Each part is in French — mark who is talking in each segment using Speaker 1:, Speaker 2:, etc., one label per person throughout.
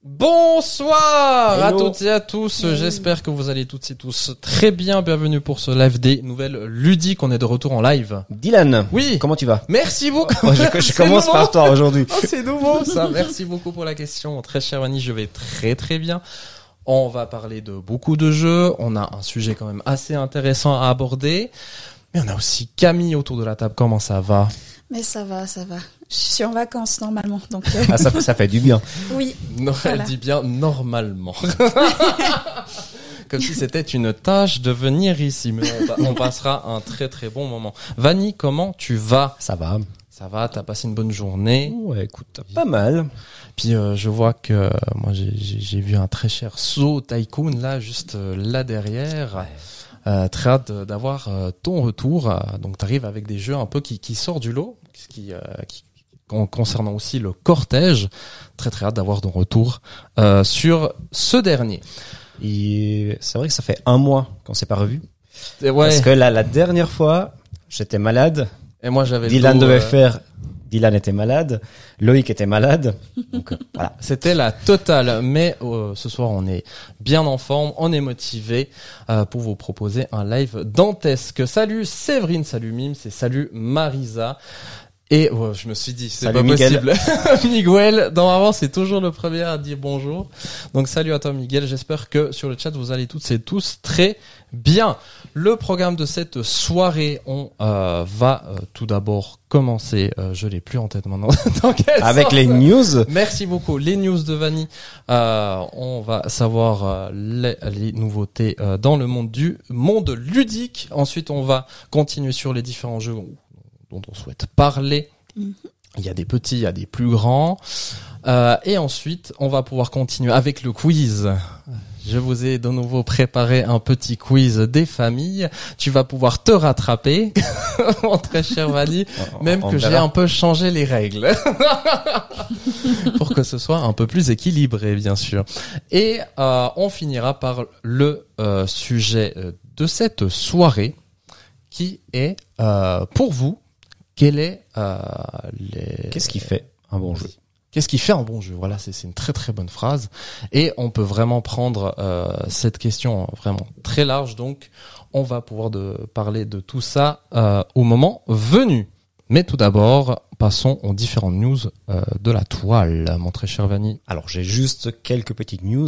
Speaker 1: Bonsoir à
Speaker 2: Hello.
Speaker 1: toutes et à tous, j'espère que vous allez toutes et tous très bien, bienvenue pour ce live des nouvelles ludiques, on est de retour en live.
Speaker 2: Dylan,
Speaker 1: Oui,
Speaker 2: comment tu vas?
Speaker 1: merci beaucoup.
Speaker 2: Je commence
Speaker 1: nouveau.
Speaker 2: par toi aujourd'hui.
Speaker 1: Oh, c'est nouveau ça, merci beaucoup pour la question, très cher Vanny, je vais très très bien. On va parler de beaucoup de jeux, on a un sujet quand même assez intéressant à aborder, mais on a aussi Camille autour de la table, comment ça va?
Speaker 3: Mais ça va. Je suis en vacances normalement, donc
Speaker 2: Ah, ça fait du bien.
Speaker 3: oui.
Speaker 1: Non,
Speaker 3: Voilà.
Speaker 1: elle dit bien normalement. Comme si c'était une tâche de venir ici, mais on passera un très très bon moment. Vanny, comment tu vas?
Speaker 2: Ça va.
Speaker 1: Ça va, t'as passé une bonne journée.
Speaker 2: Ouais, écoute, pas mal.
Speaker 1: Puis je vois que moi j'ai vu un très cher So Tycoon là, juste là derrière. Très hâte d'avoir ton retour. Donc t'arrives avec des jeux un peu qui sortent du lot, concernant aussi le cortège. Très très hâte d'avoir ton retour sur ce dernier.
Speaker 2: Et c'est vrai que ça fait un mois qu'on s'est pas revus.
Speaker 1: Et ouais.
Speaker 2: Parce que là, la dernière fois, j'étais malade.
Speaker 1: Et moi j'avais
Speaker 2: Dylan
Speaker 1: le dos,
Speaker 2: devait faire. Dylan était malade. Loïc était malade. Donc, voilà.
Speaker 1: C'était la totale, mais ce soir on est bien en forme, on est motivé pour vous proposer un live dantesque. Salut Séverine, salut Mims et salut Marisa. Et je me suis dit, c'est
Speaker 2: Salut
Speaker 1: pas
Speaker 2: Miguel.
Speaker 1: possible. Miguel, normalement c'est toujours le premier à dire bonjour. Donc salut à toi Miguel, j'espère que sur le chat vous allez toutes et tous très bien. Le programme de cette soirée, on va tout d'abord commencer, je l'ai plus en tête maintenant. Dans quel
Speaker 2: Avec
Speaker 1: sens
Speaker 2: les news.
Speaker 1: Merci beaucoup. Les news de Vanny. On va savoir les nouveautés dans le monde ludique. Ensuite, on va continuer sur les différents jeux dont on souhaite parler.
Speaker 3: Mhm.
Speaker 1: Il y a des petits, il y a des plus grands. Et ensuite, on va pouvoir continuer avec le quiz. Je vous ai de nouveau préparé un petit quiz des familles. Tu vas pouvoir te rattraper, mon très cher Vanny, même
Speaker 2: On
Speaker 1: que j'ai
Speaker 2: verra.
Speaker 1: un peu changé les règles. Pour que ce soit un peu plus équilibré, bien sûr. Et on finira par le sujet de cette soirée, qui est, pour vous, quel est
Speaker 2: Qu'est-ce qui fait un bon jeu?
Speaker 1: Qu'est-ce qui fait un bon jeu? Voilà, c'est une très très bonne phrase. Et on peut vraiment prendre cette question vraiment très large. Donc, on va pouvoir parler de tout ça au moment venu. Mais tout d'abord, passons aux différentes news de la toile, mon très cher Vanny.
Speaker 2: Alors, j'ai juste quelques petites news.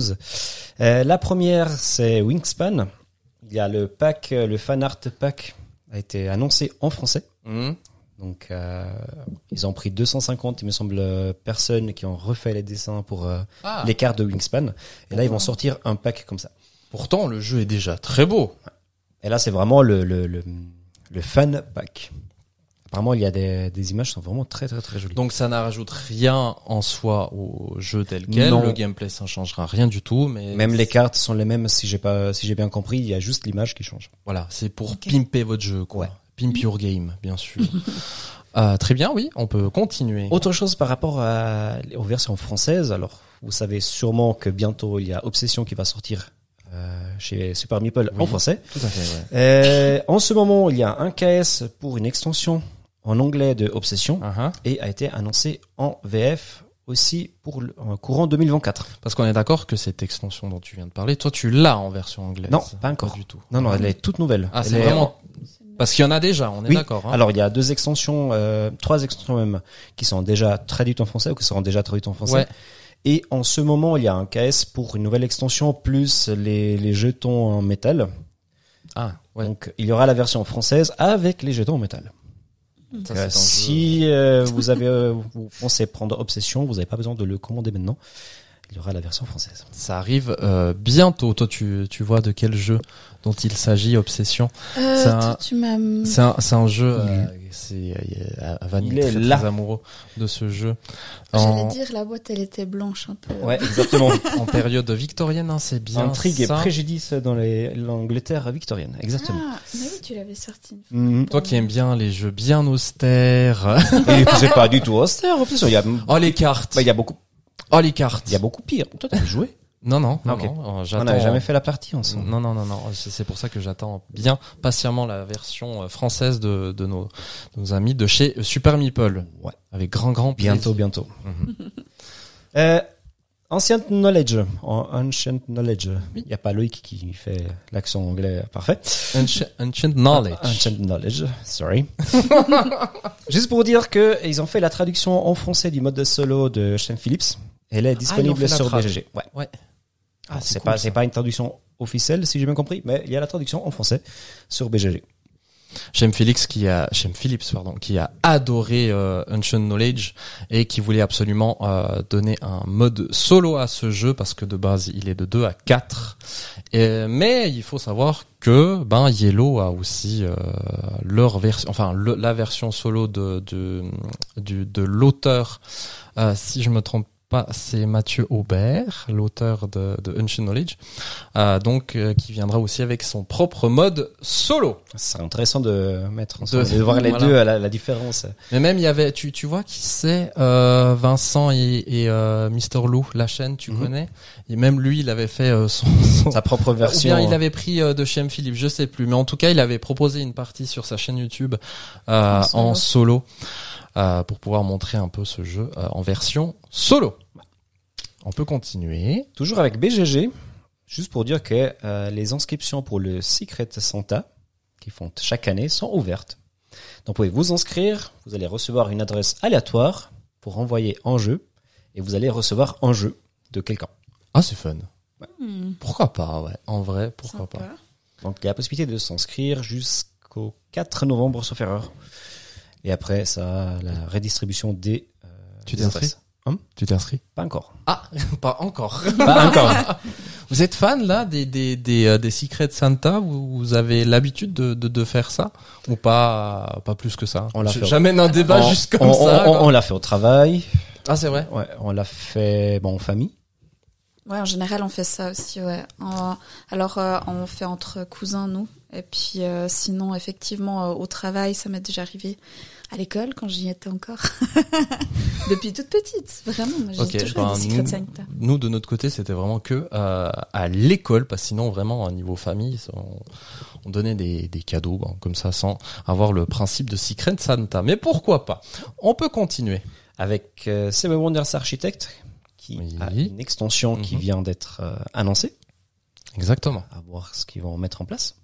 Speaker 2: La première, c'est Wingspan. Il y a le pack, le fan art pack a été annoncé en français. Donc, ils ont pris 250, il me semble, personnes qui ont refait les dessins pour les cartes de Wingspan. Et là, ils vont sortir un pack comme ça.
Speaker 1: Pourtant, le jeu est déjà très beau.
Speaker 2: Et là, c'est vraiment le fan pack. Apparemment, il y a des images qui sont vraiment très, très, très jolies.
Speaker 1: Donc ça n'ajoute rien en soi au jeu tel quel.
Speaker 2: Non.
Speaker 1: Le gameplay, ça ne changera rien du tout. Mais
Speaker 2: Même les cartes sont les mêmes, si j'ai bien compris, il y a juste l'image qui change.
Speaker 1: voilà, c'est pour
Speaker 3: Ok.
Speaker 1: pimper votre jeu, quoi.
Speaker 2: Ouais.
Speaker 1: Pimp your game, bien sûr. Très bien, oui, on peut continuer.
Speaker 2: Autre chose par rapport aux versions françaises, alors vous savez sûrement que bientôt il y a Obsession qui va sortir chez Super Meeple en
Speaker 1: Oui.
Speaker 2: français.
Speaker 1: Tout à fait, ouais.
Speaker 2: En ce moment, il y a un KS pour une extension en anglais de Obsession
Speaker 1: Uh-huh.
Speaker 2: et a été annoncé en VF aussi pour le courant 2024.
Speaker 1: Parce qu'on est d'accord que cette extension dont tu viens de parler, toi tu l'as en version anglaise.
Speaker 2: Non, pas encore.
Speaker 1: du tout.
Speaker 2: Non, elle est toute nouvelle.
Speaker 1: Ah,
Speaker 2: Elle
Speaker 1: c'est
Speaker 2: est
Speaker 1: vraiment... Parce qu'il y en a déjà, on est
Speaker 2: Oui.
Speaker 1: d'accord. Hein.
Speaker 2: Alors, il y a 2 extensions, 3 extensions même, qui sont déjà traduites en français ou qui seront déjà traduites en français.
Speaker 1: Ouais.
Speaker 2: Et en ce moment, il y a un KS pour une nouvelle extension, plus les jetons en métal.
Speaker 1: Ah, ouais.
Speaker 2: Donc, il y aura la version française avec les jetons en métal.
Speaker 1: Ça, c'est un jeu-
Speaker 2: Si vous pensez prendre Obsession, vous n'avez pas besoin de le commander maintenant. Il y aura la version française.
Speaker 1: Ça arrive bientôt. Toi, tu vois de quel jeu dont il s'agit, Obsession? C'est un-
Speaker 3: Tu m'as...
Speaker 1: C'est un jeu. Vanny
Speaker 2: Il
Speaker 1: est
Speaker 2: est
Speaker 1: très,
Speaker 2: là.
Speaker 1: très amoureux de ce jeu.
Speaker 3: J'allais
Speaker 1: En,
Speaker 3: dire, la boîte, elle était blanche un peu.
Speaker 2: Ouais, exactement.
Speaker 1: en période victorienne, hein, c'est bien.
Speaker 2: Intrigue et
Speaker 1: ça.
Speaker 2: préjudice dans l'Angleterre victorienne. Exactement.
Speaker 3: Ah, mais oui, tu l'avais sorti.
Speaker 2: Mhm.
Speaker 1: Toi qui aimes bien les jeux bien austères.
Speaker 2: Et c'est pas du tout austère. En plus, il y a,
Speaker 1: Oh les cartes.
Speaker 2: il y a beaucoup,
Speaker 1: Oh les cartes.
Speaker 2: il y a beaucoup pire. Toi, t'as joué?
Speaker 1: Non, non, non,
Speaker 2: Ok.
Speaker 1: non.
Speaker 2: On
Speaker 1: J'attends.
Speaker 2: n'avait jamais fait la partie ensemble.
Speaker 1: Non, non, non, non. C'est pour ça que j'attends bien patiemment la version française de nos amis de chez Super Meeple.
Speaker 2: Ouais.
Speaker 1: Avec grand plaisir.
Speaker 2: Bientôt.
Speaker 1: Mhm.
Speaker 2: Ancient Knowledge. Ancient Knowledge. Il n'y a pas Loïc qui fait l'accent anglais parfait.
Speaker 1: Ancient Knowledge.
Speaker 2: Ancient Knowledge, sorry. Juste pour dire que ils ont fait la traduction en français du mode solo de Shane Phillips. Elle est disponible sur BGG. Ouais.
Speaker 1: Ah,
Speaker 2: C'est pas une traduction officielle, si j'ai bien compris, mais il y a la traduction en français sur BGG.
Speaker 1: Shem Phillips qui a adoré Ancient Knowledge et qui voulait absolument donner un mode solo à ce jeu parce que de base il est de 2 à 4. Mais il faut savoir que Yellow a aussi leur version, la version solo de l'auteur. Si je me trompe pas, c'est Mathieu Aubert, l'auteur de Ancient Knowledge, qui viendra aussi avec son propre mode solo.
Speaker 2: C'est intéressant de mettre ensemble, de voir les deux, la différence.
Speaker 1: Mais même il y avait, tu vois qui c'est, Vincent et Mr Lou, la chaîne, tu connais. Et même lui, il avait fait
Speaker 2: sa propre version.
Speaker 1: Ou bien il avait pris de chez M. Philippe, je sais plus. Mais en tout cas, il avait proposé une partie sur sa chaîne YouTube en solo. Pour pouvoir montrer un peu ce jeu en version solo. On peut continuer.
Speaker 2: Toujours avec BGG, juste pour dire que les inscriptions pour le Secret Santa, qui font chaque année, sont ouvertes. Donc vous pouvez vous inscrire, vous allez recevoir une adresse aléatoire pour envoyer un jeu, et vous allez recevoir un jeu de quelqu'un.
Speaker 1: Ah, c'est fun.
Speaker 2: Ouais.
Speaker 1: Pourquoi pas, ouais. En vrai, pourquoi
Speaker 3: Sympa.
Speaker 1: pas.
Speaker 2: Donc il y a la possibilité de s'inscrire jusqu'au 4 novembre, sauf erreur. Et après, ça, la redistribution des
Speaker 1: Tu t'es inscrit? Tu t'es inscrit?
Speaker 2: Pas encore.
Speaker 1: Ah, pas encore.
Speaker 2: Pas encore.
Speaker 1: Vous êtes fan, là, des Secret Santa? Vous avez l'habitude de faire ça? Ou pas plus que ça?
Speaker 2: On l'a fait.
Speaker 1: J'amène un débat juste comme ça.
Speaker 2: On l'a fait au travail.
Speaker 1: Ah, c'est vrai?
Speaker 2: Ouais, on l'a fait, en famille.
Speaker 3: Ouais, en général, on fait ça aussi, ouais. On fait entre cousins, nous. Et puis, sinon, effectivement, au travail, ça m'est déjà arrivé. À l'école, quand j'y étais encore. Depuis toute petite, vraiment. Moi, j'ai toujours eu des Secret Santa.
Speaker 1: Nous, de notre côté, c'était vraiment que à l'école, parce que sinon, vraiment, au niveau famille, on donnait des cadeaux, comme ça, sans avoir le principe de Secret Santa. Mais pourquoi pas? On peut continuer.
Speaker 2: Avec Seven Wonders Architect, qui a une extension qui vient d'être annoncée.
Speaker 1: Exactement.
Speaker 2: À voir ce qu'ils vont mettre en place.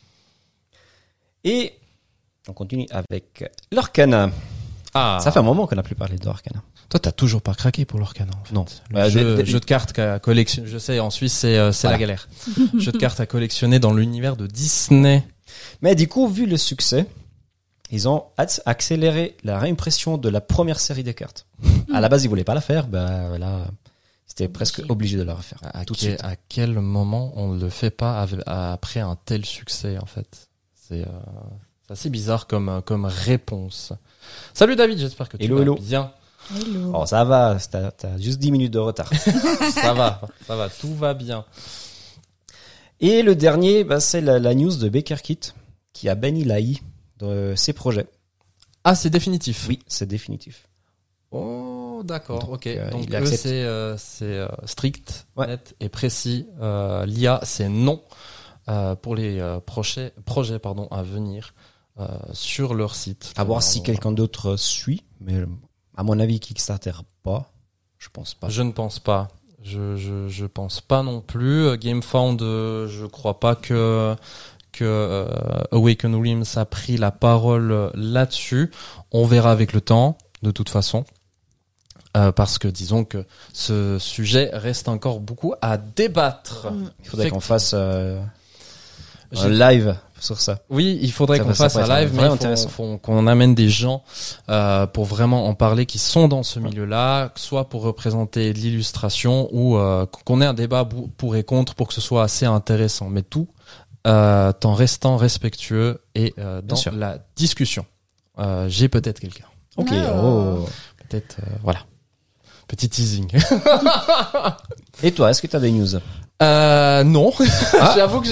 Speaker 2: Et on continue avec l'Orcana.
Speaker 1: Ah.
Speaker 2: Ça fait un moment qu'on n'a plus parlé de l'Orcana.
Speaker 1: Toi, t'as toujours pas craqué pour l'Orcana, en fait.
Speaker 2: Non.
Speaker 1: Le jeu de cartes qu'à collectionner. Je sais, en Suisse, c'est la galère. Jeu de cartes à collectionner dans l'univers de Disney.
Speaker 2: Mais du coup, vu le succès, ils ont accéléré la réimpression de la première série des cartes. À la base, ils voulaient pas la faire. Là, c'était presque obligé de la refaire.
Speaker 1: À quel moment on ne le fait pas après un tel succès, en fait? C'est assez bizarre comme réponse. Salut David, j'espère que tu vas bien.
Speaker 3: Hello.
Speaker 2: Oh, ça va, t'as juste 10 minutes de retard.
Speaker 1: ça va, tout va bien.
Speaker 2: Et le dernier, c'est la news de BakerKit qui a banni l'AI de ses projets.
Speaker 1: Ah, c'est définitif?
Speaker 2: Oui, c'est définitif.
Speaker 1: Oh, d'accord,
Speaker 2: donc,
Speaker 1: ok. Donc c'est strict, net et précis. L'IA, c'est non pour les projets à venir sur leur site.
Speaker 2: À voir si quelqu'un d'autre suit, mais à mon avis, Kickstarter pas. Je pense pas.
Speaker 1: Je ne pense pas. Je pense pas non plus. GameFound, je crois pas que Awaken Realms a pris la parole là-dessus. On verra avec le temps, de toute façon. Parce que disons que ce sujet reste encore beaucoup à débattre.
Speaker 2: Il faudrait qu'on fasse un live sur ça.
Speaker 1: Oui, il faudrait qu'on fasse un live, mais il faut qu'on amène des gens pour vraiment en parler, qui sont dans ce milieu-là, soit pour représenter de l'illustration ou qu'on ait un débat pour et contre pour que ce soit assez intéressant. Mais tout en restant respectueux et dans la discussion. J'ai peut-être quelqu'un.
Speaker 2: Ok.
Speaker 1: Peut-être, voilà. Petit teasing.
Speaker 2: Et toi, est-ce que tu as des news?
Speaker 1: Non. J'avoue que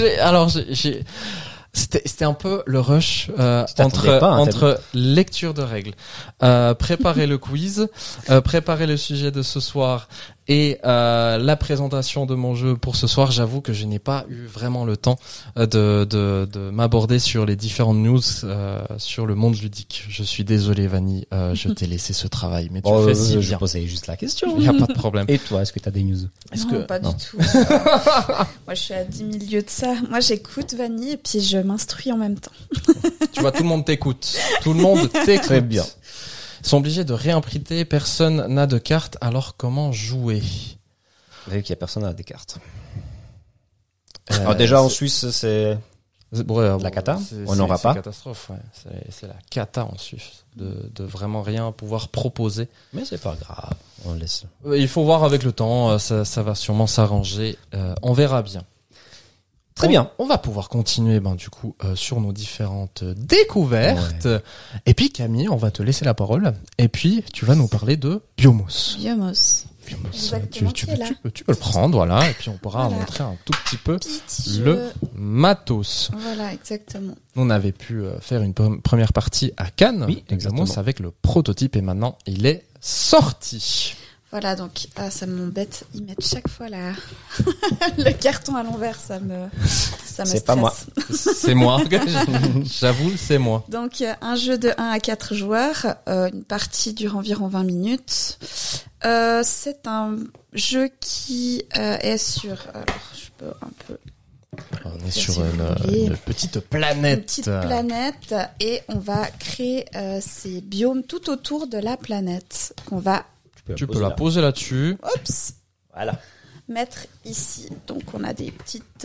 Speaker 1: c'était un peu le rush entre lecture de règles, préparer le quiz, préparer le sujet de ce soir Et la présentation de mon jeu pour ce soir, j'avoue que je n'ai pas eu vraiment le temps de m'aborder sur les différentes news sur le monde ludique. Je suis désolé, Vanny, je t'ai laissé ce travail, mais tu fais si bien.
Speaker 2: Je posais juste la question.
Speaker 1: Il n'y a pas de problème.
Speaker 2: Et toi, est-ce que tu as des news?
Speaker 3: Non, pas du tout. Moi, je suis à 10 000 lieues de ça. Moi, j'écoute Vanny et puis je m'instruis en même temps.
Speaker 1: Tu vois, tout le monde t'écoute. Tout le monde t'écoute.
Speaker 2: Très bien.
Speaker 1: Ils sont obligés de réimprimer, personne n'a de cartes, alors comment jouer?
Speaker 2: Vous savez qu'il y a personne à des cartes. Alors déjà en Suisse, c'est la cata. On n'aura pas.
Speaker 1: C'est catastrophe, ouais. C'est la cata en Suisse de vraiment rien pouvoir proposer.
Speaker 2: Mais c'est pas grave, on laisse.
Speaker 1: Il faut voir avec le temps, ça va sûrement s'arranger. On verra bien.
Speaker 2: Très bien.
Speaker 1: On va pouvoir continuer du coup sur nos différentes découvertes. Ouais. Et puis Camille, on va te laisser la parole. Et puis tu vas nous parler de Biomos.
Speaker 3: Biomos.
Speaker 1: Tu peux le prendre, voilà. Et puis on pourra montrer un tout petit peu le matos.
Speaker 3: Voilà, exactement.
Speaker 1: On avait pu faire une première partie à Cannes.
Speaker 2: Oui, exactement.
Speaker 1: Biomos avec le prototype et maintenant il est sorti.
Speaker 3: Voilà, donc ça m'embête, ils mettent chaque fois le carton à l'envers, ça me stresse.
Speaker 2: C'est pas moi.
Speaker 1: C'est moi, j'avoue, c'est moi.
Speaker 3: Donc un jeu de 1 à 4 joueurs, une partie dure environ 20 minutes. C'est un jeu qui est sur... Alors, je peux un peu...
Speaker 1: On est sur une petite planète.
Speaker 3: Une petite planète et on va créer ces biomes tout autour de la planète qu'on va...
Speaker 1: Tu peux la poser là-dessus.
Speaker 3: Oups.
Speaker 2: Voilà.
Speaker 3: Mettre ici. Donc on a des petites...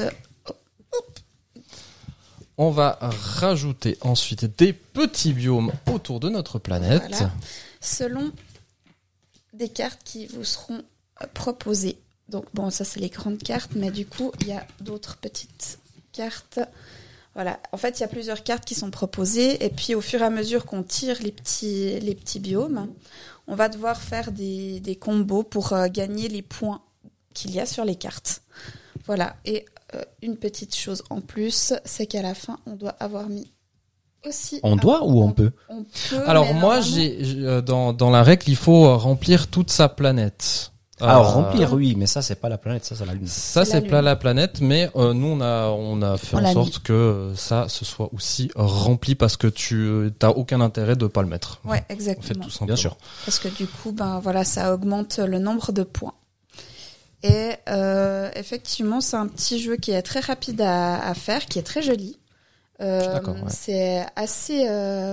Speaker 1: On va rajouter ensuite des petits biomes autour de notre planète.
Speaker 3: Voilà. Selon des cartes qui vous seront proposées. Donc bon, ça c'est les grandes cartes, mais du coup il y a d'autres petites cartes. Voilà. En fait, il y a plusieurs cartes qui sont proposées et puis au fur et à mesure qu'on tire les petits biomes, on va devoir faire des combos pour gagner les points qu'il y a sur les cartes. Voilà. Et une petite chose en plus, c'est qu'à la fin, on doit avoir mis aussi...
Speaker 2: On doit ou on peut?
Speaker 3: On peut.
Speaker 1: Alors moi, j'ai dans la règle, il faut remplir toute sa planète.
Speaker 2: Alors remplir, oui, mais ça c'est pas la planète, ça c'est la Lune.
Speaker 1: Ça c'est pas la planète, mais nous on a fait en sorte que ça ce soit aussi rempli parce que tu t'as aucun intérêt de pas le mettre.
Speaker 3: Ouais, exactement.
Speaker 1: En fait, tout simplement.
Speaker 2: Bien sûr.
Speaker 3: Parce que du coup, voilà, ça augmente le nombre de points. Et effectivement, c'est un petit jeu qui est très rapide à faire, qui est très joli.
Speaker 1: D'accord, ouais.
Speaker 3: C'est assez,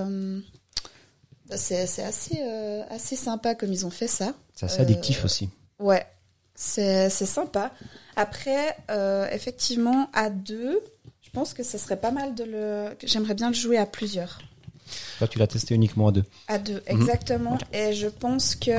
Speaker 3: assez sympa comme ils ont fait ça.
Speaker 2: C'est assez addictif aussi.
Speaker 3: Ouais, c'est sympa. Après, effectivement, à 2, je pense que ce serait pas mal j'aimerais bien le jouer à plusieurs.
Speaker 2: Toi, tu l'as testé uniquement à 2.
Speaker 3: À 2, exactement. Et je pense que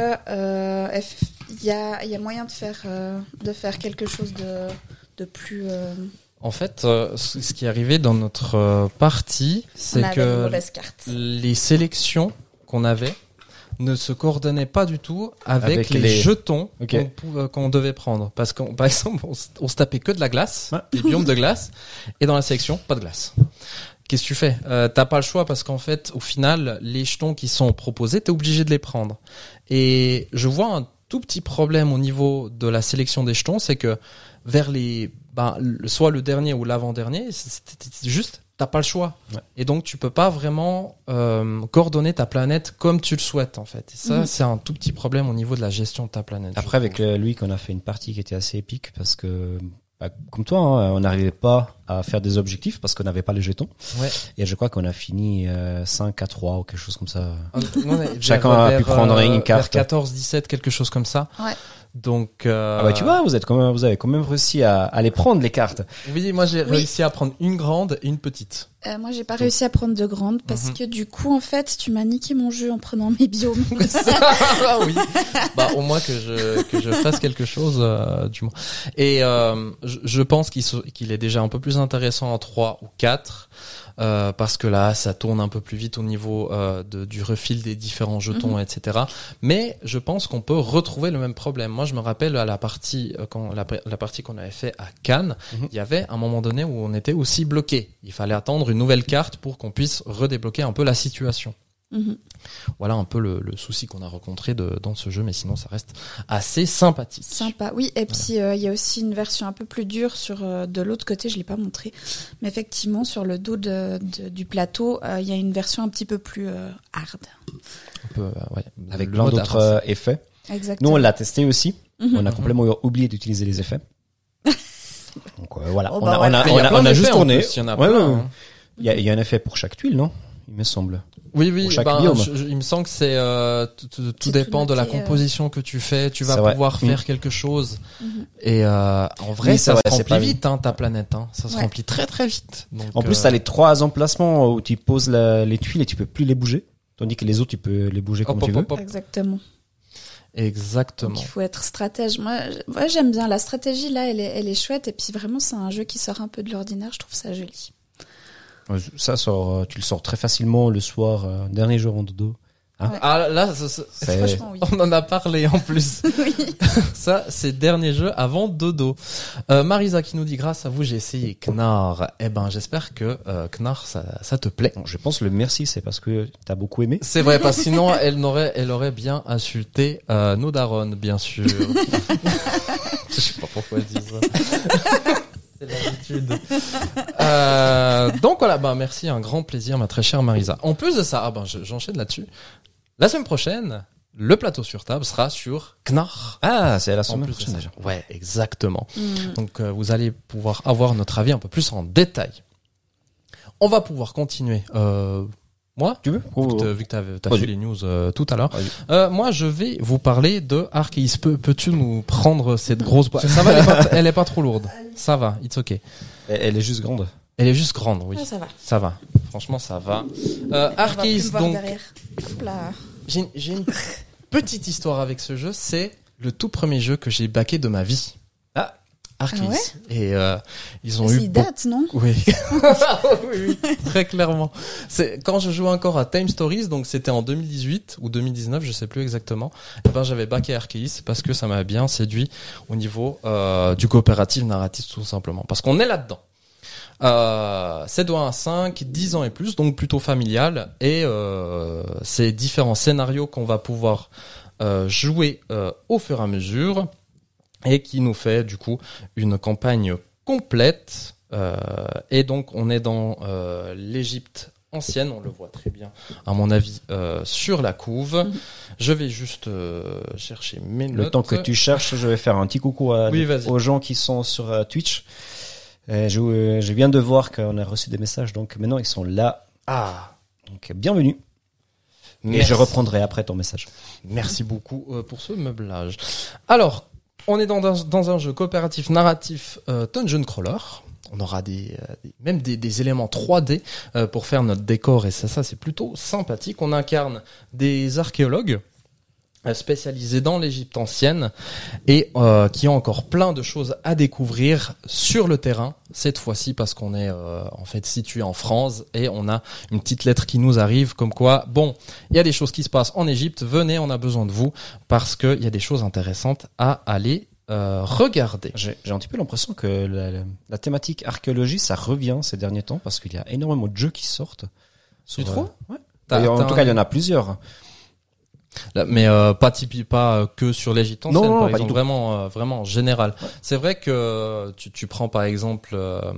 Speaker 3: il y a moyen de faire quelque chose de plus...
Speaker 1: En fait, ce qui est arrivé dans notre partie, c'est que les sélections qu'on avait ne se coordonnaient pas du tout avec les jetons qu'on devait prendre. Parce que, par exemple, on se tapait que de la glace, des biomes de glace, et dans la sélection, pas de glace. Qu'est-ce que tu fais? T'as pas le choix parce qu'en fait, au final, les jetons qui sont proposés, t'es obligé de les prendre. Et je vois un tout petit problème au niveau de la sélection des jetons, c'est que vers soit le dernier ou l'avant-dernier, c'est juste, t'as pas le choix. Ouais. Et donc, tu peux pas vraiment coordonner ta planète comme tu le souhaites, en fait. Et ça, c'est un tout petit problème au niveau de la gestion de ta planète.
Speaker 2: Après, avec Louis, on a fait une partie qui était assez épique parce que, comme toi, on n'arrivait pas à faire des objectifs parce qu'on n'avait pas les jetons. Ouais. Et je crois qu'on a fini 5-3 ou quelque chose comme ça. Chacun a pu prendre une carte.
Speaker 1: Vers 14-17, quelque chose comme ça.
Speaker 3: Ouais.
Speaker 1: Donc
Speaker 2: tu vois, vous avez quand même réussi à les prendre les cartes.
Speaker 1: Oui, moi j'ai réussi à prendre une grande et une petite.
Speaker 3: Moi j'ai pas réussi à prendre de grandes parce que du coup en fait tu m'as niqué mon jeu en prenant mes biomes.
Speaker 1: Oui. Au moins que je fasse quelque chose du moins. Et je pense qu'il est déjà un peu plus intéressant en 3 ou 4. Parce que là, ça tourne un peu plus vite au niveau du refil des différents jetons, etc. Mais je pense qu'on peut retrouver le même problème. Moi, je me rappelle à la partie la partie qu'on avait fait à Cannes, il y avait un moment donné où on était aussi bloqué. Il fallait attendre une nouvelle carte pour qu'on puisse redébloquer un peu la situation. Voilà un peu le souci qu'on a rencontré dans ce jeu, mais sinon ça reste assez sympathique.
Speaker 3: Sympa, oui. Et puis il y a aussi une version un peu plus dure sur de l'autre côté, je l'ai pas montré, mais effectivement sur le dos du plateau, il y a une version un petit peu plus hard.
Speaker 1: Un peu, ouais,
Speaker 2: Avec
Speaker 1: le
Speaker 2: plein
Speaker 1: mode
Speaker 2: d'autres
Speaker 1: hard.
Speaker 2: effets.
Speaker 3: Exactement.
Speaker 2: Nous, on l'a testé aussi.
Speaker 3: Mhm.
Speaker 2: On a complètement oublié d'utiliser les effets. Donc voilà,
Speaker 3: Oh,
Speaker 2: on
Speaker 3: bah
Speaker 2: a,
Speaker 3: voilà.
Speaker 2: on a,
Speaker 1: Mais il y
Speaker 2: on
Speaker 1: a
Speaker 2: a,
Speaker 1: plein
Speaker 2: on a
Speaker 1: d'effets,
Speaker 2: juste
Speaker 1: en
Speaker 2: tourné.
Speaker 1: plus, il y en a
Speaker 2: Ouais,
Speaker 1: plein,
Speaker 2: ouais.
Speaker 1: hein.
Speaker 2: Il y a un effet pour chaque tuile, non? Il me semble.
Speaker 1: Oui,
Speaker 2: Pour chaque
Speaker 1: ben,
Speaker 2: biome.
Speaker 1: il me semble que c'est tout
Speaker 3: C'est
Speaker 1: dépend
Speaker 3: tout
Speaker 1: de la
Speaker 3: noté,
Speaker 1: composition que tu fais. Tu vas
Speaker 2: C'est vrai.
Speaker 1: pouvoir faire quelque chose.
Speaker 3: Mhm.
Speaker 1: Et en vrai,
Speaker 2: Oui,
Speaker 1: ça
Speaker 2: c'est
Speaker 1: se
Speaker 2: vrai, c'est
Speaker 1: remplit
Speaker 2: pas
Speaker 1: vite, hein, ta planète. Hein. Ça se
Speaker 3: Ouais.
Speaker 1: remplit très très vite. Donc,
Speaker 2: En plus, t'as les 3 emplacements où tu poses les tuiles et tu peux plus les bouger. Tandis que les autres, tu peux les bouger comme
Speaker 1: hop,
Speaker 2: tu
Speaker 1: hop,
Speaker 2: veux.
Speaker 1: hop, hop.
Speaker 3: Exactement.
Speaker 1: Exactement.
Speaker 3: Donc il faut être stratège. Moi, j'aime bien la stratégie là, elle est chouette. Et puis vraiment, c'est un jeu qui sort un peu de l'ordinaire. Je trouve ça joli.
Speaker 2: Ça sort, tu le sors très facilement le soir, dernier jour en dodo.
Speaker 1: Ah là,
Speaker 3: Franchement, oui.
Speaker 1: on en a parlé en plus.
Speaker 3: Oui.
Speaker 1: Ça, c'est dernier jeu avant dodo. Marisa qui nous dit grâce à vous j'ai essayé Knar. Eh ben j'espère que Knar ça te plaît.
Speaker 2: Bon, je pense le merci, c'est parce que t'as beaucoup aimé.
Speaker 1: C'est vrai parce que sinon elle aurait bien insulté nos darons bien sûr. Je sais pas pourquoi je dis ça. C'est l'habitude. Donc voilà, bah merci, un grand plaisir ma très chère Marisa. En plus de ça, j'enchaîne là-dessus. La semaine prochaine, le plateau sur table sera sur Knar.
Speaker 2: Ah, c'est la
Speaker 1: En
Speaker 2: semaine
Speaker 1: plus de
Speaker 2: prochaine
Speaker 1: ça.
Speaker 2: déjà.
Speaker 1: Ouais, exactement.
Speaker 3: Mm.
Speaker 1: Donc vous allez pouvoir avoir notre avis un peu plus en détail. On va pouvoir continuer. Moi,
Speaker 2: Tu veux?
Speaker 1: vu que t'as
Speaker 2: Vas-y.
Speaker 1: fait les news tout à l'heure,
Speaker 2: Vas-y.
Speaker 1: moi je vais vous parler de Arceus. Peux-tu nous prendre cette grosse boîte? Ça va, elle est pas trop lourde. Ça va, it's okay.
Speaker 2: Elle est juste grande.
Speaker 1: Elle est juste grande, oui.
Speaker 3: Ah, ça va.
Speaker 1: Ça va. Franchement, ça va.
Speaker 3: On va plus
Speaker 1: Arceus,
Speaker 3: me voir
Speaker 1: donc,
Speaker 3: derrière. Hop là.
Speaker 1: j'ai une petite histoire avec ce jeu. C'est le tout premier jeu que j'ai backé de ma vie.
Speaker 2: Ah.
Speaker 1: Arceus.
Speaker 3: Ah ouais
Speaker 1: Et ils ont
Speaker 3: C'est
Speaker 1: eu
Speaker 3: date, non?
Speaker 1: oui. oui, très clairement. C'est quand je jouais encore à Time Stories, donc c'était en 2018 ou 2019, je sais plus exactement. Et ben j'avais backé Arceus parce que ça m'a bien séduit au niveau du coopératif narratif tout simplement. Parce qu'on est là-dedans. 7 doigts à 5, 10 ans et plus, donc plutôt familial. Et c'est différents scénarios qu'on va pouvoir jouer au fur et à mesure. Et qui nous fait du coup une campagne complète. Et donc on est dans l'Égypte ancienne, on le voit très bien à mon avis sur la couve. Je vais juste chercher mes notes.
Speaker 2: Le temps que tu cherches, je vais faire un petit coucou
Speaker 1: Oui, vas-y.
Speaker 2: aux gens qui sont sur Twitch. Je viens de voir qu'on a reçu des messages, donc maintenant ils sont là.
Speaker 1: Ah,
Speaker 2: Donc bienvenue. Et
Speaker 1: merci.
Speaker 2: je reprendrai après ton message.
Speaker 1: Merci beaucoup pour ce meublage. Alors, on est dans un jeu coopératif narratif dungeon crawler. On aura même des éléments 3D pour faire notre décor et ça c'est plutôt sympathique. On incarne des archéologues spécialisés dans l'Égypte ancienne et qui ont encore plein de choses à découvrir sur le terrain cette fois-ci parce qu'on est en fait situé en France et on a une petite lettre qui nous arrive comme quoi bon, il y a des choses qui se passent en Égypte, venez, on a besoin de vous parce que il y a des choses intéressantes à aller regarder.
Speaker 2: J'ai un petit peu l'impression que la thématique archéologie, ça revient ces derniers temps parce qu'il y a énormément de jeux qui sortent.
Speaker 1: Tu trouves?
Speaker 2: Ouais.
Speaker 1: T'as-
Speaker 2: Et en
Speaker 1: t'as
Speaker 2: tout
Speaker 1: un-
Speaker 2: cas, il y en a plusieurs.
Speaker 1: Là, mais pas que sur l'Égypte ancienne,
Speaker 2: Non,
Speaker 1: par
Speaker 2: pas du
Speaker 1: exemple,
Speaker 2: tout.
Speaker 1: vraiment en général. C'est vrai que tu prends par exemple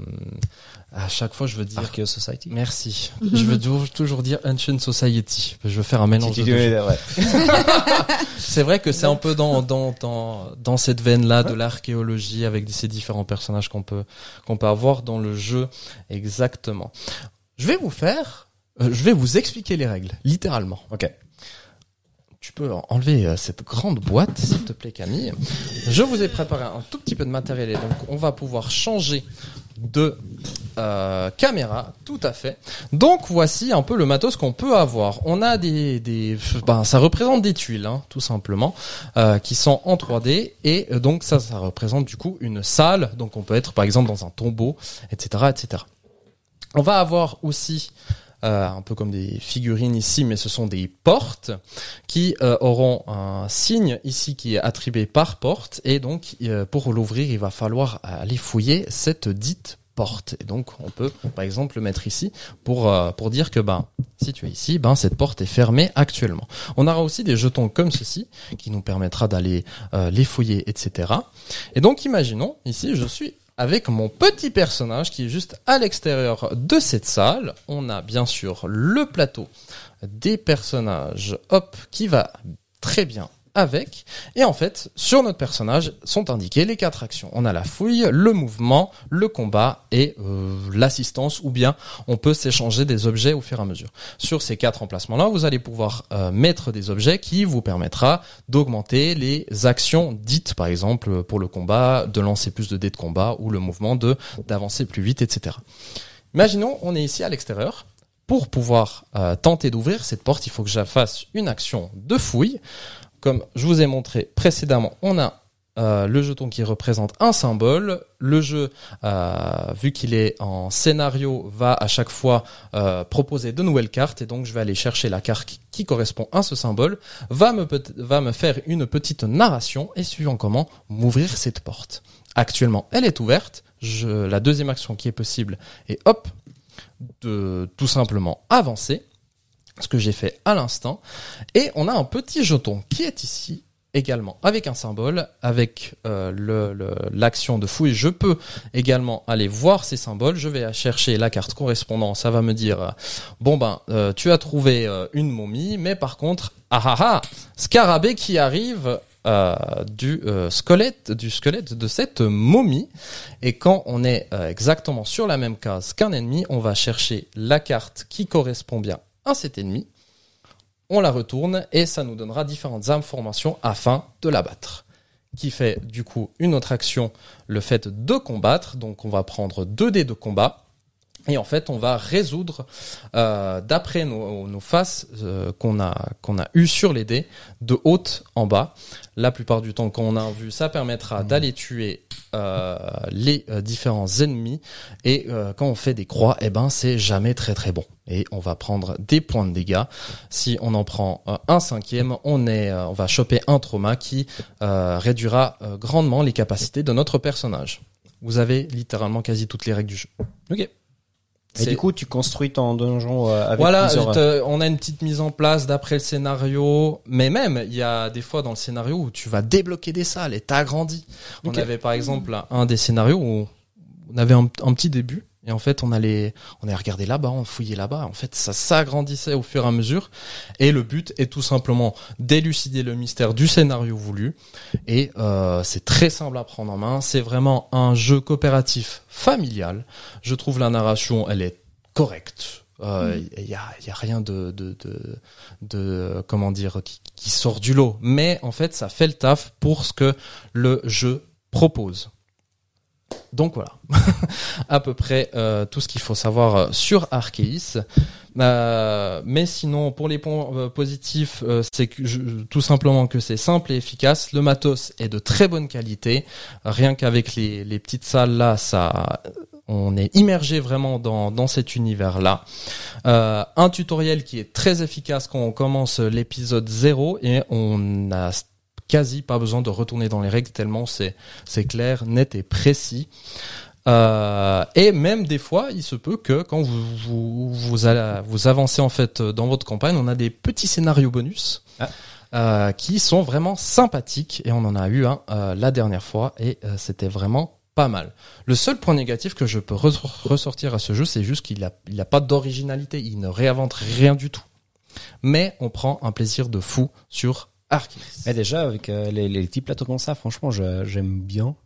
Speaker 1: à chaque fois je veux dire
Speaker 2: Archaeo Society.
Speaker 1: merci. Je veux toujours dire Ancient Society. Je veux faire un mélange de deux.
Speaker 2: Ouais.
Speaker 1: C'est vrai que c'est un peu dans cette veine-là de l'archéologie avec ces différents personnages qu'on peut avoir dans le jeu exactement. Je vais vous expliquer les règles, littéralement.
Speaker 2: Ok.
Speaker 1: Tu peux enlever cette grande boîte, s'il te plaît, Camille. Je vous ai préparé un tout petit peu de matériel et donc on va pouvoir changer de caméra, tout à fait. Donc voici un peu le matos qu'on peut avoir. On a ça représente des tuiles, hein, tout simplement, qui sont en 3D et donc ça représente du coup une salle. Donc on peut être par exemple dans un tombeau, etc., etc. On va avoir aussi un peu comme des figurines ici, mais ce sont des portes qui auront un signe ici qui est attribué par porte et donc pour l'ouvrir, il va falloir aller fouiller cette dite porte. Et donc, on peut, par exemple, le mettre ici pour dire que, si tu es ici, cette porte est fermée actuellement. On aura aussi des jetons comme ceci, qui nous permettra d'aller les fouiller, etc. Et donc, imaginons, ici, je suis avec mon petit personnage qui est juste à l'extérieur de cette salle. On a bien sûr le plateau des personnages, qui va très bien avec. Et en fait, sur notre personnage sont indiquées les 4 actions. On a la fouille, le mouvement, le combat et l'assistance, ou bien on peut s'échanger des objets au fur et à mesure. Sur ces 4 emplacements-là, vous allez pouvoir mettre des objets qui vous permettra d'augmenter les actions dites, par exemple pour le combat, de lancer plus de dés de combat, ou le mouvement d'avancer plus vite, etc. Imaginons, on est ici à l'extérieur. Pour pouvoir tenter d'ouvrir cette porte, il faut que je fasse une action de fouille. Comme je vous ai montré précédemment, on a le jeton qui représente un symbole. Le jeu, vu qu'il est en scénario, va à chaque fois proposer de nouvelles cartes. Et donc, je vais aller chercher la carte qui correspond à ce symbole, va me faire une petite narration et suivant comment m'ouvrir cette porte. Actuellement, elle est ouverte. La deuxième action qui est possible est de tout simplement avancer. Ce que j'ai fait à l'instant, et on a un petit jeton qui est ici également avec un symbole, avec l'action de fouille. Je peux également aller voir ces symboles. Je vais chercher la carte correspondante. Ça va me dire tu as trouvé une momie, mais par contre scarabée qui arrive du squelette de cette momie. Et quand on est exactement sur la même case qu'un ennemi, on va chercher la carte qui correspond bien à cet ennemi, on la retourne et ça nous donnera différentes informations afin de l'abattre. Qui fait du coup une autre action, le fait de combattre. Donc on va prendre 2 dés de combat et en fait on va résoudre d'après nos faces qu'on a eu sur les dés de haut en bas. La plupart du temps quand on a un vue, ça permettra d'aller tuer les différents ennemis, et quand on fait des croix, c'est jamais très très bon et on va prendre des points de dégâts. Si on en prend un 5e, on va choper un trauma qui réduira grandement les capacités de notre personnage. Vous avez littéralement quasi toutes les règles du jeu.
Speaker 2: Ok. Et du coup, tu construis ton donjon avec
Speaker 1: on a une petite mise en place d'après le scénario, mais même, il y a des fois dans le scénario où tu vas débloquer des salles et t'agrandis. Okay. On avait par exemple un des scénarios où on avait un petit début, et en fait on allait regarder là-bas, on fouillait là-bas, en fait ça s'agrandissait au fur et à mesure, et le but est tout simplement d'élucider le mystère du scénario voulu, et c'est très simple à prendre en main, c'est vraiment un jeu coopératif familial. Je trouve la narration, elle est correcte. Y a rien de comment dire qui sort du lot, mais en fait ça fait le taf pour ce que le jeu propose. Donc voilà, à peu près tout ce qu'il faut savoir sur Arceus. Mais sinon, pour les points positifs, c'est tout simplement que c'est simple et efficace. Le matos est de très bonne qualité. Rien qu'avec les petites salles là, on est immergé vraiment dans cet univers-là. Un tutoriel qui est très efficace quand on commence l'épisode 0, et on a quasi pas besoin de retourner dans les règles tellement c'est clair, net et précis. Et même des fois, il se peut que quand vous avancez en fait dans votre campagne, on a des petits scénarios bonus qui sont vraiment sympathiques, et on en a eu un la dernière fois, et c'était vraiment pas mal. Le seul point négatif que je peux ressortir à ce jeu, c'est juste qu'il a pas d'originalité, il ne réinvente rien du tout. Mais on prend un plaisir de fou sur Arceus.
Speaker 2: Et déjà avec les petits plateaux comme ça, franchement, j'aime bien.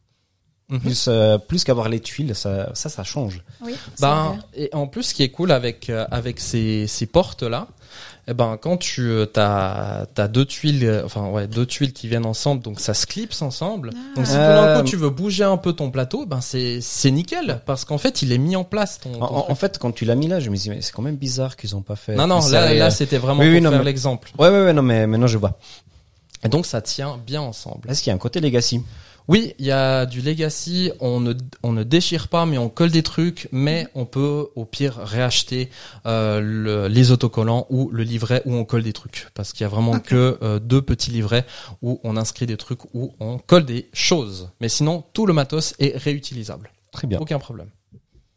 Speaker 2: Plus qu'avoir les tuiles, ça change.
Speaker 3: Oui.
Speaker 1: Et en plus, ce qui est cool avec ces portes là, quand tu t'as 2 tuiles, deux tuiles qui viennent ensemble, donc ça se clipse ensemble. Donc si tout d'un coup tu veux bouger un peu ton plateau, c'est nickel, parce qu'en fait il est mis en place.
Speaker 2: En fait, quand tu l'as mis là, je me dis mais c'est quand même bizarre qu'ils ont pas fait.
Speaker 1: Non, là c'était vraiment pour faire l'exemple.
Speaker 2: Ouais, non, mais maintenant je vois.
Speaker 1: Et donc ça tient bien ensemble.
Speaker 2: Est-ce qu'il y a un côté legacy?
Speaker 1: Oui, il y a du legacy, on ne déchire pas, mais on colle des trucs, mais on peut au pire réacheter les autocollants ou le livret où on colle des trucs, parce qu'il y a vraiment que 2 petits livrets où on inscrit des trucs, où on colle des choses. Mais sinon, tout le matos est réutilisable.
Speaker 2: Très bien.
Speaker 1: Aucun problème.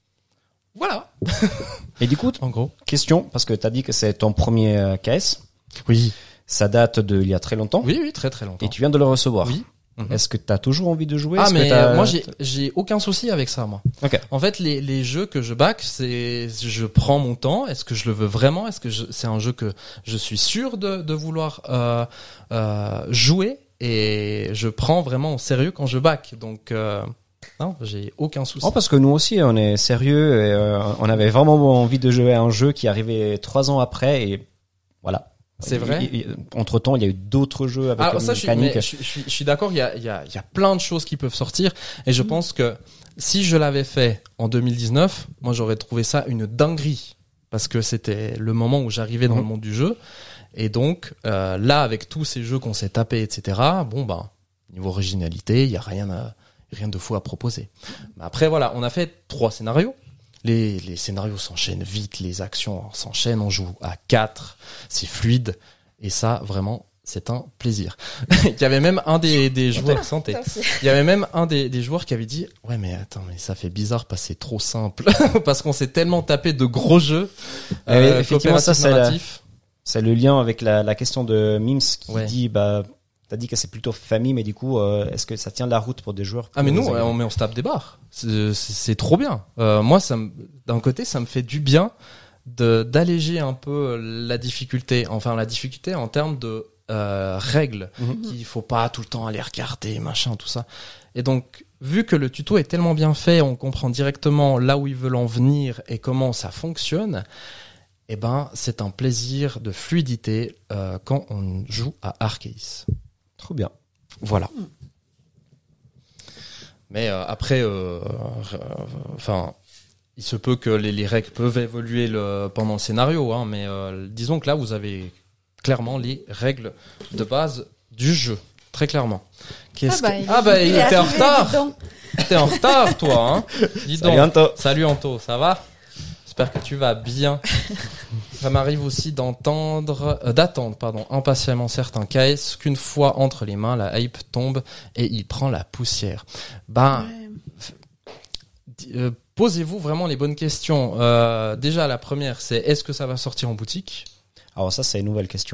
Speaker 1: Voilà.
Speaker 2: Et du coup,
Speaker 1: En gros.
Speaker 2: question, parce que t'as dit que c'est ton premier KS.
Speaker 1: Oui.
Speaker 2: Ça date d'il y a très longtemps.
Speaker 1: Oui, très très longtemps.
Speaker 2: Et tu viens de le recevoir.
Speaker 1: Oui. Mhm.
Speaker 2: Est-ce que t'as toujours envie de jouer?
Speaker 1: Ah,
Speaker 2: Est-ce que
Speaker 1: mais
Speaker 2: t'as-
Speaker 1: moi, j'ai aucun souci avec ça, moi.
Speaker 2: Ok.
Speaker 1: En fait, les jeux que je back, je prends mon temps. Est-ce que je le veux vraiment? Est-ce que c'est un jeu que je suis sûr de vouloir jouer? Et je prends vraiment au sérieux quand je back. Donc, non, j'ai aucun souci.
Speaker 2: Oh, parce que nous aussi, on est sérieux et on avait vraiment envie de jouer à un jeu qui arrivait 3 ans après et voilà.
Speaker 1: C'est vrai.
Speaker 2: Entre temps, il y a eu d'autres jeux avec
Speaker 1: Ah,
Speaker 2: une
Speaker 1: ça,
Speaker 2: mécanique.
Speaker 1: je suis d'accord. Il y a plein de choses qui peuvent sortir. Et je pense que si je l'avais fait en 2019, moi, j'aurais trouvé ça une dinguerie. Parce que c'était le moment où j'arrivais dans le monde du jeu. Et donc, là, avec tous ces jeux qu'on s'est tapés, etc., bon, ben, niveau originalité, il y a rien de fou à proposer. Mais après, voilà, on a fait 3 scénarios. Les scénarios s'enchaînent vite, les actions s'enchaînent, on joue à 4, c'est fluide, et ça, vraiment, c'est un plaisir. Il y avait même un des joueurs, santé. Il y avait même un des joueurs qui avait dit, ouais, mais attends, mais ça fait bizarre parce que c'est trop simple, parce qu'on s'est tellement tapé de gros jeux,
Speaker 2: effectivement, ça,
Speaker 1: coopératifs, narratifs.
Speaker 2: C'est le lien avec la question de Mims qui
Speaker 1: Ouais.
Speaker 2: dit, bah, t'as dit que c'est plutôt famille, mais du coup, est-ce que ça tient la route pour des joueurs?
Speaker 1: Ah mais nous,
Speaker 2: plus
Speaker 1: on se tape des barres. C'est trop bien. Moi, d'un côté, ça me fait du bien d'alléger un peu la difficulté. Enfin, la difficulté en termes de règles. Qu'il faut pas tout le temps aller regarder, machin, tout ça. Et donc, vu que le tuto est tellement bien fait, on comprend directement là où ils veulent en venir et comment ça fonctionne. Eh ben, c'est un plaisir de fluidité quand on joue à Arceus.
Speaker 2: Trop bien.
Speaker 1: Voilà. Mais après, enfin, il se peut que les règles peuvent évoluer pendant le scénario, hein, mais disons que là, vous avez clairement les règles de base du jeu, très clairement.
Speaker 3: il
Speaker 1: Il était en retard. T'es en retard, toi, hein. Dis donc.
Speaker 2: Salut, Anto.
Speaker 1: Salut Anto, ça va? J'espère que tu vas bien. Ça m'arrive aussi d'attendre impatiemment certains KS qu'une fois entre les mains, la hype tombe et il prend la poussière. Posez-vous vraiment les bonnes questions. Déjà, la première, c'est est-ce que ça va sortir en boutique?
Speaker 2: Alors ça, c'est une nouvelle question.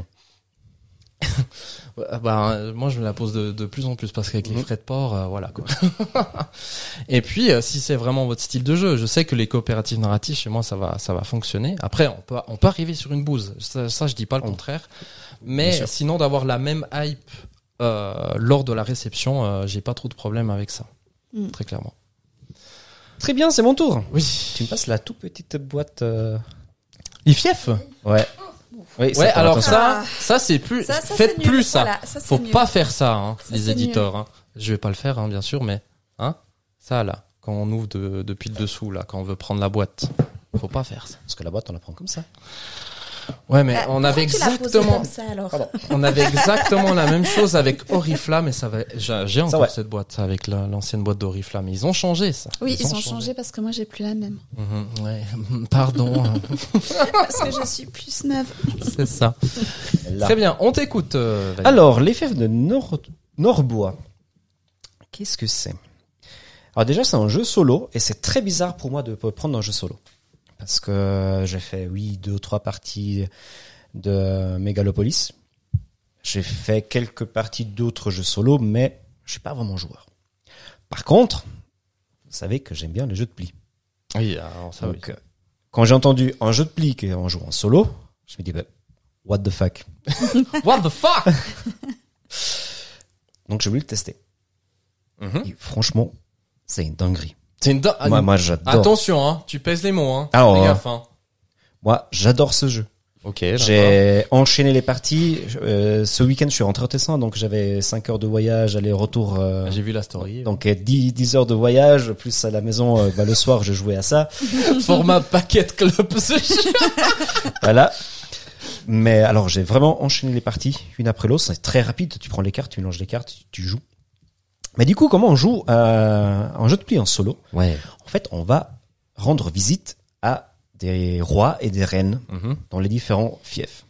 Speaker 1: Moi, je me la pose de plus en plus parce qu'avec les frais de port, voilà quoi. Et puis, si c'est vraiment votre style de jeu, je sais que les coopératives narratifs chez moi, ça va fonctionner. Après, on peut arriver sur une bouse. Ça, je dis pas le contraire. Mais sinon, d'avoir la même hype lors de la réception, j'ai pas trop de problème avec ça. Très clairement.
Speaker 2: Très bien, c'est mon tour.
Speaker 1: Oui.
Speaker 2: Tu me passes la toute petite boîte.
Speaker 1: IFIEF.
Speaker 2: Ouais. Oui,
Speaker 1: Ouais, alors
Speaker 2: attention.
Speaker 1: ça c'est plus.
Speaker 3: Ça,
Speaker 1: Faites
Speaker 3: c'est nul.
Speaker 1: plus ça.
Speaker 3: Voilà, ça, c'est
Speaker 1: Faut
Speaker 3: nul.
Speaker 1: pas faire ça, hein,
Speaker 3: Ça,
Speaker 1: les
Speaker 3: c'est
Speaker 1: éditeurs. Hein. Je vais pas le faire, hein, bien sûr, mais ça là, quand on ouvre depuis le dessous là, quand on veut prendre la boîte, faut pas faire ça.
Speaker 2: Parce que la boîte, on la prend comme ça.
Speaker 1: Ouais, mais on avait exactement, on avait exactement la même chose avec Oriflamme et ça va. J'ai encore
Speaker 2: ouais.
Speaker 1: cette boîte avec l'ancienne boîte d'Oriflamme. Mais ils ont changé ça.
Speaker 3: Oui, ils ont changé parce que moi j'ai plus la même.
Speaker 1: Ouais, pardon.
Speaker 3: Parce que je suis plus neuve.
Speaker 1: C'est ça.
Speaker 2: Là.
Speaker 1: Très bien, on t'écoute. Valérie.
Speaker 2: Alors, les fèves de Norbois. Qu'est-ce que c'est? Alors déjà, c'est un jeu solo et c'est très bizarre pour moi de prendre un jeu solo. Parce que j'ai fait, 2 ou 3 parties de Megalopolis. J'ai fait quelques parties d'autres jeux solo, mais je suis pas vraiment joueur. Par contre, vous savez que j'aime bien les jeux de pli.
Speaker 1: Oui, alors ça
Speaker 2: Donc, quand j'ai entendu un jeu de pli qu'on joue en solo, je me dis, what the fuck?
Speaker 1: What the fuck?
Speaker 2: Donc j'ai voulu le tester. Et franchement, c'est une dinguerie.
Speaker 1: C'est une
Speaker 2: Moi, j'adore.
Speaker 1: Attention, hein, tu pèses les mots, hein.
Speaker 2: Alors,
Speaker 1: Fais gaffe, hein.
Speaker 2: Moi, j'adore ce jeu.
Speaker 1: Ok,
Speaker 2: J'ai enchaîné les parties. Ce week-end, je suis rentré au Tessin, donc j'avais 5 heures de voyage, aller-retour.
Speaker 1: J'ai vu la story.
Speaker 2: Donc 10 heures de voyage, plus à la maison, le soir, je jouais à ça.
Speaker 1: Format Packet Club.
Speaker 2: Voilà. Mais alors, j'ai vraiment enchaîné les parties, une après l'autre. C'est très rapide. Tu prends les cartes, tu mélanges les cartes, tu joues. Mais du coup, comment on joue un jeu de pli en solo?
Speaker 1: Ouais.
Speaker 2: En fait, on va rendre visite à des rois et des reines dans les différents fiefs.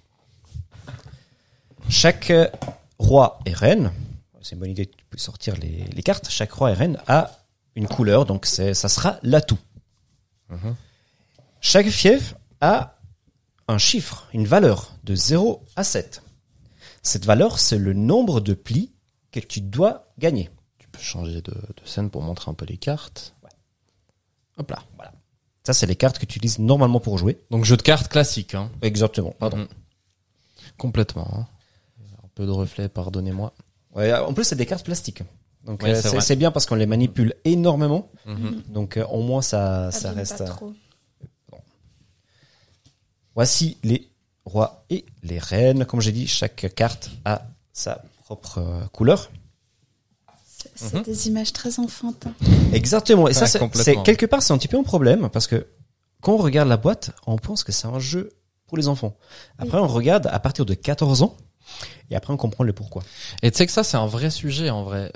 Speaker 2: Chaque roi et reine, c'est une bonne idée, tu peux sortir les cartes, chaque roi et reine a une couleur, donc ça sera l'atout. Chaque fief a un chiffre, une valeur de 0 à 7. Cette valeur, c'est le nombre de plis que tu dois gagner.
Speaker 1: Tu peux changer de scène pour montrer un peu les cartes.
Speaker 2: Ouais.
Speaker 1: Hop là.
Speaker 2: Voilà. Ça, c'est les cartes que tu utilises normalement pour jouer.
Speaker 1: Donc jeu de cartes classique. Hein.
Speaker 2: Exactement. Pardon.
Speaker 1: Complètement. Hein. Un peu de reflet, pardonnez-moi.
Speaker 2: Ouais, en plus, c'est des cartes plastiques. Donc
Speaker 1: Ouais, c'est vrai.
Speaker 2: c'est bien parce qu'on les manipule énormément.
Speaker 1: Mhm.
Speaker 2: Donc au moins ça
Speaker 3: Abîme
Speaker 2: reste.
Speaker 3: pas trop.
Speaker 2: Voici les rois et les reines. Comme j'ai dit, chaque carte a sa propre couleur.
Speaker 3: C'est des images très enfantines.
Speaker 2: Exactement. Et ça,
Speaker 1: Ouais,
Speaker 2: c'est
Speaker 1: complètement.
Speaker 2: quelque part, c'est un petit peu un problème parce que quand on regarde la boîte, on pense que c'est un jeu pour les enfants. Après, on regarde à partir de 14 ans et après, on comprend le pourquoi.
Speaker 1: Et tu sais que ça, c'est un vrai sujet en vrai.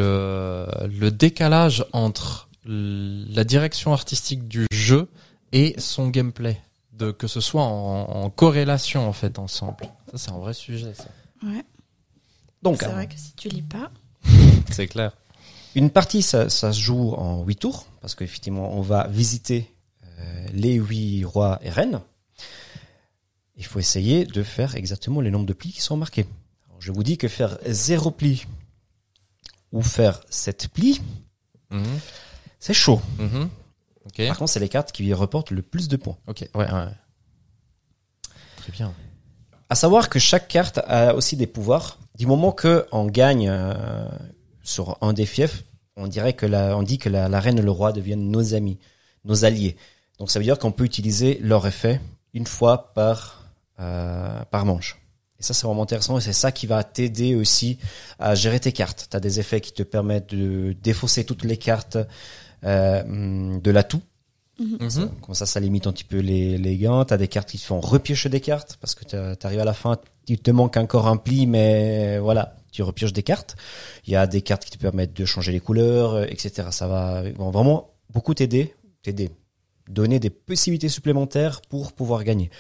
Speaker 1: Le décalage entre la direction artistique du jeu et son gameplay. Que ce soit en corrélation en fait ensemble. Ça, c'est un vrai sujet, ça.
Speaker 3: Ouais.
Speaker 2: Donc,
Speaker 3: C'est vrai que si tu lis pas.
Speaker 1: C'est clair.
Speaker 2: une partie, ça se joue en 8 tours parce qu'effectivement, on va visiter les 8 rois et reines. Il faut essayer de faire exactement les nombres de plis qui sont marqués. Alors, je vous dis que faire 0 plis ou faire 7 plis, c'est chaud.
Speaker 1: Ok.
Speaker 2: Par contre, c'est les cartes qui reportent le plus de points.
Speaker 1: Ok. Ouais. Très bien.
Speaker 2: À savoir que chaque carte a aussi des pouvoirs. Du moment que on gagne sur un des fiefs, on dit que la reine et le roi deviennent nos amis, nos alliés. Donc ça veut dire qu'on peut utiliser leur effet une fois par manche. Et ça, c'est vraiment intéressant et c'est ça qui va t'aider aussi à gérer tes cartes. Tu as des effets qui te permettent de défausser toutes les cartes de l'atout. Comme ça limite un petit peu les gains. Tu as des cartes qui te font repiocher des cartes parce que tu arrives à la fin, il te manque encore un pli, mais voilà, tu repioches des cartes. Il y a des cartes qui te permettent de changer les couleurs, etc. Ça va vraiment beaucoup t'aider, donner des possibilités supplémentaires pour pouvoir gagner.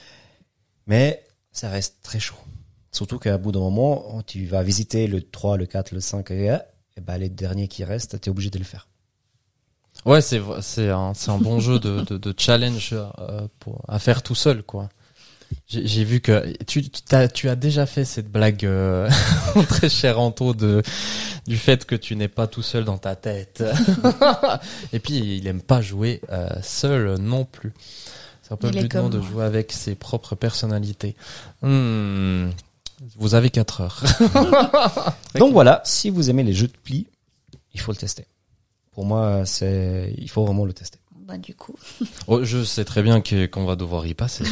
Speaker 2: Mais ça reste très chaud. Surtout qu'à bout d'un moment, tu vas visiter le 3, le 4, le 5, et ben les derniers qui restent, tu es obligé de le faire.
Speaker 1: Ouais, c'est un bon jeu de challenge à faire tout seul, quoi. J'ai vu que tu as déjà fait cette blague très cher Anto du fait que tu n'es pas tout seul dans ta tête. Et puis il aime pas jouer seul non plus. C'est un peu le but de jouer avec ses propres personnalités. Vous avez 4 heures.
Speaker 2: Donc voilà, si vous aimez les jeux de plis, il faut le tester. Pour moi, il faut vraiment le tester.
Speaker 3: Bah, du coup.
Speaker 1: Oh, je sais très bien qu'on va devoir y passer.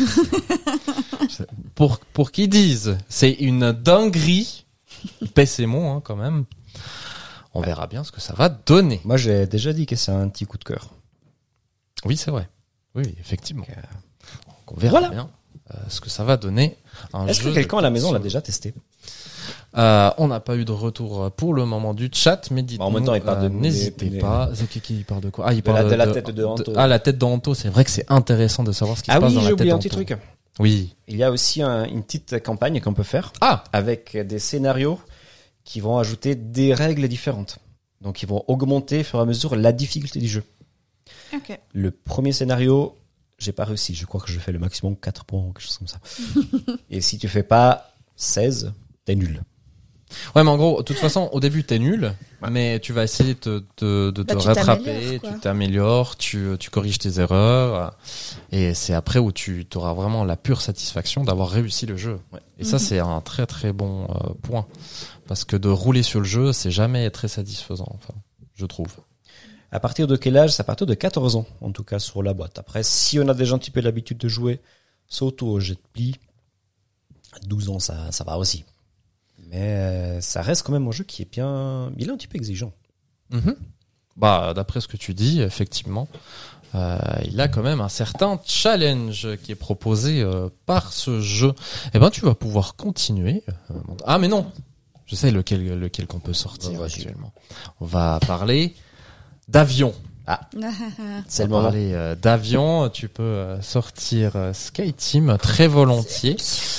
Speaker 1: Pour qu'ils disent, c'est une dinguerie. Pèse mots, hein, quand même. On verra bien ce que ça va donner.
Speaker 2: Moi, j'ai déjà dit que c'est un petit coup de cœur.
Speaker 1: Oui, c'est vrai. Oui, effectivement. Donc, on verra bien ce que ça va donner.
Speaker 2: Est-ce que quelqu'un à la maison l'a déjà testé?
Speaker 1: On n'a pas eu de retour pour le moment du chat, mais dites-nous,
Speaker 2: en même temps, il parle de
Speaker 1: n'hésitez pas. Qui parle de quoi? Ah, il parle
Speaker 2: de la tête de Anto.
Speaker 1: La tête d'Anto. C'est vrai que c'est intéressant de savoir ce qui se passe dans la tête d'Anto. Ah oui,
Speaker 2: j'ai oublié un petit truc.
Speaker 1: Oui.
Speaker 2: Il y a aussi une petite campagne qu'on peut faire.
Speaker 1: Ah!
Speaker 2: Avec des scénarios qui vont ajouter des règles différentes. Donc, ils vont augmenter, au fur et à mesure, la difficulté du jeu.
Speaker 3: Ok.
Speaker 2: Le premier scénario, j'ai pas réussi. Je crois que je fais le maximum 4 points ou quelque chose comme ça. Et si tu fais pas 16, t'es nul.
Speaker 1: Ouais, mais en gros, de toute façon, au début, t'es nul, mais tu vas essayer de te rattraper, tu t'améliores, tu corriges tes erreurs, et c'est après où tu auras vraiment la pure satisfaction d'avoir réussi le jeu. Ouais. Et ça, c'est un très très bon point. Parce que de rouler sur le jeu, c'est jamais très satisfaisant, enfin, je trouve.
Speaker 2: À partir de quel âge? C'est à partir de 14 ans, en tout cas, sur la boîte. Après, si on a déjà un petit peu l'habitude de jouer, sauto au jet de pli, à 12 ans, ça va aussi. Mais ça reste quand même un jeu qui est bien... Il est un petit peu exigeant.
Speaker 1: Bah, d'après ce que tu dis, effectivement, il a quand même un certain challenge qui est proposé par ce jeu. Eh ben, tu vas pouvoir continuer. Ah, mais non, je sais lequel qu'on peut sortir actuellement. On va parler d'avion. Ah,
Speaker 2: c'est le moment.
Speaker 1: Parler d'avion. Tu peux sortir Sky Team très volontiers.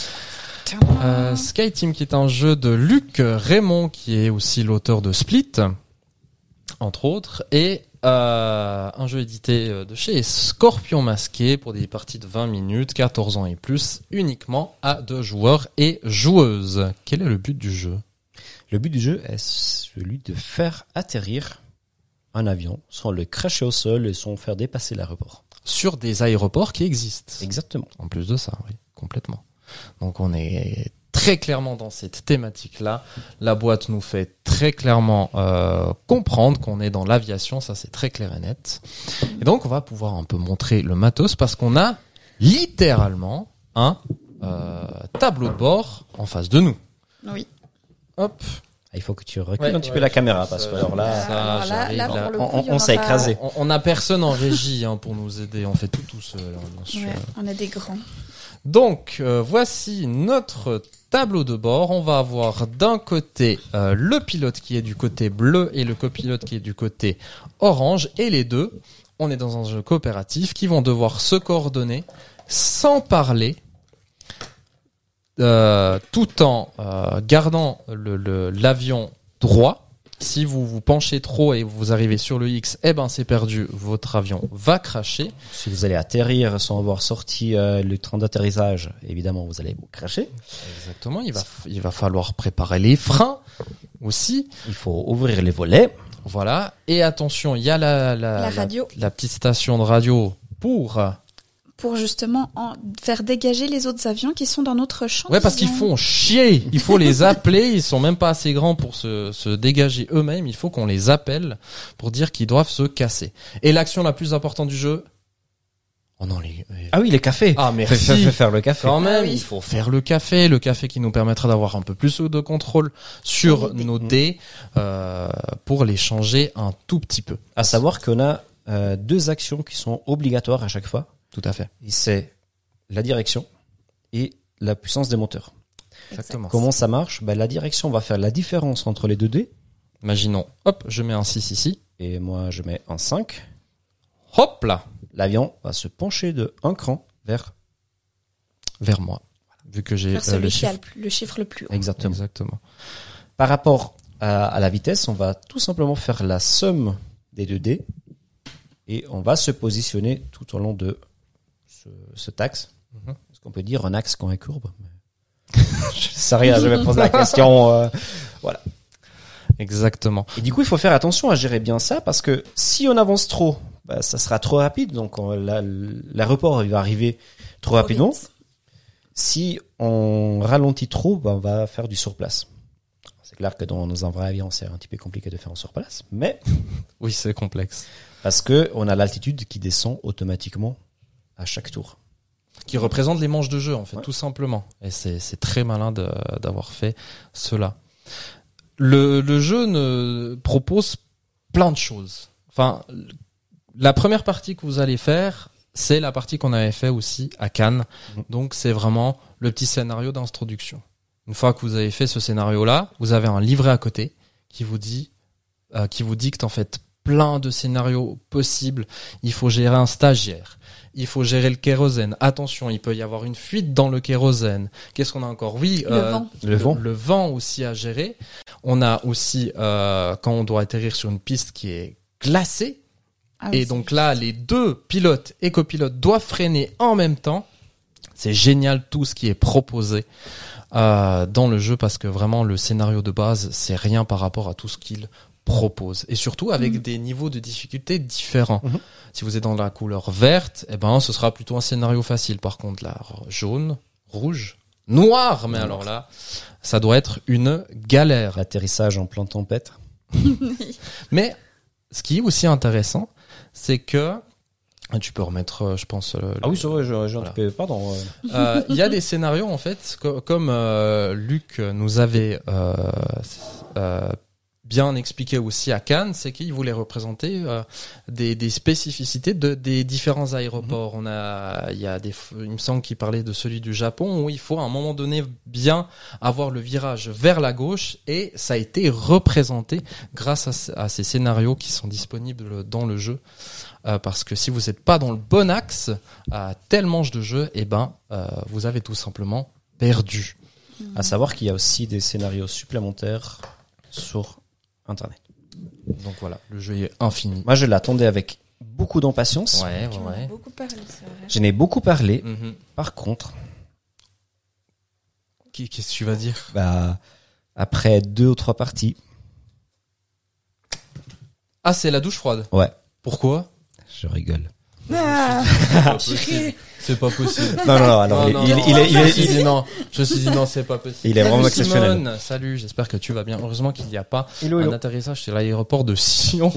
Speaker 1: Sky Team, qui est un jeu de Luc Raymond, qui est aussi l'auteur de Split, entre autres, et un jeu édité de chez Scorpion Masqué pour des parties de 20 minutes, 14 ans et plus, uniquement à 2 joueurs et joueuses. Quel est le but du jeu?
Speaker 2: Le but du jeu est celui de faire atterrir un avion sans le cracher au sol et sans faire dépasser l'aéroport.
Speaker 1: Sur des aéroports qui existent.
Speaker 2: Exactement.
Speaker 1: En plus de ça, oui, complètement. Donc on est très clairement dans cette thématique-là. La boîte nous fait très clairement comprendre qu'on est dans l'aviation, ça c'est très clair et net. Et donc on va pouvoir un peu montrer le matos parce qu'on a littéralement un tableau de bord en face de nous.
Speaker 3: Oui.
Speaker 1: Hop.
Speaker 2: Il faut que tu recules un petit peu la caméra parce que alors là,
Speaker 3: Alors là, pour le coup, il y en
Speaker 2: on
Speaker 3: a
Speaker 2: s'est
Speaker 3: pas-
Speaker 2: écrasé.
Speaker 1: On a personne en régie pour nous aider, on fait tout seul. Bien sûr.
Speaker 3: Ouais, on est des grands.
Speaker 1: Donc, voici notre tableau de bord. On va avoir d'un côté le pilote qui est du côté bleu et le copilote qui est du côté orange. Et les deux, on est dans un jeu coopératif qui vont devoir se coordonner sans parler, tout en gardant l'avion droit. Si vous vous penchez trop et vous arrivez sur le X, eh ben c'est perdu, votre avion va cracher.
Speaker 2: Si vous allez atterrir sans avoir sorti le train d'atterrissage, évidemment, vous allez vous cracher.
Speaker 1: Exactement, il va falloir préparer les freins aussi.
Speaker 2: Il faut ouvrir les volets.
Speaker 1: Voilà, et attention, il y a la
Speaker 3: radio.
Speaker 1: la petite station de radio pour
Speaker 3: justement faire dégager les autres avions qui sont dans notre champ.
Speaker 1: ouais, parce qu'ils font chier. Il faut les appeler. Ils sont même pas assez grands pour se dégager eux-mêmes. Il faut qu'on les appelle pour dire qu'ils doivent se casser. Et l'action la plus importante du jeu. Oh non,
Speaker 2: Ah oui, les cafés.
Speaker 1: Ah, merci.
Speaker 2: Fais faire le café.
Speaker 1: Quand même,
Speaker 3: Ah oui.
Speaker 1: il faut faire le café qui nous permettra d'avoir un peu plus de contrôle sur nos dés pour les changer un tout petit peu.
Speaker 2: À savoir qu'on a 2 actions qui sont obligatoires à chaque fois.
Speaker 1: Tout à fait.
Speaker 2: Et c'est la direction et la puissance des moteurs.
Speaker 1: Exactement.
Speaker 2: Comment ça marche? La direction va faire la différence entre les 2 dés.
Speaker 1: Imaginons, hop, je mets un 6 ici.
Speaker 2: Et moi, je mets un 5.
Speaker 1: Hop là,
Speaker 2: L'avion va se pencher de un cran vers...
Speaker 1: vers moi. Vu que j'ai
Speaker 3: Vers celui
Speaker 1: le
Speaker 3: qui a
Speaker 1: chiffre.
Speaker 3: le chiffre le plus haut.
Speaker 2: Exactement.
Speaker 1: Exactement.
Speaker 2: Par rapport à la vitesse, on va tout simplement faire la somme des 2 dés. Et on va se positionner tout au long de cet axe.
Speaker 1: Mhm.
Speaker 2: Est-ce qu'on peut dire un axe quand il est courbe? Je sais rien, je vais poser la question. Voilà.
Speaker 1: Exactement.
Speaker 2: Et du coup, il faut faire attention à gérer bien ça parce que si on avance trop, ça sera trop rapide. Donc l'aéroport il va arriver trop rapidement.
Speaker 3: Vite.
Speaker 2: Si on ralentit trop, on va faire du surplace. C'est clair que dans un vrai avion, c'est un petit peu compliqué de faire en surplace, mais
Speaker 1: Oui, c'est complexe.
Speaker 2: parce que on a l'altitude qui descend automatiquement à chaque tour.
Speaker 1: Qui représente les manches de jeu, en fait,
Speaker 2: Ouais.
Speaker 1: tout simplement. Et c'est très malin d'avoir fait cela. Le jeu ne propose plein de choses. Enfin, la première partie que vous allez faire, c'est la partie qu'on avait fait aussi à Cannes. Donc, c'est vraiment le petit scénario d'introduction. Une fois que vous avez fait ce scénario-là, vous avez un livret à côté qui vous dicte en fait plein de scénarios possibles. Il faut gérer un stagiaire. Il faut gérer le kérosène. Attention, il peut y avoir une fuite dans le kérosène. Qu'est-ce qu'on a encore? Oui,
Speaker 3: Le vent.
Speaker 2: Le vent.
Speaker 1: le vent aussi à gérer. On a aussi quand on doit atterrir sur une piste qui est glacée.
Speaker 3: Ah oui,
Speaker 1: Et donc là, les 2 pilotes et copilotes doivent freiner en même temps. C'est génial tout ce qui est proposé dans le jeu parce que vraiment le scénario de base, c'est rien par rapport à tout ce qu'il propose. Et surtout avec des niveaux de difficulté différents.
Speaker 2: Mhm.
Speaker 1: Si vous êtes dans la couleur verte, eh ben ce sera plutôt un scénario facile. Par contre, là, jaune, rouge, noir, mais alors là, ça doit être une galère.
Speaker 2: L'atterrissage en pleine tempête.
Speaker 1: Mais ce qui est aussi intéressant, c'est que tu peux remettre, je pense.
Speaker 2: Ah oui, c'est vrai, j'ai un
Speaker 1: Voilà.
Speaker 2: petit peu, pardon.
Speaker 1: Il y a des scénarios en fait, comme Luc nous avait bien expliqué aussi à Cannes, c'est qu'il voulait représenter des spécificités des différents aéroports. Il me semble qu'il parlait de celui du Japon où il faut à un moment donné bien avoir le virage vers la gauche et ça a été représenté grâce à ces scénarios qui sont disponibles dans le jeu. Parce que si vous n'êtes pas dans le bon axe à telle manche de jeu, vous avez tout simplement perdu.
Speaker 2: À savoir qu'il y a aussi des scénarios supplémentaires sur Internet.
Speaker 1: Donc voilà, le jeu est infini.
Speaker 2: Moi, je l'attendais avec beaucoup d'impatience.
Speaker 1: Ouais,
Speaker 3: Tu
Speaker 1: ouais,
Speaker 3: m'en as
Speaker 1: ouais.
Speaker 3: beaucoup parlé, c'est vrai.
Speaker 2: J'en ai beaucoup parlé.
Speaker 1: Mhm.
Speaker 2: Par contre,
Speaker 1: Qu'est-ce que tu vas dire?
Speaker 2: après 2 ou 3 parties,
Speaker 1: Ah, c'est la douche froide.
Speaker 2: ouais,
Speaker 1: Pourquoi?
Speaker 2: je rigole.
Speaker 3: Ah,
Speaker 1: C'est pas possible. C'est pas possible.
Speaker 2: Non, alors,
Speaker 1: Non,
Speaker 2: il
Speaker 1: non,
Speaker 2: est,
Speaker 1: je me suis dit non. Je me suis dit non, c'est pas possible.
Speaker 2: Il est vraiment
Speaker 1: Salut,
Speaker 2: exceptionnel.
Speaker 1: Simone. Salut, j'espère que tu vas bien. Heureusement qu'il n'y a pas
Speaker 2: Hello,
Speaker 1: un atterrissage sur l'aéroport de Sion.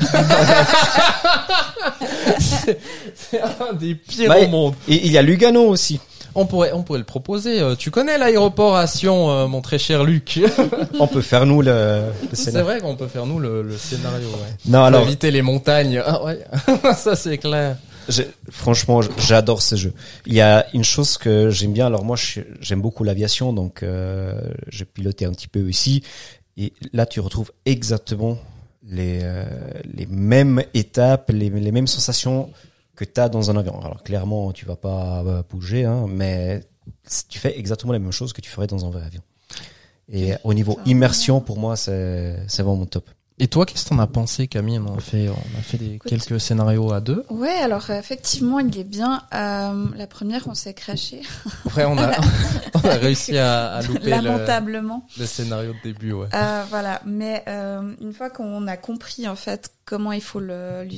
Speaker 1: c'est un des pires
Speaker 2: Bah,
Speaker 1: au monde.
Speaker 2: Et il y a Lugano aussi.
Speaker 1: On pourrait le proposer. Tu connais l'aéroport à Sion, mon très cher Luc.
Speaker 2: On peut faire nous le
Speaker 1: C'est
Speaker 2: scénario.
Speaker 1: vrai qu'on peut faire nous le scénario. Ouais.
Speaker 2: Non,
Speaker 1: Pour
Speaker 2: alors,
Speaker 1: éviter les montagnes. Ah ouais, ça c'est clair.
Speaker 2: franchement, j'adore ce jeu. Il y a une chose que j'aime bien. Alors moi, j'aime beaucoup l'aviation, donc j'ai piloté un petit peu ici. Et là, tu retrouves exactement les mêmes étapes, les mêmes sensations que tu as dans un avion. Alors clairement, tu vas pas bouger, hein, mais tu fais exactement la même chose que tu ferais dans un vrai avion. Et au niveau immersion, pour moi, c'est vraiment top.
Speaker 1: Et toi, qu'est-ce que t'en as pensé, Camille? On a fait quelques scénarios à deux.
Speaker 3: Ouais, alors effectivement, il est bien. La première, on s'est craché.
Speaker 1: Après, on a réussi à louper
Speaker 3: lamentablement.
Speaker 1: le scénario de début, ouais.
Speaker 3: Voilà, mais une fois qu'on a compris en fait comment il faut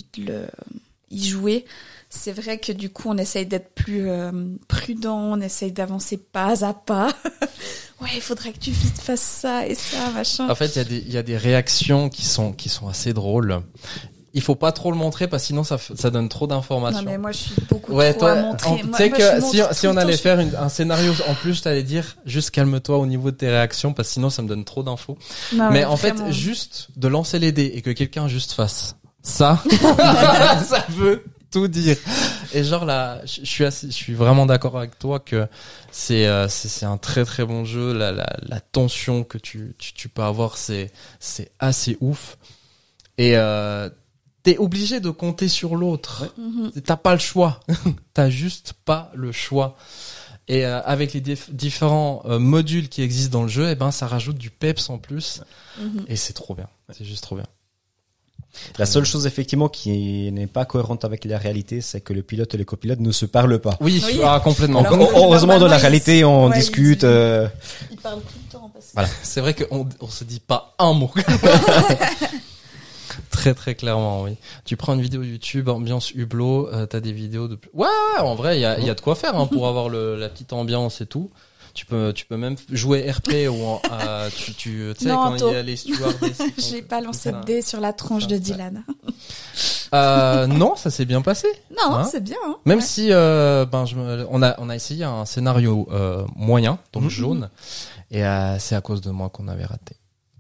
Speaker 3: y jouer, c'est vrai que du coup on essaye d'être plus prudent, on essaye d'avancer pas à pas. Ouais, il faudrait que tu fasses ça et ça, machin.
Speaker 1: En fait, il y a des réactions qui sont assez drôles. Il faut pas trop le montrer parce que sinon ça donne trop d'informations.
Speaker 3: Non mais moi je suis beaucoup
Speaker 1: Ouais,
Speaker 3: trop à
Speaker 1: toi,
Speaker 3: montrer.
Speaker 1: tu
Speaker 3: Moi,
Speaker 1: sais
Speaker 3: moi,
Speaker 1: que
Speaker 3: je montre
Speaker 1: si
Speaker 3: tout
Speaker 1: on
Speaker 3: le temps,
Speaker 1: allait
Speaker 3: je-
Speaker 1: faire un scénario en plus, je t'allais dire juste calme-toi au niveau de tes réactions parce que sinon ça me donne trop d'infos.
Speaker 3: Non,
Speaker 1: Mais en fait,
Speaker 3: vraiment.
Speaker 1: juste de lancer les dés et que quelqu'un juste fasse ça, ça veut tout dire. Et genre là, je suis vraiment d'accord avec toi que c'est un très très bon jeu. La tension que tu peux avoir, c'est assez ouf. Et t'es obligé de compter sur l'autre.
Speaker 3: Mhm.
Speaker 1: T'as pas le choix. T'as juste pas le choix. Et avec les différents modules qui existent dans le jeu, et ben ça rajoute du peps en plus.
Speaker 3: Mhm.
Speaker 1: Et c'est trop bien. C'est juste trop bien.
Speaker 2: La seule chose effectivement qui n'est pas cohérente avec la réalité, c'est que le pilote et le copilote ne se parlent pas.
Speaker 1: Oui,
Speaker 3: Oui.
Speaker 1: Complètement.
Speaker 3: Alors,
Speaker 2: Heureusement, dans la
Speaker 3: normalement,
Speaker 2: réalité, on discute.
Speaker 3: Il parle tout le temps. Parce que...
Speaker 1: Voilà. C'est vrai qu'on se dit pas un mot. Très très clairement, oui. Tu prends une vidéo YouTube, ambiance Hublot, t'as des vidéos de... Ouais, en vrai, il y a de quoi faire pour avoir la petite ambiance et tout. Tu peux même jouer RP ou tu sais,
Speaker 3: Non,
Speaker 1: quand
Speaker 3: Anto.
Speaker 1: il y a les stewardesses. qui font-
Speaker 3: J'ai pas lancé de
Speaker 1: Ah.
Speaker 3: dés sur la tronche de
Speaker 1: Ah,
Speaker 3: Dylan.
Speaker 1: Non, ça s'est bien passé.
Speaker 3: Non,
Speaker 1: Hein
Speaker 3: c'est bien. Hein.
Speaker 1: Même
Speaker 3: Ouais.
Speaker 1: si on a essayé un scénario moyen, donc jaune, et c'est à cause de moi qu'on avait raté.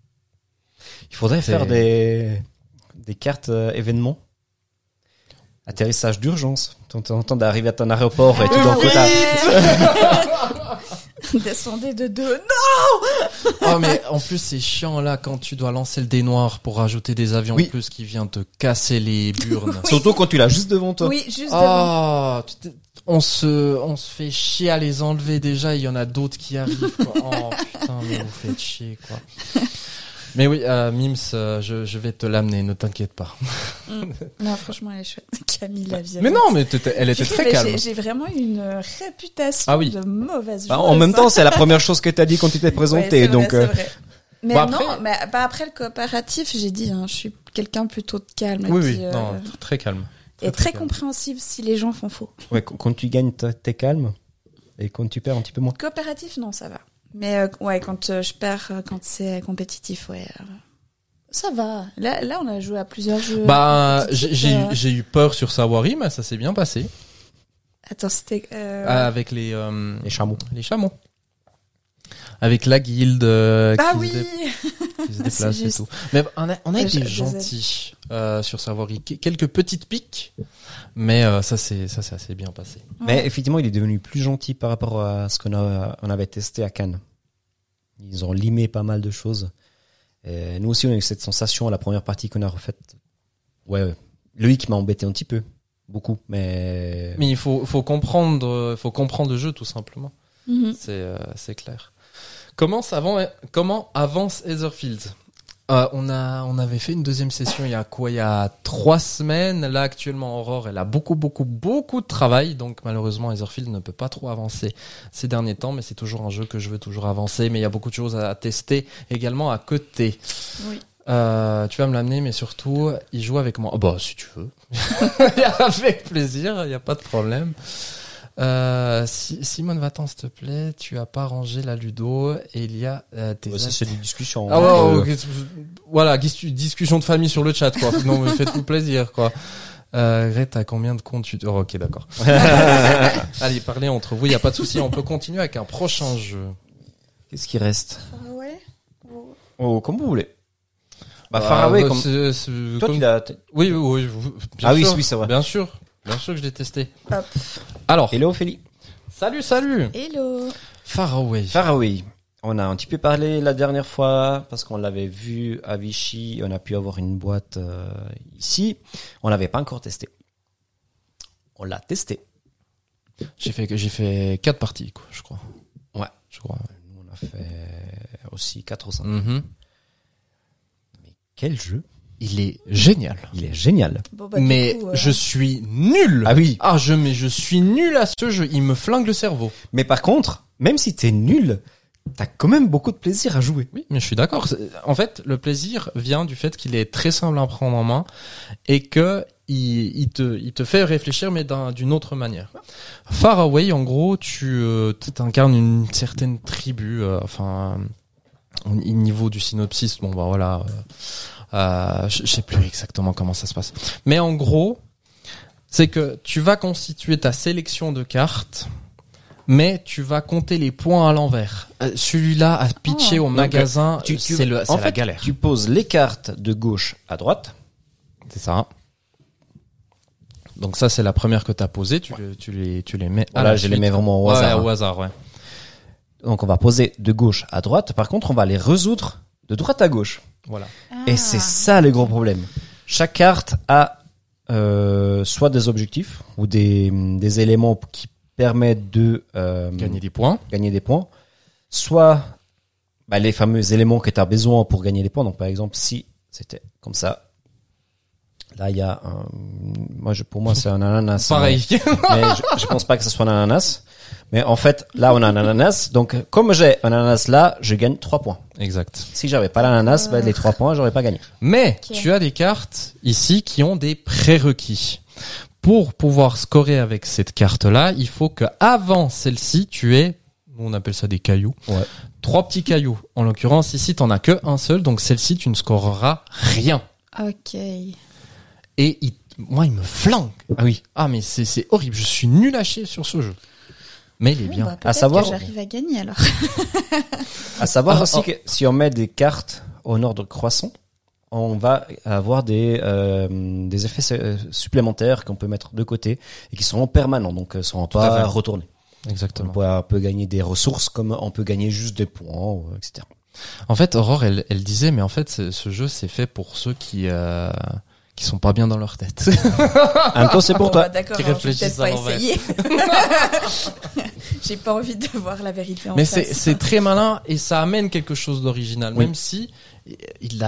Speaker 2: Il faudrait
Speaker 1: C'est-
Speaker 2: faire des cartes événements. Atterrissage d'urgence. T'entends d'arriver à ton aéroport et tout d'un coup t'as...
Speaker 3: Descendez de 2.
Speaker 1: Oh mais en plus c'est chiant là quand tu dois lancer le dé noir pour rajouter des avions
Speaker 2: Oui.
Speaker 1: en plus qui vient te casser les burnes.
Speaker 2: Surtout quand tu l'as juste devant toi.
Speaker 3: Oui, juste devant.
Speaker 1: Oh, on se fait chier à les enlever déjà, il y en a d'autres qui arrivent quoi. Oh putain mais vous faites chier quoi. Mais oui, Mims, je vais te l'amener, ne t'inquiète pas.
Speaker 3: Non, franchement, elle est chouette. Camille la violette.
Speaker 1: Mais non, mais elle était
Speaker 3: Je
Speaker 1: très
Speaker 3: trouve,
Speaker 1: calme.
Speaker 3: J'ai vraiment une réputation
Speaker 1: Ah oui.
Speaker 3: de mauvaise
Speaker 2: Bah,
Speaker 3: joueuse.
Speaker 2: en même temps, c'est la première chose que t'as dit quand tu t'es
Speaker 3: Ouais,
Speaker 2: présenté.
Speaker 3: c'est vrai,
Speaker 2: Donc,
Speaker 3: c'est vrai. Mais
Speaker 1: Bon,
Speaker 3: non,
Speaker 1: après-
Speaker 3: mais après le coopératif, j'ai dit, je suis quelqu'un plutôt de calme.
Speaker 1: Oui,
Speaker 3: et
Speaker 1: oui,
Speaker 3: puis,
Speaker 1: non, très calme.
Speaker 3: et très
Speaker 1: calme.
Speaker 3: compréhensive si les gens font faux.
Speaker 2: ouais, quand tu gagnes, t'es calme. Et quand tu perds, un petit peu moins.
Speaker 3: Coopératif, non, ça va. Mais ouais, quand je perds, quand c'est compétitif, ouais. Ça va. Là, on a joué à plusieurs jeux.
Speaker 1: Bah,
Speaker 3: compétitifs,
Speaker 1: j'ai eu peur sur Sawari, mais ça s'est bien passé.
Speaker 3: Attends, c'était.
Speaker 1: Avec les
Speaker 2: chameaux.
Speaker 1: les chameaux. Avec la guilde
Speaker 3: Ah
Speaker 1: qui,
Speaker 3: oui.
Speaker 1: qui se déplace
Speaker 3: C'est
Speaker 1: et
Speaker 3: juste.
Speaker 1: tout. Mais on a
Speaker 3: Ouais,
Speaker 1: été
Speaker 3: désolé.
Speaker 1: gentils sur Sawari. Quelques petites piques, mais ça c'est assez bien passé.
Speaker 2: Mais effectivement, il est devenu plus gentil par rapport à ce on avait testé à Cannes. Ils ont limé pas mal de choses. Et nous aussi, on a eu cette sensation à la première partie qu'on a refaite. Ouais. Loïc m'a embêté un petit peu. Beaucoup. Mais
Speaker 1: Mais il faut comprendre le jeu tout simplement.
Speaker 3: Mhm.
Speaker 1: C'est clair. Comment avance Etherfields? On avait fait une deuxième session il y a 3 semaines. Là, actuellement, Aurore, elle a beaucoup de travail. Donc, malheureusement, Etherfield ne peut pas trop avancer ces derniers temps. Mais c'est toujours un jeu que je veux toujours avancer. Mais il y a beaucoup de choses à tester également à côté.
Speaker 3: Oui.
Speaker 1: Tu vas me l'amener, mais surtout, il joue avec moi. Oh, bah, si tu veux. Avec plaisir, il n'y a pas de problème. Simone, va-t'en, s'il te plaît. Tu as pas rangé la Ludo et il y a tes.
Speaker 2: C'est des discussions.
Speaker 1: Ah ouais, voilà, discussion de famille sur le chat, quoi. Non, mais faites-vous plaisir, quoi. Greg, t'as combien de comptes tu... Oh, ok, d'accord. Allez, parlez entre vous, il y a pas de souci. On peut continuer avec un prochain jeu.
Speaker 2: Qu'est-ce qui reste?
Speaker 3: Faraway.
Speaker 2: Oh, comme vous voulez. Faraway, comme... Toi, tu l'as...
Speaker 1: Oui, bien sûr.
Speaker 2: Oui, c'est vrai.
Speaker 1: Bien sûr que je l'ai testé.
Speaker 3: Hop.
Speaker 1: Alors.
Speaker 2: Hello, Ophélie.
Speaker 1: Salut.
Speaker 3: Hello.
Speaker 1: Faraway.
Speaker 2: On a un petit peu parlé la dernière fois parce qu'on l'avait vu à Vichy. On a pu avoir une boîte ici. On l'avait pas encore testé. On l'a testé.
Speaker 1: J'ai fait 4 parties, quoi, je crois.
Speaker 2: Ouais.
Speaker 1: Je crois.
Speaker 2: Nous, on a fait aussi 4 ou 5.
Speaker 1: Mm-hmm.
Speaker 2: Mais quel jeu!
Speaker 1: Il est génial.
Speaker 3: Bon,
Speaker 1: Mais
Speaker 3: du coup,
Speaker 1: je suis nul.
Speaker 2: Ah oui.
Speaker 1: Je suis nul à ce jeu. Il me flingue le cerveau.
Speaker 2: Mais par contre, même si t'es nul, t'as quand même beaucoup de plaisir à jouer.
Speaker 1: Oui, mais je suis d'accord. En fait, le plaisir vient du fait qu'il est très simple à prendre en main et que il te fait réfléchir, mais d'une autre manière. Faraway, en gros, tu incarnes une certaine tribu. Au niveau du synopsis, bon bah voilà. Je sais plus exactement comment ça se passe. Mais en gros, c'est que tu vas constituer ta sélection de cartes, mais tu vas compter les points à l'envers. Celui-là à pitcher au magasin, c'est la galère.
Speaker 2: Tu poses les cartes de gauche à droite.
Speaker 1: C'est ça. Donc ça, c'est la première que tu as posée. Tu les mets à la
Speaker 2: je
Speaker 1: suite.
Speaker 2: les mets vraiment au hasard.
Speaker 1: Ouais, au hasard, ouais.
Speaker 2: Donc on va poser de gauche à droite. Par contre, on va les résoudre de droite à gauche.
Speaker 1: Voilà.
Speaker 2: Et c'est ça le gros problème. Chaque carte a soit des objectifs ou des éléments qui permettent de
Speaker 1: gagner des points.
Speaker 2: Soit les fameux éléments que tu as besoin pour gagner des points. Donc par exemple, si c'était comme ça, là il y a pour moi c'est un ananas.
Speaker 1: Pareil.
Speaker 2: Mais je pense pas que ce soit un ananas. Mais en fait, là, on a un ananas. Donc, comme j'ai un ananas là, je gagne 3 points.
Speaker 1: Exact.
Speaker 2: Si j'avais pas l'ananas, les 3 points, j'aurais pas gagné.
Speaker 1: Mais, tu as des cartes ici qui ont des prérequis. Pour pouvoir scorer avec cette carte-là, il faut que avant celle-ci, tu aies, on appelle ça des cailloux.
Speaker 2: Ouais.
Speaker 1: 3 petits cailloux. En l'occurrence, ici, t'en as que un seul. Donc, celle-ci, tu ne scoreras rien.
Speaker 3: Ok.
Speaker 1: Et moi, il me flingue.
Speaker 2: Ah oui.
Speaker 1: Ah, mais c'est horrible. Je suis nul à chier sur ce jeu. Mais il est bien.
Speaker 3: À savoir que j'arrive à gagner alors.
Speaker 2: À savoir aussi que si on met des cartes au ordre croissant, on va avoir des effets supplémentaires qu'on peut mettre de côté et qui seront permanents, donc ne seront pas retournés.
Speaker 1: Exactement.
Speaker 2: On peut gagner des ressources comme on peut gagner juste des points, etc.
Speaker 1: En fait, Aurore, elle disait, mais en fait, ce jeu, c'est fait pour ceux qui sont pas bien dans leur tête.
Speaker 2: En même temps, c'est pour toi.
Speaker 3: Bah, d'accord,
Speaker 1: qui réfléchissent à l'envers.
Speaker 3: Essayer. J'ai pas envie de voir la vérité en
Speaker 1: mais
Speaker 3: face.
Speaker 1: c'est très malin et ça amène quelque chose d'original, même si c'est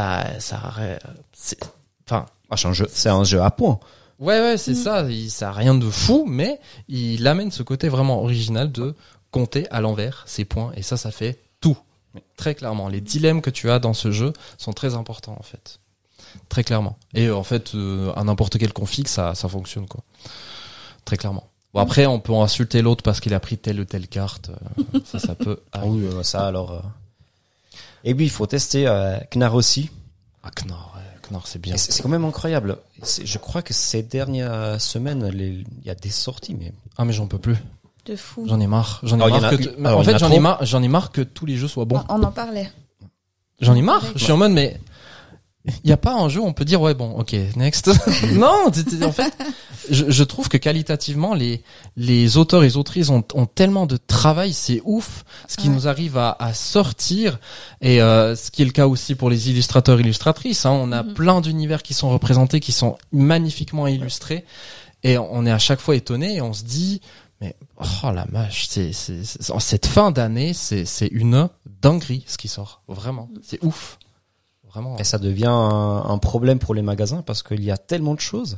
Speaker 2: un jeu à points.
Speaker 1: Ouais, c'est ça. Ça a rien de fou, mais il amène ce côté vraiment original de compter à l'envers ses points et ça fait tout. Très clairement, les dilemmes que tu as dans ce jeu sont très importants en fait. Très clairement. Et en fait, à n'importe quel config, ça fonctionne quoi. Très clairement. Bon après, on peut insulter l'autre parce qu'il a pris telle ou telle carte. Ça peut.
Speaker 2: Ah oui, ça alors. Et puis il faut tester Knar aussi.
Speaker 1: Ah Knar, c'est bien.
Speaker 2: C'est quand même incroyable. Je crois que ces dernières semaines, il y a des sorties, mais.
Speaker 1: Ah mais j'en peux plus.
Speaker 3: De fou.
Speaker 1: J'en ai marre. J'en ai marre que tous les jeux soient bons.
Speaker 3: On en parlait.
Speaker 1: J'en ai marre. Je suis en mode mais. Il y a pas un jeu où on peut dire ouais bon ok next. Non, en fait je trouve que qualitativement les auteurs et les autrices ont tellement de travail, c'est ouf ce qui nous arrive à sortir et ce qui est le cas aussi pour les illustrateurs illustratrices hein, on a plein d'univers qui sont représentés qui sont magnifiquement illustrés et on est à chaque fois étonné et on se dit mais oh la vache c'est cette fin d'année c'est une dinguerie ce qui sort vraiment c'est ouf. Vraiment.
Speaker 2: Et ça devient un problème pour les magasins parce qu'il y a tellement de choses.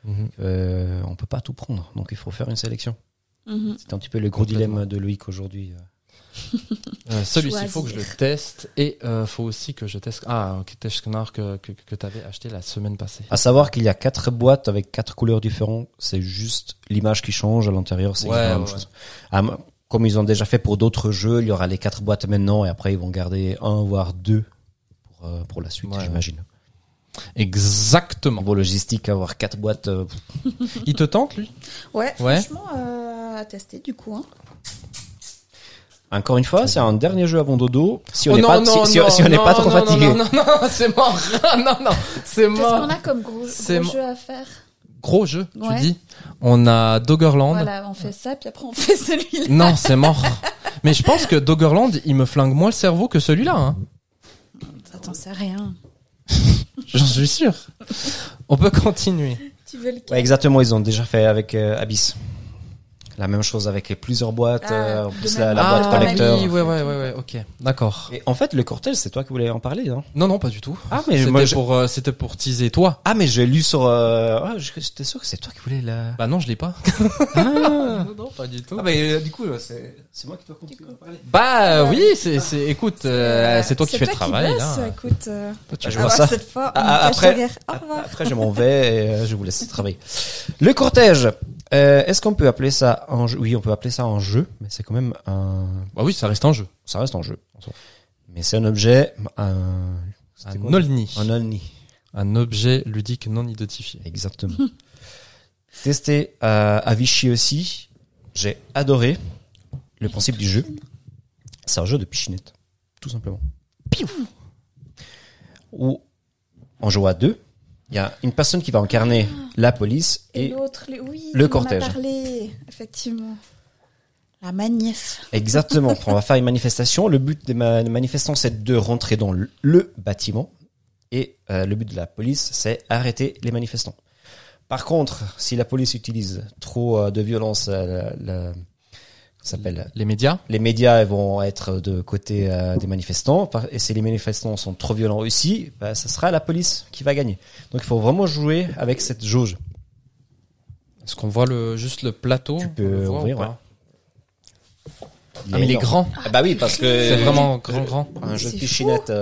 Speaker 2: On peut pas tout prendre, donc il faut faire une sélection. C'est un petit peu le gros dilemme de Loïc aujourd'hui.
Speaker 1: Celui-ci, il faut que je le teste et faut aussi que je teste. Kiteshknar que t'avais acheté la semaine passée.
Speaker 2: À savoir qu'il y a 4 boîtes avec 4 couleurs différentes. C'est juste l'image qui change à l'intérieur. C'est la même chose. Comme ils ont déjà fait pour d'autres jeux, il y aura les 4 boîtes maintenant et après ils vont garder 1 voire 2 pour la suite, j'imagine.
Speaker 1: Exactement.
Speaker 2: Niveau logistique, avoir 4 boîtes.
Speaker 1: Il te tente, lui?
Speaker 3: Ouais. Franchement, à tester du coup.
Speaker 2: Encore une fois, c'est un dernier jeu avant dodo. Si on n'est pas trop fatigué.
Speaker 1: Non, c'est mort. non, c'est mort.
Speaker 3: Qu'est-ce qu'on a comme gros jeu à faire?
Speaker 1: Gros jeu, tu dis? On a Doggerland.
Speaker 3: Voilà, on fait ça, puis après on fait celui-là.
Speaker 1: Non, c'est mort. Mais je pense que Doggerland, il me flingue moins le cerveau que celui-là, hein.
Speaker 3: Ça t'en sais rien.
Speaker 1: J'en suis sûr. On peut continuer.
Speaker 3: Tu veux le
Speaker 2: Ouais, exactement, ils ont déjà fait avec Abyss. La même chose avec plusieurs boîtes, en plus la boîte collecteur.
Speaker 1: Oui, ouais, ok, d'accord.
Speaker 2: Et en fait, le cortège, c'est toi qui voulais en parler, non?
Speaker 1: Non, pas du tout.
Speaker 2: Ah, mais
Speaker 1: c'était pour teaser toi.
Speaker 2: Ah, mais j'ai lu sur, j'étais sûr que c'est toi qui voulais la...
Speaker 1: Bah non, je l'ai pas. Non, pas du tout.
Speaker 2: Ah, mais du coup, c'est moi qui dois continuer à parler.
Speaker 1: Bah oui, écoute, c'est toi qui fais le travail, là.
Speaker 3: Écoute,
Speaker 2: je vois ça.
Speaker 3: Cette fois,
Speaker 2: après, je m'en vais et je vous laisse travailler. Le cortège. Est-ce qu'on peut appeler ça un jeu? Oui, on peut appeler ça un jeu, mais c'est quand même un...
Speaker 1: Bah oui, ça reste un jeu.
Speaker 2: Ça reste un jeu. Mais c'est un objet,
Speaker 1: un OLNI.
Speaker 2: Un OLNI.
Speaker 1: Un objet ludique non identifié.
Speaker 2: Exactement. Testé à Vichy aussi. J'ai adoré le principe du jeu. C'est un jeu de pichinette. Tout simplement. Piouf! Où on joue à 2. Il y a une personne qui va incarner la police et
Speaker 3: l'autre,
Speaker 2: le cortège.
Speaker 3: On a parlé, effectivement. La manif.
Speaker 2: Exactement. On va faire une manifestation. Le but des manifestants, c'est de rentrer dans le bâtiment. Et le but de la police, c'est arrêter les manifestants. Par contre, si la police utilise trop de violence, ça s'appelle
Speaker 1: les médias.
Speaker 2: Les médias vont être de côté des manifestants, et si les manifestants sont trop violents aussi, bah, ça sera la police qui va gagner. Donc il faut vraiment jouer avec cette jauge.
Speaker 1: Est-ce qu'on voit juste le plateau?
Speaker 2: Tu peux ouvrir, ouais.
Speaker 1: Mais il est grand.
Speaker 2: Ah bah oui, parce que
Speaker 1: c'est vraiment grand.
Speaker 2: Un jeu de pichinette.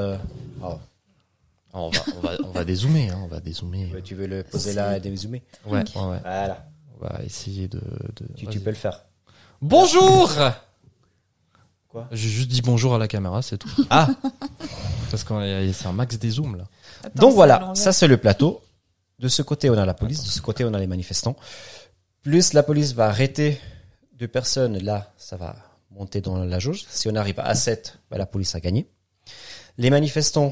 Speaker 1: On va dézoomer, hein. On va dézoomer.
Speaker 2: Ouais, tu veux le poser là et dézoomer?
Speaker 1: Ouais.
Speaker 2: Voilà.
Speaker 1: On va essayer de...
Speaker 2: Tu peux le faire.
Speaker 1: Bonjour!
Speaker 2: Quoi?
Speaker 1: J'ai juste dit bonjour à la caméra, c'est tout.
Speaker 2: Ah!
Speaker 1: Parce que c'est un max des zooms, là.
Speaker 3: Attends,
Speaker 2: donc voilà, ça c'est le plateau. De ce côté, on a la police, de ce côté, on a les manifestants. Plus la police va arrêter 2 personnes, là, ça va monter dans la jauge. Si on arrive à 7, bah, la police a gagné. Les manifestants,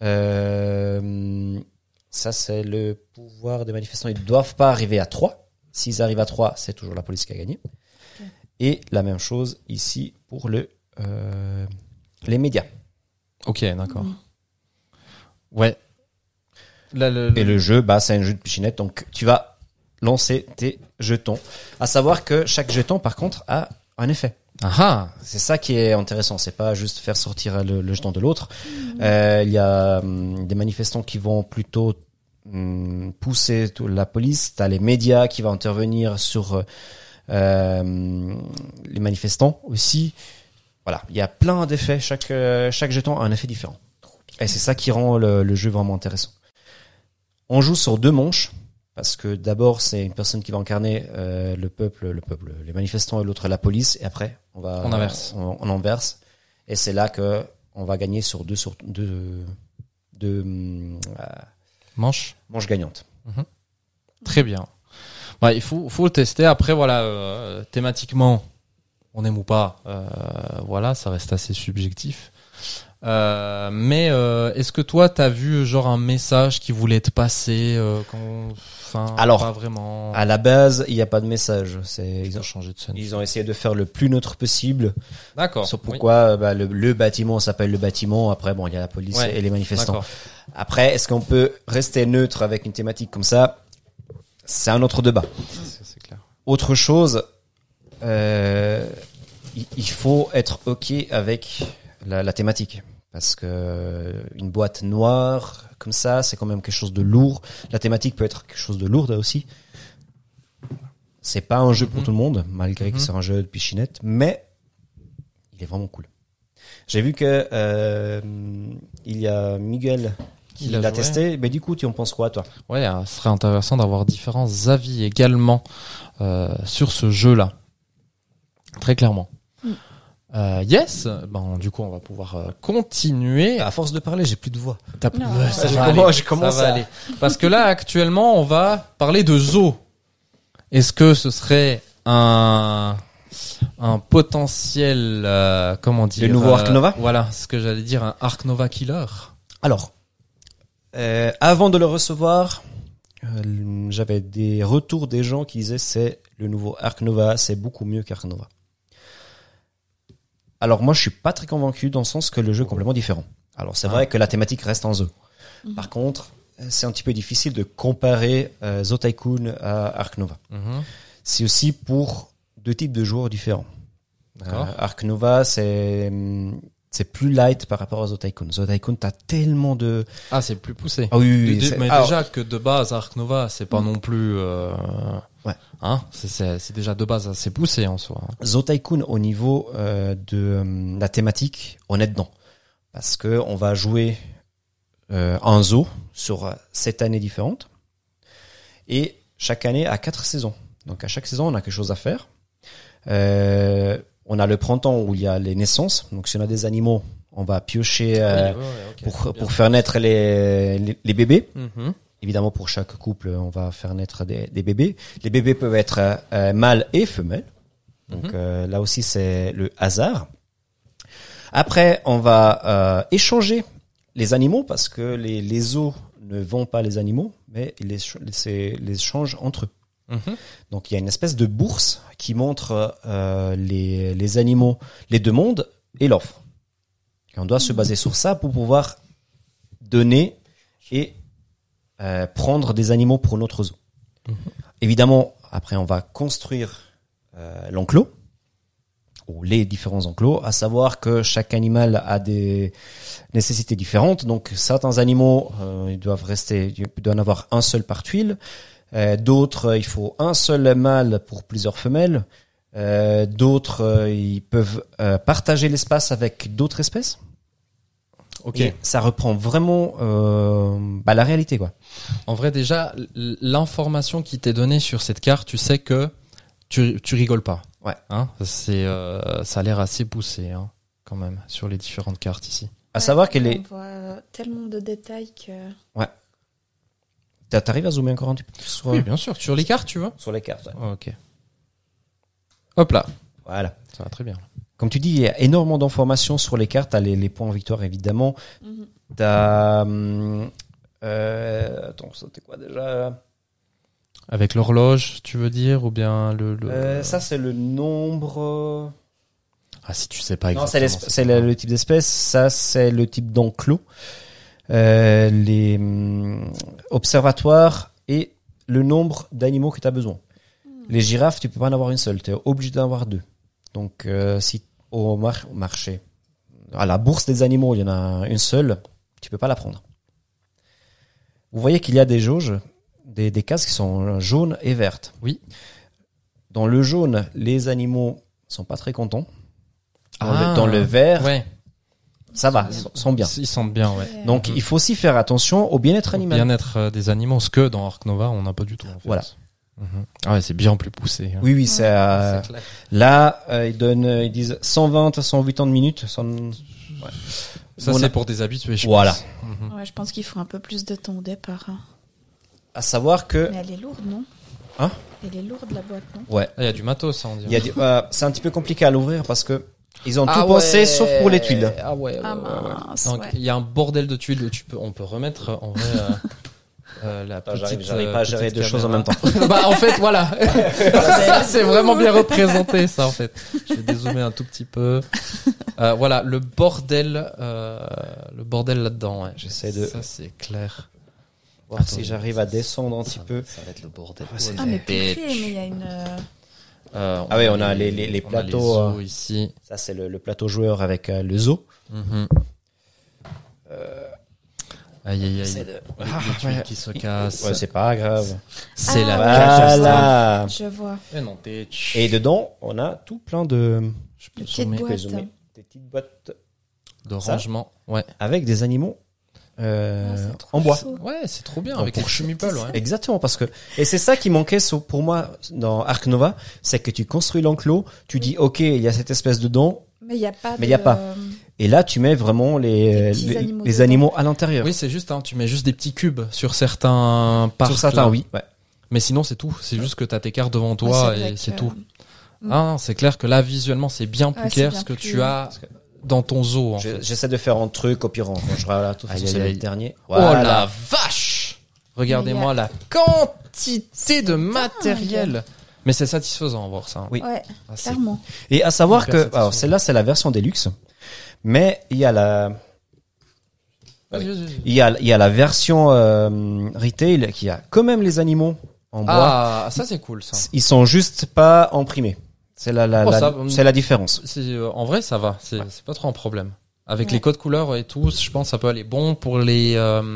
Speaker 2: ça c'est le pouvoir des manifestants. Ils ne doivent pas arriver à 3. S'ils arrivent à 3, c'est toujours la police qui a gagné. Okay. Et la même chose ici pour les médias.
Speaker 1: Ok, d'accord. Ouais.
Speaker 2: Et le jeu, bah, c'est un jeu de pichinette. Donc, tu vas lancer tes jetons. À savoir que chaque jeton, par contre, a un effet.
Speaker 1: Ah,
Speaker 2: c'est ça qui est intéressant. C'est pas juste faire sortir le jeton de l'autre. Il y a des manifestants qui vont plutôt pousser la police. T'as les médias qui vont intervenir sur les manifestants aussi. Voilà, il y a plein d'effets. Chaque jeton a un effet différent. Et c'est ça qui rend le jeu vraiment intéressant. On joue sur 2 manches. Parce que d'abord, c'est une personne qui va incarner le peuple, les manifestants et l'autre la police. Et après, on inverse. On inverse. Et c'est là que on va gagner sur deux
Speaker 1: manches
Speaker 2: gagnantes.
Speaker 1: Mm-hmm. Très bien. Ouais, il faut le tester. Après, voilà, thématiquement, on aime ou pas, voilà, ça reste assez subjectif. Mais est-ce que toi t'as vu genre un message qui voulait être passé
Speaker 2: alors
Speaker 1: pas vraiment.
Speaker 2: À la base il n'y a pas de message, ils ont
Speaker 1: changé de scène.
Speaker 2: Ils ont essayé de faire le plus neutre possible.
Speaker 1: D'accord.
Speaker 2: Sur pourquoi bah, le bâtiment s'appelle le bâtiment. Après bon il y a la police et les manifestants. D'accord. Après est-ce qu'on peut rester neutre avec une thématique comme ça? C'est un autre débat.
Speaker 1: C'est clair.
Speaker 2: Autre chose, il faut être ok avec la thématique. parce que une boîte noire comme ça, c'est quand même quelque chose de lourd. La thématique peut être quelque chose de lourd aussi. C'est pas un jeu pour tout le monde, malgré que c'est un jeu de pichinette, mais il est vraiment cool. J'ai vu que il y a Miguel qui l'a
Speaker 1: joué.
Speaker 2: testé. Mais du coup, tu en penses quoi, toi?
Speaker 1: Ouais, ce serait intéressant d'avoir différents avis également sur ce jeu-là. Très clairement. Yes, bon, du coup, on va pouvoir continuer.
Speaker 2: À force de parler, j'ai plus de voix.
Speaker 3: Non.
Speaker 1: Ça
Speaker 2: Je
Speaker 1: va
Speaker 2: commence-
Speaker 1: aller,
Speaker 2: je commence
Speaker 1: ça va
Speaker 2: à-
Speaker 1: aller. Parce que là, actuellement, on va parler de Zo. Est-ce que ce serait un potentiel, comment dire,
Speaker 2: Le nouveau Ark Nova?
Speaker 1: Voilà, ce que j'allais dire, un Ark Nova killer.
Speaker 2: Alors, avant de le recevoir, j'avais des retours des gens qui disaient c'est le nouveau Ark Nova, c'est beaucoup mieux qu'Ark Nova. Alors moi, je suis pas très convaincu dans le sens que le jeu est complètement différent. Alors c'est vrai que la thématique reste en Zo. Par contre, c'est un petit peu difficile de comparer Zo Tycoon à Ark Nova. C'est aussi pour deux types de joueurs différents.
Speaker 1: D'accord.
Speaker 2: Ark Nova, c'est plus light par rapport à Zo Tycoon. Zo Tycoon, t'as tellement de...
Speaker 1: Ah, c'est plus poussé.
Speaker 2: Ah oui,
Speaker 1: De-
Speaker 2: c'est-
Speaker 1: mais
Speaker 2: alors,
Speaker 1: déjà que de base, Ark Nova, c'est pas non plus,
Speaker 2: Ouais.
Speaker 1: hein, c'est déjà de base assez poussé en soi.
Speaker 2: Zo Tycoon au niveau de la thématique, on est dedans. Parce que on va jouer un zoo sur 7 années différentes. Et chaque année a 4 saisons. Donc à chaque saison, on a quelque chose à faire. On a le printemps où il y a les naissances. Donc si on a des animaux, on va piocher pour faire naître les bébés.
Speaker 1: Mhm.
Speaker 2: Évidemment, pour chaque couple, on va faire naître des bébés. Les bébés peuvent être mâles et femelles. Donc là aussi, c'est le hasard. Après, on va échanger les animaux parce que les zoos ne vendent pas les animaux, mais ils les échangent entre eux.
Speaker 1: Mhm.
Speaker 2: Donc il y a une espèce de bourse qui montre les animaux, les demandes et l'offre. Et on doit se baser sur ça pour pouvoir donner et prendre des animaux pour notre zoo. Évidemment, après on va construire l'enclos ou les différents enclos, à savoir que chaque animal a des nécessités différentes. Donc certains animaux ils doivent en avoir un seul par tuile. D'autres, il faut un seul mâle pour plusieurs femelles. D'autres, ils peuvent partager l'espace avec d'autres espèces.
Speaker 1: Ok.
Speaker 2: Et ça reprend vraiment la réalité, quoi.
Speaker 1: En vrai, déjà, l'information qui t'est donnée sur cette carte, tu sais que tu rigoles pas.
Speaker 2: Ouais.
Speaker 1: Hein, ça a l'air assez poussé, hein, quand même, sur les différentes cartes ici.
Speaker 2: À savoir qu'elle est...
Speaker 3: On voit tellement de détails que...
Speaker 2: T'arrives à zoomer encore un petit peu sur,
Speaker 1: Oui, bien sûr. Sur les cartes, tu vois.
Speaker 2: sur les cartes. Ouais.
Speaker 1: Ok. Hop là.
Speaker 2: Voilà.
Speaker 1: Ça va très bien.
Speaker 2: Comme tu dis, il y a énormément d'informations sur les cartes. T'as les points en victoire, évidemment.
Speaker 3: Mhm.
Speaker 2: T'as... attends, c'était quoi déjà?
Speaker 1: Avec l'horloge, tu veux dire, ou bien
Speaker 2: Ça, c'est le nombre...
Speaker 1: Ah, si tu sais pas
Speaker 2: Non,
Speaker 1: exactement.
Speaker 2: c'est le type d'espèce. Ça, c'est le type d'enclos. Les observatoires et le nombre d'animaux que tu as besoin. Les girafes, tu peux pas en avoir une seule. Tu es obligé d'en avoir deux. Donc, si au marché, à la bourse des animaux, il y en a une seule, tu peux pas la prendre. Vous voyez qu'il y a des jauges, des cases qui sont jaunes et vertes.
Speaker 1: Oui.
Speaker 2: Dans le jaune, les animaux sont pas très contents.
Speaker 1: Ah.
Speaker 2: Dans le vert,
Speaker 1: Ouais.
Speaker 2: ça va, ils sont bien.
Speaker 1: Ils sentent bien, ouais.
Speaker 2: Donc, il faut aussi faire attention au bien-être
Speaker 1: Au
Speaker 2: animal.
Speaker 1: bien-être des animaux, ce que dans Ark Nova, on n'a pas du tout, en fait.
Speaker 2: Voilà.
Speaker 1: Mhm. Ah ouais, c'est bien plus poussé. Hein.
Speaker 2: Oui, c'est
Speaker 1: C'est clair.
Speaker 2: là, ils disent 120 à 180 minutes.
Speaker 1: Ça,
Speaker 2: On
Speaker 1: c'est
Speaker 2: a-
Speaker 1: pour des habitués, je
Speaker 2: Voilà.
Speaker 1: pense. Mhm.
Speaker 3: Ouais, je pense qu'il faut un peu plus de temps au départ. Hein.
Speaker 2: À savoir que,
Speaker 3: Mais elle est lourde, non?
Speaker 2: Hein?
Speaker 3: Elle est lourde, la boîte, non?
Speaker 2: ouais,
Speaker 1: Ah, il y a du matos, on dirait.
Speaker 2: il y a c'est un petit peu compliqué à l'ouvrir parce que ils ont tout pensé sauf pour les tuiles.
Speaker 1: Ah ouais.
Speaker 3: Ah mince,
Speaker 1: Donc
Speaker 3: ouais.
Speaker 1: il y a un bordel de tuiles. On peut remettre en vrai la
Speaker 2: Attends,
Speaker 1: petite.
Speaker 2: j'arrive pas à gérer
Speaker 1: petite
Speaker 2: deux choses en
Speaker 1: caméra.
Speaker 2: même temps.
Speaker 1: Bah en fait voilà. C'est vraiment bien représenté ça en fait. Je vais dézoomer un tout petit peu. Voilà le bordel là-dedans. Ouais.
Speaker 2: J'essaie de
Speaker 1: Ça c'est clair.
Speaker 2: voir si j'arrive à descendre un petit peu.
Speaker 1: Ça va être le bordel.
Speaker 3: Ah, mais purée, mais il y a une...
Speaker 2: Ah ouais, on a les
Speaker 1: on a
Speaker 2: plateaux.
Speaker 1: zoos ici.
Speaker 2: Ça, c'est le plateau joueur avec le zoo.
Speaker 1: Mhm. Aïe, aïe,
Speaker 2: C'est
Speaker 1: aïe.
Speaker 2: de-
Speaker 1: Les tuiles qui se cassent.
Speaker 2: Ouais, c'est pas grave.
Speaker 1: C'est la
Speaker 2: Voilà.
Speaker 3: Je vois.
Speaker 1: Mais non, t'es...
Speaker 2: Et dedans, on a tout plein de,
Speaker 1: Je peux
Speaker 3: Des petites
Speaker 1: zoomer.
Speaker 3: boîtes.
Speaker 2: des petites boîtes
Speaker 1: De rangement. Ouais.
Speaker 2: avec des animaux
Speaker 3: c'est trop
Speaker 2: en bois.
Speaker 3: chaud.
Speaker 1: Ouais, c'est trop bien.
Speaker 2: Donc,
Speaker 1: Avec les
Speaker 2: pour
Speaker 1: Meeple, ouais.
Speaker 2: Exactement, parce que et c'est ça qui manquait pour moi dans Ark Nova, c'est que tu construis l'enclos, tu dis ok, il y a cette espèce de dent,
Speaker 3: Mais il n'y a pas
Speaker 2: Mais y a pas. et là tu mets vraiment
Speaker 3: Des petits animaux
Speaker 2: les
Speaker 3: dedans.
Speaker 2: animaux à l'intérieur.
Speaker 1: Oui, c'est juste, tu mets juste des petits cubes sur certains parcs.
Speaker 2: Sur certains,
Speaker 1: là.
Speaker 2: oui. Ouais.
Speaker 1: Mais sinon, c'est tout. C'est juste que t'as tes cartes devant
Speaker 3: Ouais,
Speaker 1: toi
Speaker 3: c'est vrai
Speaker 1: et c'est
Speaker 3: que-
Speaker 1: tout.
Speaker 3: Mm.
Speaker 1: Ah, non, c'est clair que là, visuellement, c'est bien plus
Speaker 3: Ouais, c'est
Speaker 1: clair
Speaker 3: bien
Speaker 1: ce que
Speaker 3: plus-
Speaker 1: tu as dans ton zoo, en fait.
Speaker 2: J'essaie de faire un truc au pire. Quand je regarde tout,
Speaker 1: Aïe,
Speaker 2: c'est
Speaker 1: aïe,
Speaker 2: le
Speaker 1: aïe.
Speaker 2: dernier.
Speaker 1: Oh la
Speaker 2: Voilà.
Speaker 1: vache! Regardez-moi la quantité de matériel. Mais c'est satisfaisant à voir ça.
Speaker 2: Oui.
Speaker 3: Ouais,
Speaker 1: Ah, c'est-
Speaker 3: clairement.
Speaker 2: Et à savoir
Speaker 1: Hyper
Speaker 2: que
Speaker 1: satisfaisant.
Speaker 2: alors celle-là c'est la version Deluxe, mais il y a
Speaker 1: Vas-y, vas-y.
Speaker 2: il y a la version retail qui a quand même les animaux en bois.
Speaker 1: Ah, ça c'est cool, ça.
Speaker 2: Ils sont juste pas imprimés. C'est
Speaker 1: Oh, ça,
Speaker 2: c'est la différence.
Speaker 1: En vrai, ça va. C'est pas trop un problème. Avec
Speaker 3: Ouais.
Speaker 1: les codes couleurs et tout, je pense que ça peut aller bon pour les...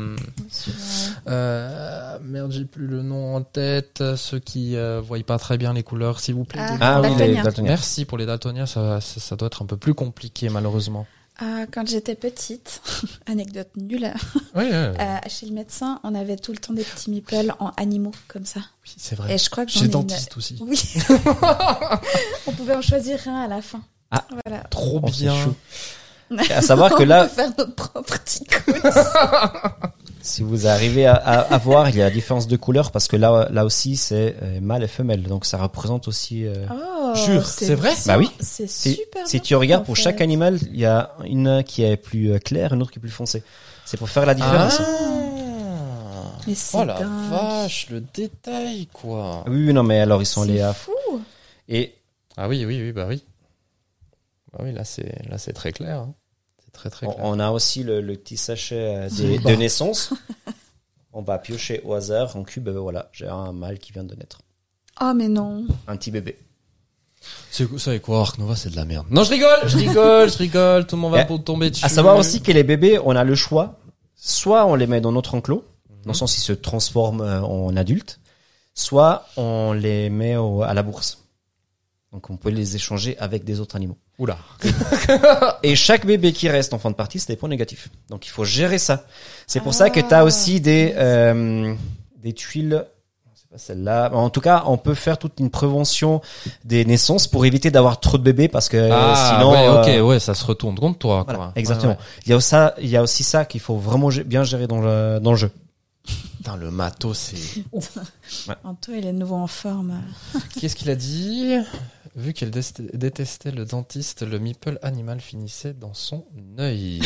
Speaker 1: merde, j'ai plus le nom en tête. Ceux qui voient pas très bien les couleurs, s'il vous plaît.
Speaker 2: Ah oui, les
Speaker 3: Daltonien.
Speaker 2: daltoniens.
Speaker 1: Merci pour les daltoniens, ça doit être un peu plus compliqué malheureusement.
Speaker 3: Quand j'étais petite, anecdote nulle,
Speaker 1: Oui,
Speaker 3: chez le médecin, on avait tout le temps des petits meeples en animaux comme ça.
Speaker 1: c'est vrai.
Speaker 3: Et je crois que j'en
Speaker 1: Chez
Speaker 3: ai
Speaker 1: le dentiste aussi.
Speaker 3: Oui. On pouvait en choisir un à la fin.
Speaker 2: Ah.
Speaker 3: Voilà.
Speaker 1: Trop
Speaker 2: Oh, c'est
Speaker 1: bien.
Speaker 2: chou. À savoir que
Speaker 3: On
Speaker 2: là,
Speaker 3: peut faire notre propre ticot.
Speaker 2: si vous arrivez à voir, il y a la différence de couleur parce que là aussi c'est mâle et femelle, donc ça représente aussi.
Speaker 3: Oh,
Speaker 1: Jure, c'est vrai?
Speaker 3: bien.
Speaker 2: Bah oui.
Speaker 3: C'est
Speaker 2: Si,
Speaker 3: super.
Speaker 2: si
Speaker 3: bien
Speaker 2: tu regardes
Speaker 3: fait,
Speaker 2: pour
Speaker 3: en
Speaker 2: chaque
Speaker 3: fait.
Speaker 2: animal, il y a une qui est plus claire, une autre qui est plus foncée. C'est pour faire la différence.
Speaker 3: Mais c'est
Speaker 1: Oh la
Speaker 3: dingue.
Speaker 1: vache, le détail quoi.
Speaker 2: Oui, non, mais alors ils sont
Speaker 3: C'est
Speaker 2: les
Speaker 3: fou.
Speaker 2: et
Speaker 1: Ah oui, bah oui. Bah oui, là c'est très clair. Hein. C'est très très clair.
Speaker 2: on a aussi le petit sachet
Speaker 1: Bah.
Speaker 2: de naissance. On va piocher au hasard en cube. Et ben voilà, j'ai un mâle qui vient de naître,
Speaker 3: Oh mais non.
Speaker 2: un petit bébé.
Speaker 1: Vous savez quoi, Ark Nova, c'est de la merde. Non, je rigole, tout le monde va
Speaker 2: Et
Speaker 1: tomber dessus.
Speaker 2: À savoir aussi que les bébés, on a le choix. Soit on les met dans notre enclos, dans le sens ils se transforment en adultes, soit on les met à la bourse. Donc on peut les échanger avec des autres animaux.
Speaker 1: Oula.
Speaker 2: Et chaque bébé qui reste en fin de partie, c'est des points négatifs. Donc il faut gérer ça. C'est pour ça que tu as aussi des tuiles. C'est pas celle-là. En tout cas, on peut faire toute une prévention des naissances pour éviter d'avoir trop de bébés parce que sinon.
Speaker 1: ouais, ok, ouais, ça se retourne contre toi,
Speaker 2: Voilà,
Speaker 1: quoi.
Speaker 2: exactement.
Speaker 1: Ouais, ouais.
Speaker 2: Il y a aussi ça qu'il faut vraiment bien gérer dans le jeu.
Speaker 1: Putain, le matos, c'est...
Speaker 3: Anto, il est de nouveau en forme.
Speaker 1: Qu'est-ce qu'il a dit? Vu qu'elle détestait le dentiste, le meeple animal finissait dans son œil.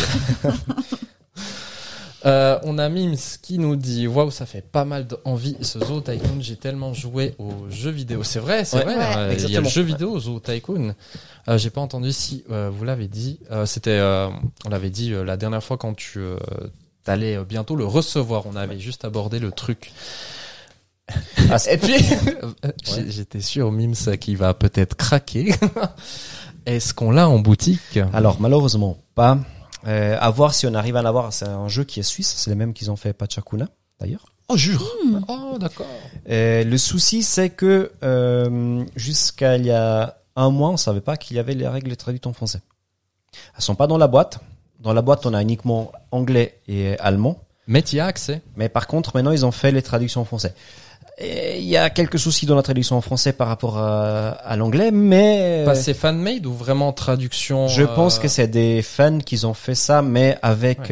Speaker 1: On a Mims qui nous dit waouh, ça fait pas mal d'envie ce Zoo Tycoon, j'ai tellement joué aux jeux vidéo. C'est vrai,
Speaker 2: Ouais,
Speaker 3: ouais,
Speaker 1: il y a le
Speaker 2: exactement.
Speaker 1: jeu vidéo Zoo Tycoon. J'ai pas entendu si vous l'avez dit. On l'avait dit la dernière fois quand tu t'allais bientôt le recevoir. On avait juste abordé le truc. Et puis j'étais sûr Mims qui va peut-être craquer. Est-ce qu'on l'a en boutique?
Speaker 2: Alors malheureusement pas. À voir si on arrive à l'avoir. C'est un jeu qui est suisse. C'est les mêmes qu'ils ont fait Pachacuna d'ailleurs.
Speaker 1: Oh jure. Oh d'accord.
Speaker 2: Le souci c'est que jusqu'à il y a un mois, on savait pas qu'il y avait les règles traduites en français. Elles sont pas dans la boîte. Dans la boîte, on a uniquement anglais et allemand.
Speaker 1: Mais tu y as accès.
Speaker 2: Mais par contre, maintenant, ils ont fait les traductions en français. Et il y a quelques soucis dans la traduction en français par rapport à l'anglais, mais
Speaker 1: C'est fan-made ou vraiment traduction?
Speaker 2: je pense que c'est des fans qui ont fait ça, mais avec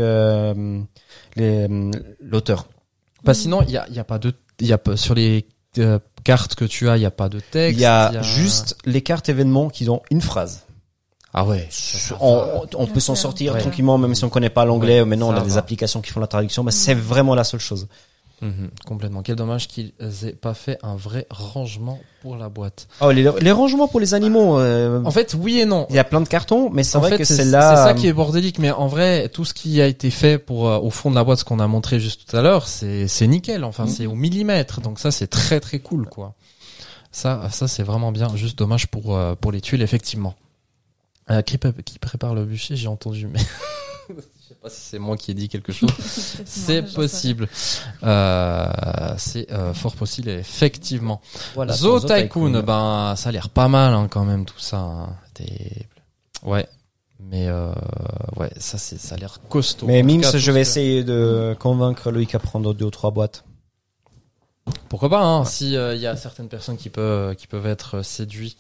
Speaker 2: l'auteur.
Speaker 1: Sinon, il y a pas de, sur les cartes que tu as, il y a pas de texte.
Speaker 2: Il y a juste les cartes événements qui ont une phrase.
Speaker 1: Ah ouais.
Speaker 2: On peut s'en sortir
Speaker 1: Ouais.
Speaker 2: tranquillement, même si on connaît pas l'anglais.
Speaker 1: Ouais,
Speaker 2: Maintenant, on
Speaker 1: ça
Speaker 2: a des
Speaker 1: va.
Speaker 2: applications qui font la traduction, mais c'est vraiment la seule chose.
Speaker 1: Complètement. Quel dommage qu'ils aient pas fait un vrai rangement pour la boîte.
Speaker 2: Oh, les rangements pour les animaux.
Speaker 1: En fait, oui et non.
Speaker 2: Il y a plein de cartons, mais c'est
Speaker 1: En
Speaker 2: vrai
Speaker 1: fait,
Speaker 2: que
Speaker 1: c'est
Speaker 2: c'est là.
Speaker 1: ça qui est bordélique, mais en vrai, tout ce qui a été fait pour au fond de la boîte, ce qu'on a montré juste tout à l'heure, c'est nickel. Enfin, c'est au millimètre, donc ça, c'est très très cool, quoi. Ça, c'est vraiment bien. Juste dommage pour les tuiles, effectivement. Qui prépare le bûcher, j'ai entendu, mais Je sais pas si c'est moi qui ai dit quelque chose. C'est possible. C'est fort possible, effectivement.
Speaker 2: Voilà,
Speaker 1: Zo
Speaker 2: pour
Speaker 1: Tycoon, ben ça a l'air pas mal hein, quand même tout ça. Hein. Ouais. Mais ouais, ça a l'air costaud.
Speaker 2: Mais
Speaker 1: En tout
Speaker 2: Mims,
Speaker 1: cas,
Speaker 2: je vais essayer de convaincre Loïc à prendre 2 ou 3 boîtes.
Speaker 1: Pourquoi pas hein, si y a certaines personnes qui peuvent être séduits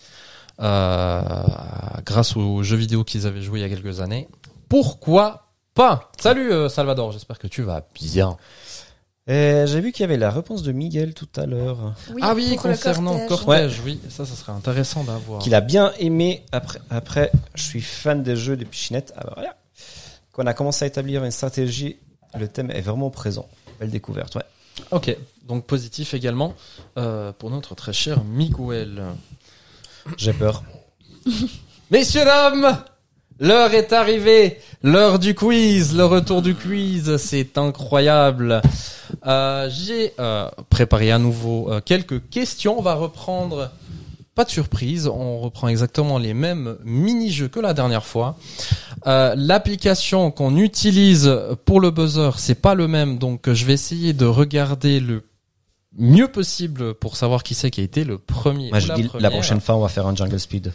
Speaker 1: grâce aux jeux vidéo qu'ils avaient joué il y a quelques années. Pourquoi pas? Salut Salvador, j'espère que tu vas bien.
Speaker 2: J'ai vu qu'il y avait la réponse de Miguel tout à l'heure.
Speaker 3: Oui, pour le
Speaker 1: concernant cortège, oui, ça serait intéressant d'avoir.
Speaker 2: Qu'il a bien aimé. Après, je suis fan des jeux de Pichinette. Alors voilà. Quand on a commencé à établir une stratégie, le thème est vraiment présent. Belle découverte, ouais.
Speaker 1: Ok, donc positif également pour notre très cher Miguel.
Speaker 2: J'ai peur.
Speaker 1: Messieurs, dames, l'heure est arrivée. L'heure du quiz, le retour du quiz, c'est incroyable. J'ai préparé à nouveau quelques questions. On va reprendre, pas de surprise, on reprend exactement les mêmes mini-jeux que la dernière fois. L'application qu'on utilise pour le buzzer, c'est pas le même, donc je vais essayer de regarder le mieux possible pour savoir qui c'est qui a été le premier.
Speaker 2: Moi, je dis la prochaine fois, on va faire un Jungle Speed.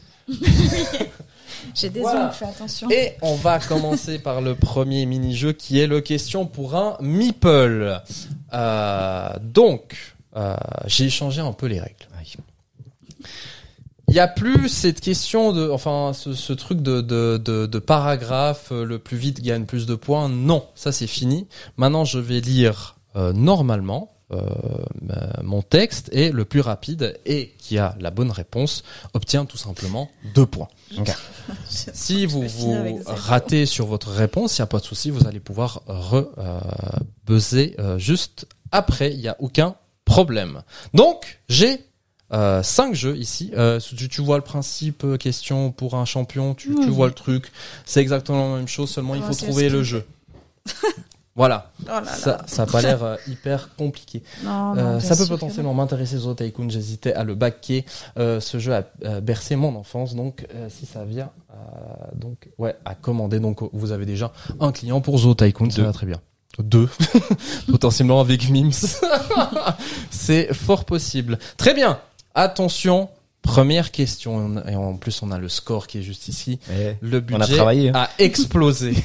Speaker 3: J'ai des
Speaker 1: Voilà.
Speaker 3: ongles, fais attention.
Speaker 1: Et on va commencer par le premier mini-jeu qui est le question pour un meeple. Donc, j'ai changé un peu les règles. Il y a plus cette question ce truc de paragraphe, le plus vite gagne plus de points. Non, ça c'est fini. Maintenant, je vais lire normalement mon texte et le plus rapide et qui a la bonne réponse obtient tout simplement 2 points. Okay. Si vous ratez sur votre réponse, il n'y a pas de souci, vous allez pouvoir buzzer juste après, il n'y a aucun problème. Donc, j'ai 5 jeux ici. Tu vois le principe, question pour un champion, tu vois le truc. C'est exactement la même chose, seulement il faut trouver le jeu. Voilà.
Speaker 3: Oh là là.
Speaker 1: Ça a pas l'air hyper compliqué.
Speaker 3: Non,
Speaker 1: ça peut potentiellement m'intéresser, Zo Tycoon. J'hésitais à le backer. Ce jeu a bercé mon enfance, donc si ça vient à commander. Donc vous avez déjà un client pour Zo Tycoon, ça va très bien. 2 potentiellement avec Mims. C'est fort possible. Très bien. Attention. Première question, et en plus on a le score qui est juste ici. Le budget a explosé.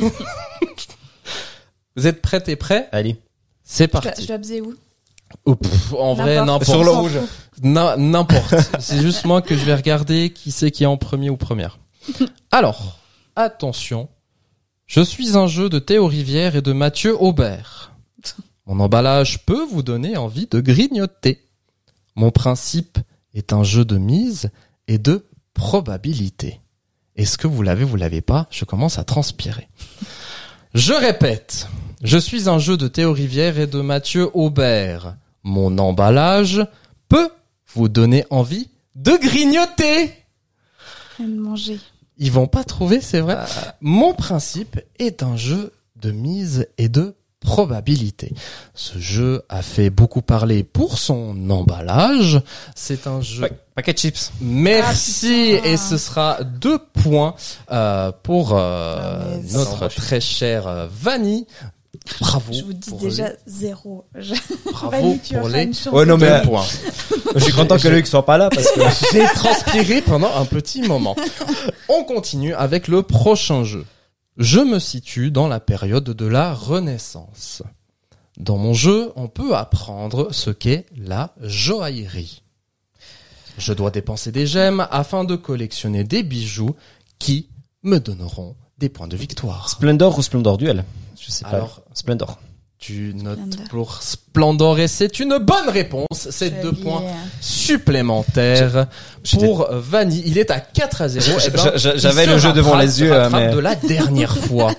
Speaker 1: Vous êtes prêts et prêts?
Speaker 2: Allez.
Speaker 1: C'est parti.
Speaker 3: Je dois baiser où?
Speaker 1: En vrai, n'importe.
Speaker 2: Sur le rouge.
Speaker 1: N'importe. C'est juste moi que je vais regarder qui c'est qui est en premier ou première. Alors, attention. Je suis un jeu de Théo Rivière et de Mathieu Aubert. Mon emballage peut vous donner envie de grignoter. Mon principe est un jeu de mise et de probabilité. Est-ce que vous l'avez pas? Je commence à transpirer. Je répète, je suis un jeu de Théo Rivière et de Mathieu Aubert. Mon emballage peut vous donner envie de grignoter.
Speaker 3: De manger.
Speaker 1: Ils vont pas trouver, c'est vrai. Mon principe est un jeu de mise et de probabilité. Ce jeu a fait beaucoup parler pour son emballage. C'est un jeu...
Speaker 2: Paquet de chips.
Speaker 1: Merci. Et ce sera 2 points pour notre très chère Vanny. Bravo.
Speaker 3: Je vous dis déjà 0.
Speaker 1: Bravo pour les
Speaker 2: 2
Speaker 1: points.
Speaker 2: Je suis content que Loïc soit pas là parce que
Speaker 1: j'ai transpiré pendant un petit moment. On continue avec le prochain jeu. Je me situe dans la période de la Renaissance. Dans mon jeu, on peut apprendre ce qu'est la joaillerie. Je dois dépenser des gemmes afin de collectionner des bijoux qui me donneront des points de victoire.
Speaker 2: Splendor ou Splendor Duel? Je sais pas.
Speaker 1: Alors,
Speaker 2: Splendor.
Speaker 1: Tu notes pour Splendor et c'est une bonne réponse. C'est 2 points supplémentaires pour Vanny. Il est à 4-0.
Speaker 2: J'avais le jeu devant les yeux, mais
Speaker 1: de la dernière fois.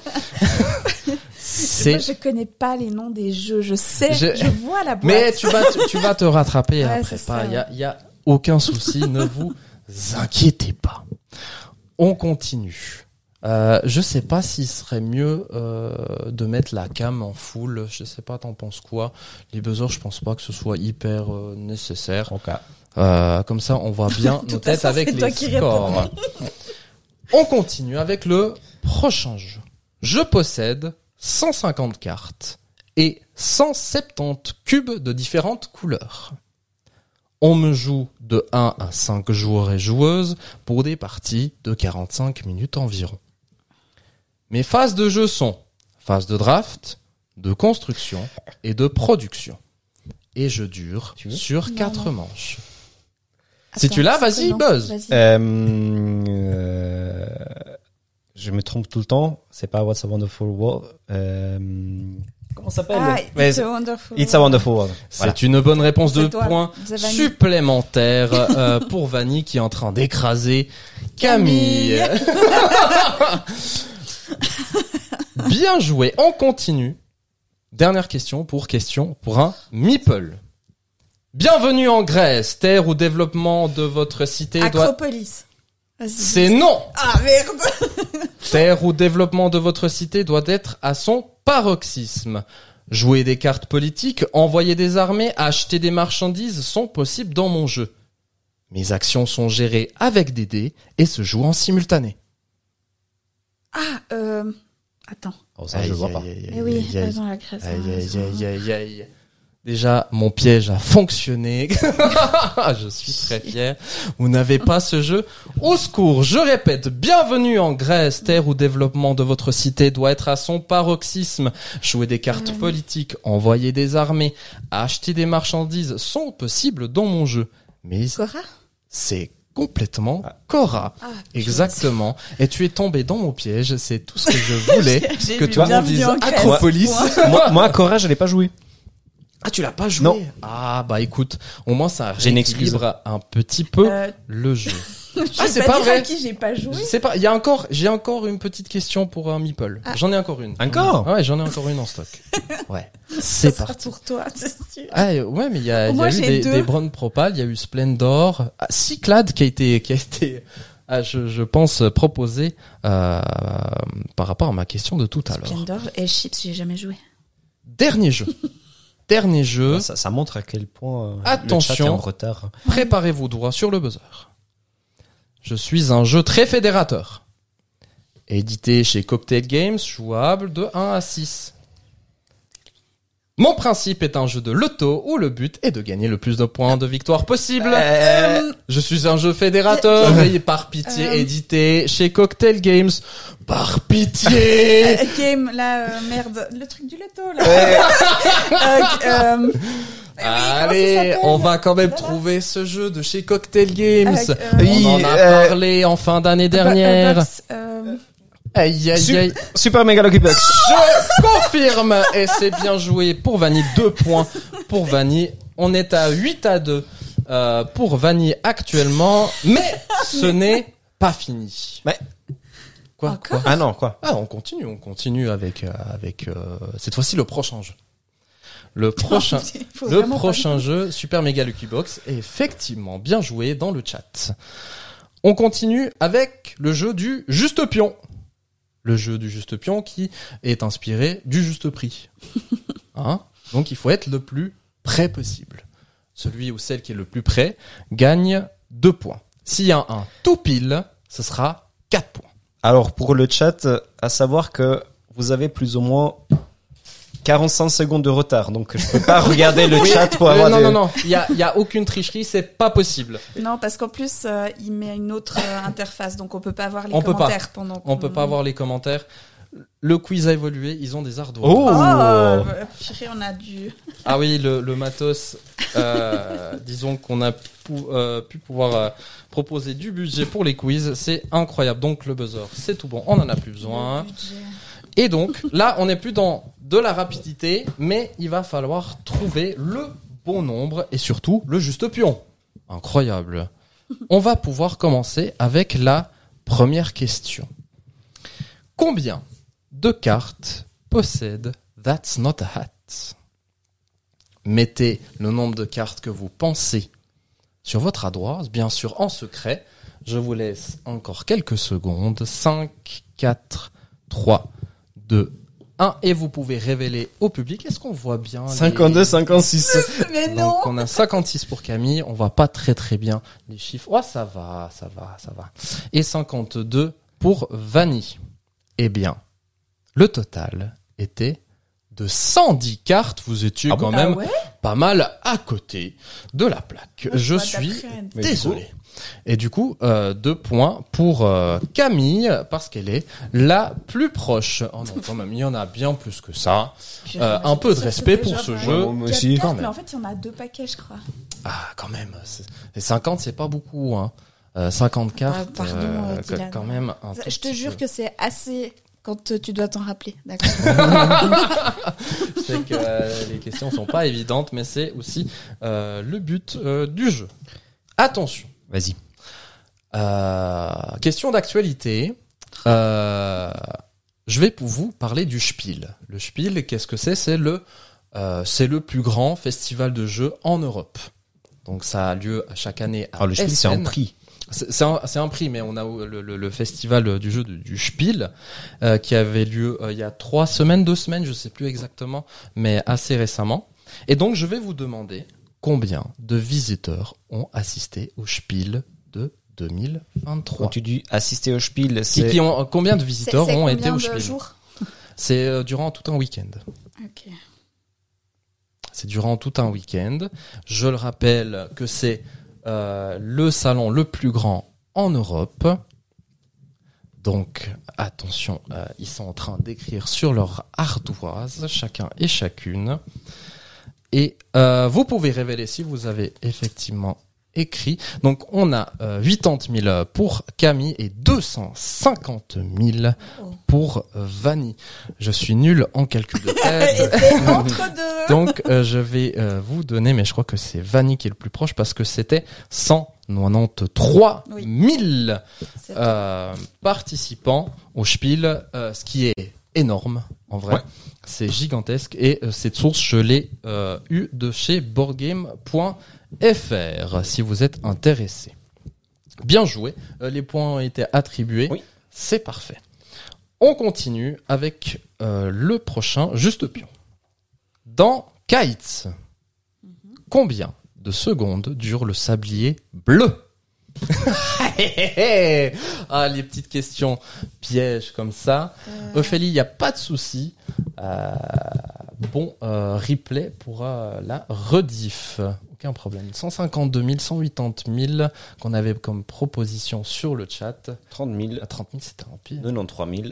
Speaker 3: Moi, je connais pas les noms des jeux. Je sais, je vois la boîte.
Speaker 1: Mais tu vas te rattraper
Speaker 3: ouais,
Speaker 1: après. Il y a aucun souci. Ne vous inquiétez pas. On continue. Je sais pas s'il serait mieux de mettre la cam en full. Je sais pas, t'en penses quoi? Les buzzers, je pense pas que ce soit hyper nécessaire.
Speaker 2: Okay.
Speaker 1: Comme ça, on voit bien nos têtes avec les scores. On continue avec le prochain jeu. Je possède 150 cartes et 170 cubes de différentes couleurs. On me joue de 1 à 5 joueurs et joueuses pour des parties de 45 minutes environ. Mes phases de jeu sont phase de draft, de construction et de production. Et je dure sur 4 manches. Si tu l'as, vas-y, buzz.
Speaker 2: Je me trompe tout le temps. C'est pas What's a Wonderful World. Comment ça s'appelle?
Speaker 3: It's a Wonderful
Speaker 2: It's a Wonderful World.
Speaker 1: Voilà. C'est une bonne réponse de points
Speaker 3: Vanille.
Speaker 1: supplémentaires pour Vanille qui est en train d'écraser Camille. Bien joué. On continue. Dernière question pour un meeple. Bienvenue en Grèce, terre où développement de votre cité
Speaker 3: Acropolis. Vas-y.
Speaker 1: C'est non.
Speaker 3: Ah merde.
Speaker 1: Terre où développement de votre cité doit être à son paroxysme. Jouer des cartes politiques, envoyer des armées, acheter des marchandises sont possibles dans mon jeu. Mes actions sont gérées avec des dés et se jouent en simultané.
Speaker 3: Attends.
Speaker 2: Oh, ça, je vois pas.
Speaker 3: Eh oui, dans la Grèce.
Speaker 1: Aïe. Déjà, mon piège a fonctionné. Je suis très fier. Vous n'avez pas ce jeu. Au secours, je répète, bienvenue en Grèce, terre où développement de votre cité doit être à son paroxysme. Jouer des cartes politiques, envoyer des armées, acheter des marchandises sont possibles dans mon jeu. Mais
Speaker 3: Cora?
Speaker 1: c'est complètement Cora. Exactement. Et tu es tombé dans mon piège. C'est tout ce que je voulais que tu me dises Acropolis.
Speaker 2: Moi, Cora, je l'ai pas joué.
Speaker 1: Ah, tu l'as pas joué?
Speaker 2: Non.
Speaker 1: Ah, bah écoute, au moins ça
Speaker 2: J'ai une excuse.
Speaker 1: rééquilibre un petit peu le jeu.
Speaker 3: Ah,
Speaker 1: c'est pas vrai.
Speaker 3: À qui j'ai pas joué.
Speaker 1: C'est pas, j'ai encore une petite question pour un meeple. J'en ai encore une.
Speaker 2: Encore?
Speaker 1: Ouais, j'en ai encore une en stock. Ouais. C'est
Speaker 3: Ça sera
Speaker 1: parti.
Speaker 3: pour toi, c'est sûr.
Speaker 1: Ah, ouais, mais il y a
Speaker 3: Moi,
Speaker 1: eu
Speaker 3: j'ai deux.
Speaker 1: des Brown Propal, il y a eu Splendor, Cyclade qui a été, je pense, proposé, par rapport à ma question de tout à l'heure.
Speaker 3: Splendor et Chips, j'ai jamais joué.
Speaker 1: Dernier jeu.
Speaker 2: Ça montre à quel point
Speaker 1: Attention.
Speaker 2: le chat est en retard.
Speaker 1: Préparez vos doigts sur le buzzer. Je suis un jeu très fédérateur. Édité chez Cocktail Games, jouable de 1 à 6. Mon principe est un jeu de loto où le but est de gagner le plus de points de victoire possible. Je suis un jeu fédérateur et par pitié édité chez Cocktail Games. Par pitié.
Speaker 3: Game, là, merde, le truc du loto, là.
Speaker 1: Allez, on va quand même trouver ce jeu de chez Cocktail Games.
Speaker 3: Oui,
Speaker 1: on en a parlé en fin d'année dernière. Aïe.
Speaker 2: Super Mega Lucky Box.
Speaker 1: Je confirme. Et c'est bien joué pour Vanille. 2 points pour Vanille. On est à 8 à 2 pour Vanille actuellement. Mais ce n'est pas fini.
Speaker 2: Mais
Speaker 1: Quoi?
Speaker 2: Ah non, quoi?
Speaker 1: Ah, on continue avec cette fois-ci le prochain jeu. Le prochain jeu, Super Mega Lucky Box, est effectivement bien joué dans le chat. On continue avec le jeu du Juste Pion. Le jeu du Juste Pion qui est inspiré du Juste Prix. Donc il faut être le plus près possible. Celui ou celle qui est le plus près gagne 2 points. S'il y a un tout pile, ce sera 4 points.
Speaker 2: Alors, pour le chat, à savoir que vous avez plus ou moins 45 secondes de retard, donc je peux pas regarder le chat pour avoir
Speaker 1: Non, il y a aucune tricherie, c'est pas possible.
Speaker 3: Non, parce qu'en plus, il met une autre interface, donc on peut pas voir les commentaires pendant
Speaker 1: On peut pas voir les commentaires. Le quiz a évolué, ils ont des ardoises.
Speaker 3: Purée, on a dû...
Speaker 1: Ah oui, le matos, disons qu'on a pu pouvoir proposer du budget pour les quiz, c'est incroyable. Donc le buzzer, c'est tout bon, on en a plus besoin. Et donc, là, on n'est plus dans de la rapidité, mais il va falloir trouver le bon nombre et surtout le juste pion. Incroyable. On va pouvoir commencer avec la première question. Combien de cartes possède That's Not a Hat? Mettez le nombre de cartes que vous pensez sur votre ardoise, bien sûr en secret. Je vous laisse encore quelques secondes. 5, 4, 3, 2, 1. Et vous pouvez révéler au public. Est-ce qu'on voit bien
Speaker 2: 52, 56.
Speaker 3: Mais non.
Speaker 1: Donc on a 56 pour Camille. On voit pas très bien les chiffres. Oh, ça va. Et 52 pour Vanille. Eh bien, le total était de 110 cartes. Vous étiez quand même pas mal à côté de la plaque. Je suis désolé. Et du coup, 2 points pour Camille, parce qu'elle est la plus proche. Oh non, quand même, il y en a bien plus que ça. Un peu de respect pour ce jeu.
Speaker 2: Moi aussi.
Speaker 3: Quand même. Mais en fait, il y en a 2 paquets, je crois.
Speaker 1: Ah, quand même. Les 50, c'est pas beaucoup. Hein. 50 cartes,
Speaker 3: pardon, Dylan.
Speaker 1: quand même.
Speaker 3: Je te jure que c'est assez... Quand tu dois t'en rappeler, d'accord.
Speaker 1: Je sais que les questions sont pas évidentes, mais c'est aussi le but du jeu. Attention.
Speaker 2: Vas-y.
Speaker 1: Question d'actualité. Je vais pour vous parler du Spiel. Le Spiel, qu'est-ce que c'est ? C'est le plus grand festival de jeux en Europe. Donc ça a lieu chaque année à
Speaker 2: le Spiel,
Speaker 1: Essen.
Speaker 2: c'est un prix.
Speaker 1: C'est un prix, mais on a le festival du jeu du Spiel qui avait lieu il y a 2 semaines, je sais plus exactement, mais assez récemment. Et donc je vais vous demander combien de visiteurs ont assisté au Spiel de 2023.
Speaker 2: Quand tu dis assister au Spiel, c'est...
Speaker 1: Combien de visiteurs ont été au
Speaker 3: Spiel
Speaker 1: Spiel ?
Speaker 3: Jours
Speaker 1: C'est durant tout un week-end.
Speaker 3: Ok.
Speaker 1: C'est durant tout un week-end. Je le rappelle que c'est le salon le plus grand en Europe. Donc, attention, ils sont en train d'écrire sur leur ardoise, chacun et chacune. Et vous pouvez révéler si vous avez effectivement écrit. Donc, on a 80 000 pour Camille et 250 000 pour Vanny. Je suis nul en calcul de tête.
Speaker 3: Et c'est entre deux.
Speaker 1: Donc, je vais vous donner, mais je crois que c'est Vanny qui est le plus proche parce que c'était 193 000 participants au Spiel, ce qui est énorme, en vrai. Ouais. C'est gigantesque. Et cette source, je l'ai eue de chez boardgame.fr, si vous êtes intéressé. Bien joué. Les points ont été attribués. Oui. C'est parfait. On continue avec le prochain Juste Pion. Dans Kites, combien de secondes dure le sablier bleu ? Ah, les petites questions pièges comme ça. Ophélie, il n'y a pas de souci. Replay pourra la rediff. Aucun problème. 152 000, 180 000 qu'on avait comme proposition sur le chat.
Speaker 2: 30 000.
Speaker 1: 30 000, c'était un pire.
Speaker 2: 93 000.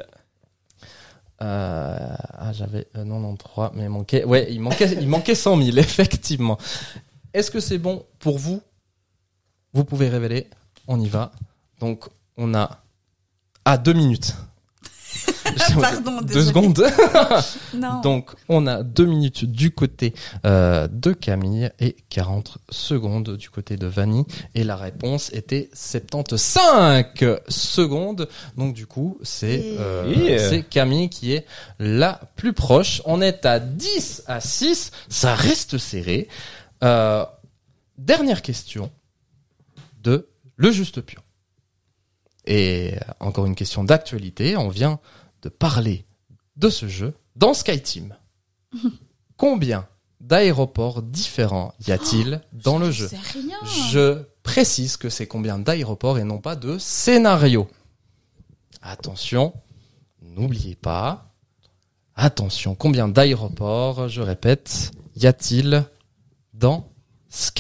Speaker 1: J'avais 93, mais il manquait 100 000, effectivement. Est-ce que c'est bon pour vous ? Vous pouvez révéler. On y va. Donc, on a 2 minutes.
Speaker 3: Pardon,
Speaker 1: 2 secondes.
Speaker 3: Non.
Speaker 1: Donc, on a 2 minutes du côté de Camille et 40 secondes du côté de Vanny. Et la réponse était 75 secondes. Donc, du coup, c'est Camille qui est la plus proche. On est à 10-6. Ça reste serré. Dernière question de le Juste Pion. Et encore une question d'actualité. On vient de parler de ce jeu dans SkyTeam. Combien d'aéroports différents y a-t-il dans le jeu ? Je précise que c'est combien d'aéroports et non pas de scénarios. Attention, n'oubliez pas. Attention, combien d'aéroports, je répète, y a-t-il dans SkyTeam ?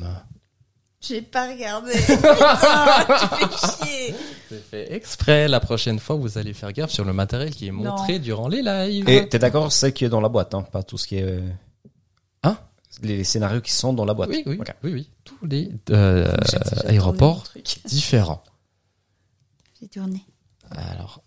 Speaker 3: J'ai pas regardé. Putain, tu fais chier.
Speaker 1: C'est fait exprès. La prochaine fois, vous allez faire gaffe sur le matériel qui est montré durant les lives.
Speaker 2: Et t'es d'accord, c'est qui est dans la boîte, hein, pas tout ce qui est... Les scénarios qui sont dans la boîte.
Speaker 1: Oui.
Speaker 2: Okay.
Speaker 1: Oui. Tous les aéroports différents.
Speaker 3: J'ai tourné.
Speaker 1: Alors...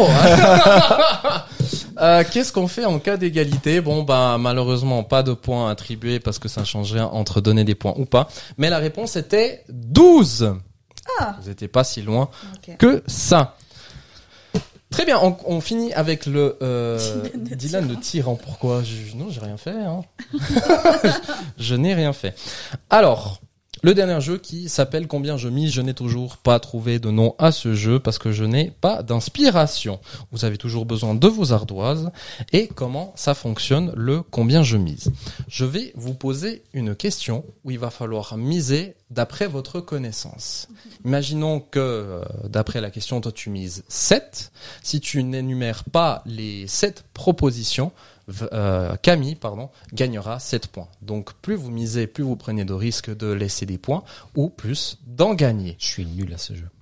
Speaker 1: qu'est-ce qu'on fait en cas d'égalité ? Malheureusement, pas de points attribués parce que ça ne change rien entre donner des points ou pas. Mais la réponse était 12. Vous n'étiez pas si loin que ça. Très bien, on finit avec le Dylan de Tyran. Pourquoi ? Non, j'ai rien fait. Hein. Je n'ai rien fait. Alors, Le dernier jeu qui s'appelle Combien je mise. Je n'ai toujours pas trouvé de nom à ce jeu parce que je n'ai pas d'inspiration. Vous avez toujours besoin de vos ardoises. Et comment ça fonctionne le Combien je mise? Je vais vous poser une question où il va falloir miser d'après votre connaissance. Imaginons que d'après la question, toi tu mises 7. Si tu n'énumères pas les 7 propositions, Camille, gagnera 7 points. Donc plus vous misez, plus vous prenez de risques de laisser des points ou plus d'en gagner.
Speaker 2: Je suis nul à ce jeu.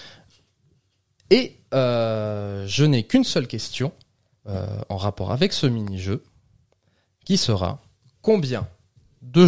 Speaker 1: Et je n'ai qu'une seule question en rapport avec ce mini-jeu qui sera combien de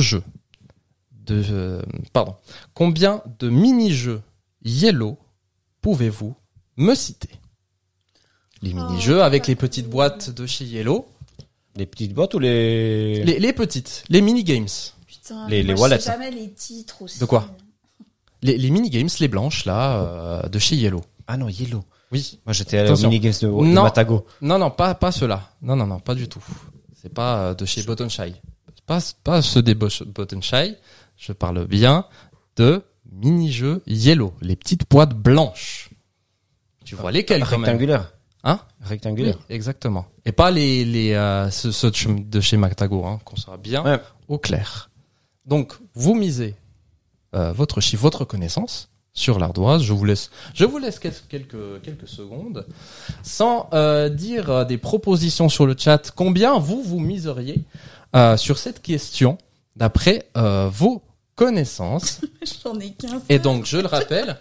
Speaker 1: mini-jeux Yellow pouvez-vous me citer? Les mini-jeux avec les petites boîtes de chez Yellow.
Speaker 2: Les petites boîtes ou les...
Speaker 1: Les petites, les mini-games.
Speaker 3: Putain,
Speaker 2: Les
Speaker 3: moi,
Speaker 2: wallets.
Speaker 3: je sais jamais les titres aussi.
Speaker 1: De quoi? Les mini-games, les blanches, là, de chez Yellow.
Speaker 2: Ah non, Yellow.
Speaker 1: Oui.
Speaker 2: Moi, j'étais à la
Speaker 1: Attention.
Speaker 2: mini-games de
Speaker 1: Non.
Speaker 2: Matago.
Speaker 1: Non, pas ceux-là. Non, pas du tout. C'est pas de chez Button Shy. Pas ceux des Button Shy. Je parle bien de mini-jeux Yellow. Les petites boîtes blanches. Tu vois lesquelles quand même?
Speaker 2: Rectangulaire.
Speaker 1: Hein?
Speaker 2: Rectangulaire.
Speaker 1: Oui, exactement. Et pas ceux de chez Matago, qu'on sera bien
Speaker 2: Ouais.
Speaker 1: au clair. Donc, vous misez votre chiffre, votre connaissance sur l'ardoise. Je vous laisse quelques secondes sans dire des propositions sur le chat. Combien vous miseriez sur cette question d'après vos connaissances?
Speaker 3: J'en ai 15.
Speaker 1: Et donc je le rappelle,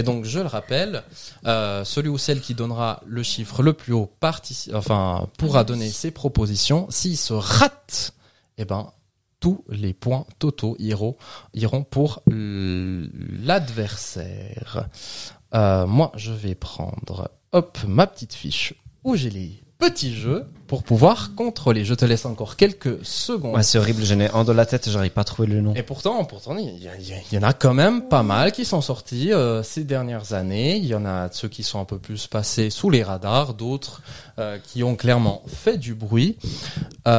Speaker 1: celui ou celle qui donnera le chiffre le plus haut pourra donner ses propositions. S'il se rate, tous les points totaux iront pour l'adversaire. Moi, je vais prendre ma petite fiche où j'ai les petits jeux pour pouvoir contrôler. Je te laisse encore quelques secondes.
Speaker 2: Ouais, c'est horrible, j'en ai un dans la tête, j'arrive pas à trouver le nom.
Speaker 1: Et pourtant, il y en a quand même pas mal qui sont sortis ces dernières années. Il y en a ceux qui sont un peu plus passés sous les radars, d'autres qui ont clairement fait du bruit. On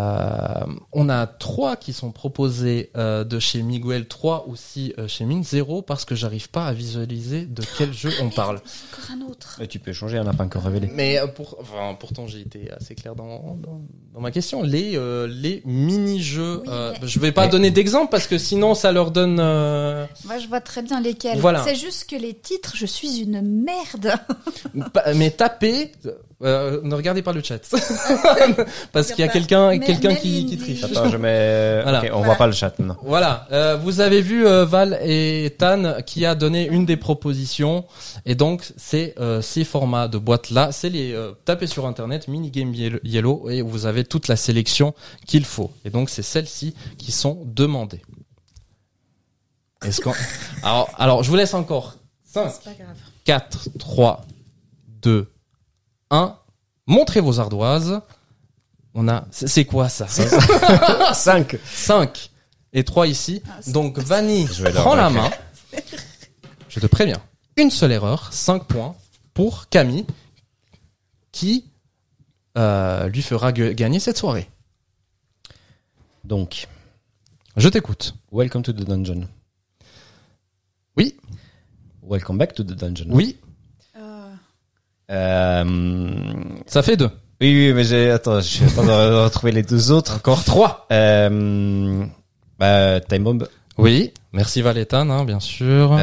Speaker 1: a 3 qui sont proposés de chez Miguel, 3 aussi chez Mine, 0 parce que j'arrive pas à visualiser de quel jeu on parle.
Speaker 3: Encore un autre.
Speaker 2: Et tu peux changer, on n'a pas encore révélé.
Speaker 1: Mais pourtant j'ai été assez clair dans ma question. Les mini-jeux,
Speaker 3: Oui, mais-
Speaker 1: je vais pas donner d'exemple parce que sinon ça leur donne...
Speaker 3: Moi, je vois très bien lesquels.
Speaker 1: Voilà.
Speaker 3: C'est juste que les titres, je suis une merde.
Speaker 1: Mais tapez, ne regardez pas le chat. Parce qu'il y a quelqu'un
Speaker 3: Mais
Speaker 1: qui triche.
Speaker 2: Attends, je mets...
Speaker 1: Voilà.
Speaker 2: Ok, on voit pas le chat maintenant.
Speaker 1: Voilà, vous avez vu Val et Tan qui a donné une des propositions et donc c'est ces formats de boîtes là, c'est les tapez sur internet Minigame Yellow et vous avez toute la sélection qu'il faut. Et donc c'est celles-ci qui sont demandées. Alors je vous laisse encore 5
Speaker 3: C'est pas grave.
Speaker 1: 4 3 2 1. Montrez vos ardoises. On a c'est quoi ça?
Speaker 2: 5.
Speaker 1: 5 et 3 ici. Donc Vanny
Speaker 2: Je vais leur
Speaker 1: prend la
Speaker 2: marquer.
Speaker 1: main. Je te préviens. Une seule erreur, 5 points pour Camille qui lui fera gagner cette soirée.
Speaker 2: Donc,
Speaker 1: Je t'écoute.
Speaker 2: welcome to the dungeon.
Speaker 1: Oui,
Speaker 2: Welcome back to the dungeon.
Speaker 1: oui, ça fait 2.
Speaker 2: Oui, mais attends, je suis en train de retrouver les deux autres.
Speaker 1: Encore 3.
Speaker 2: Time Bomb.
Speaker 1: Oui, merci Valétan, bien sûr.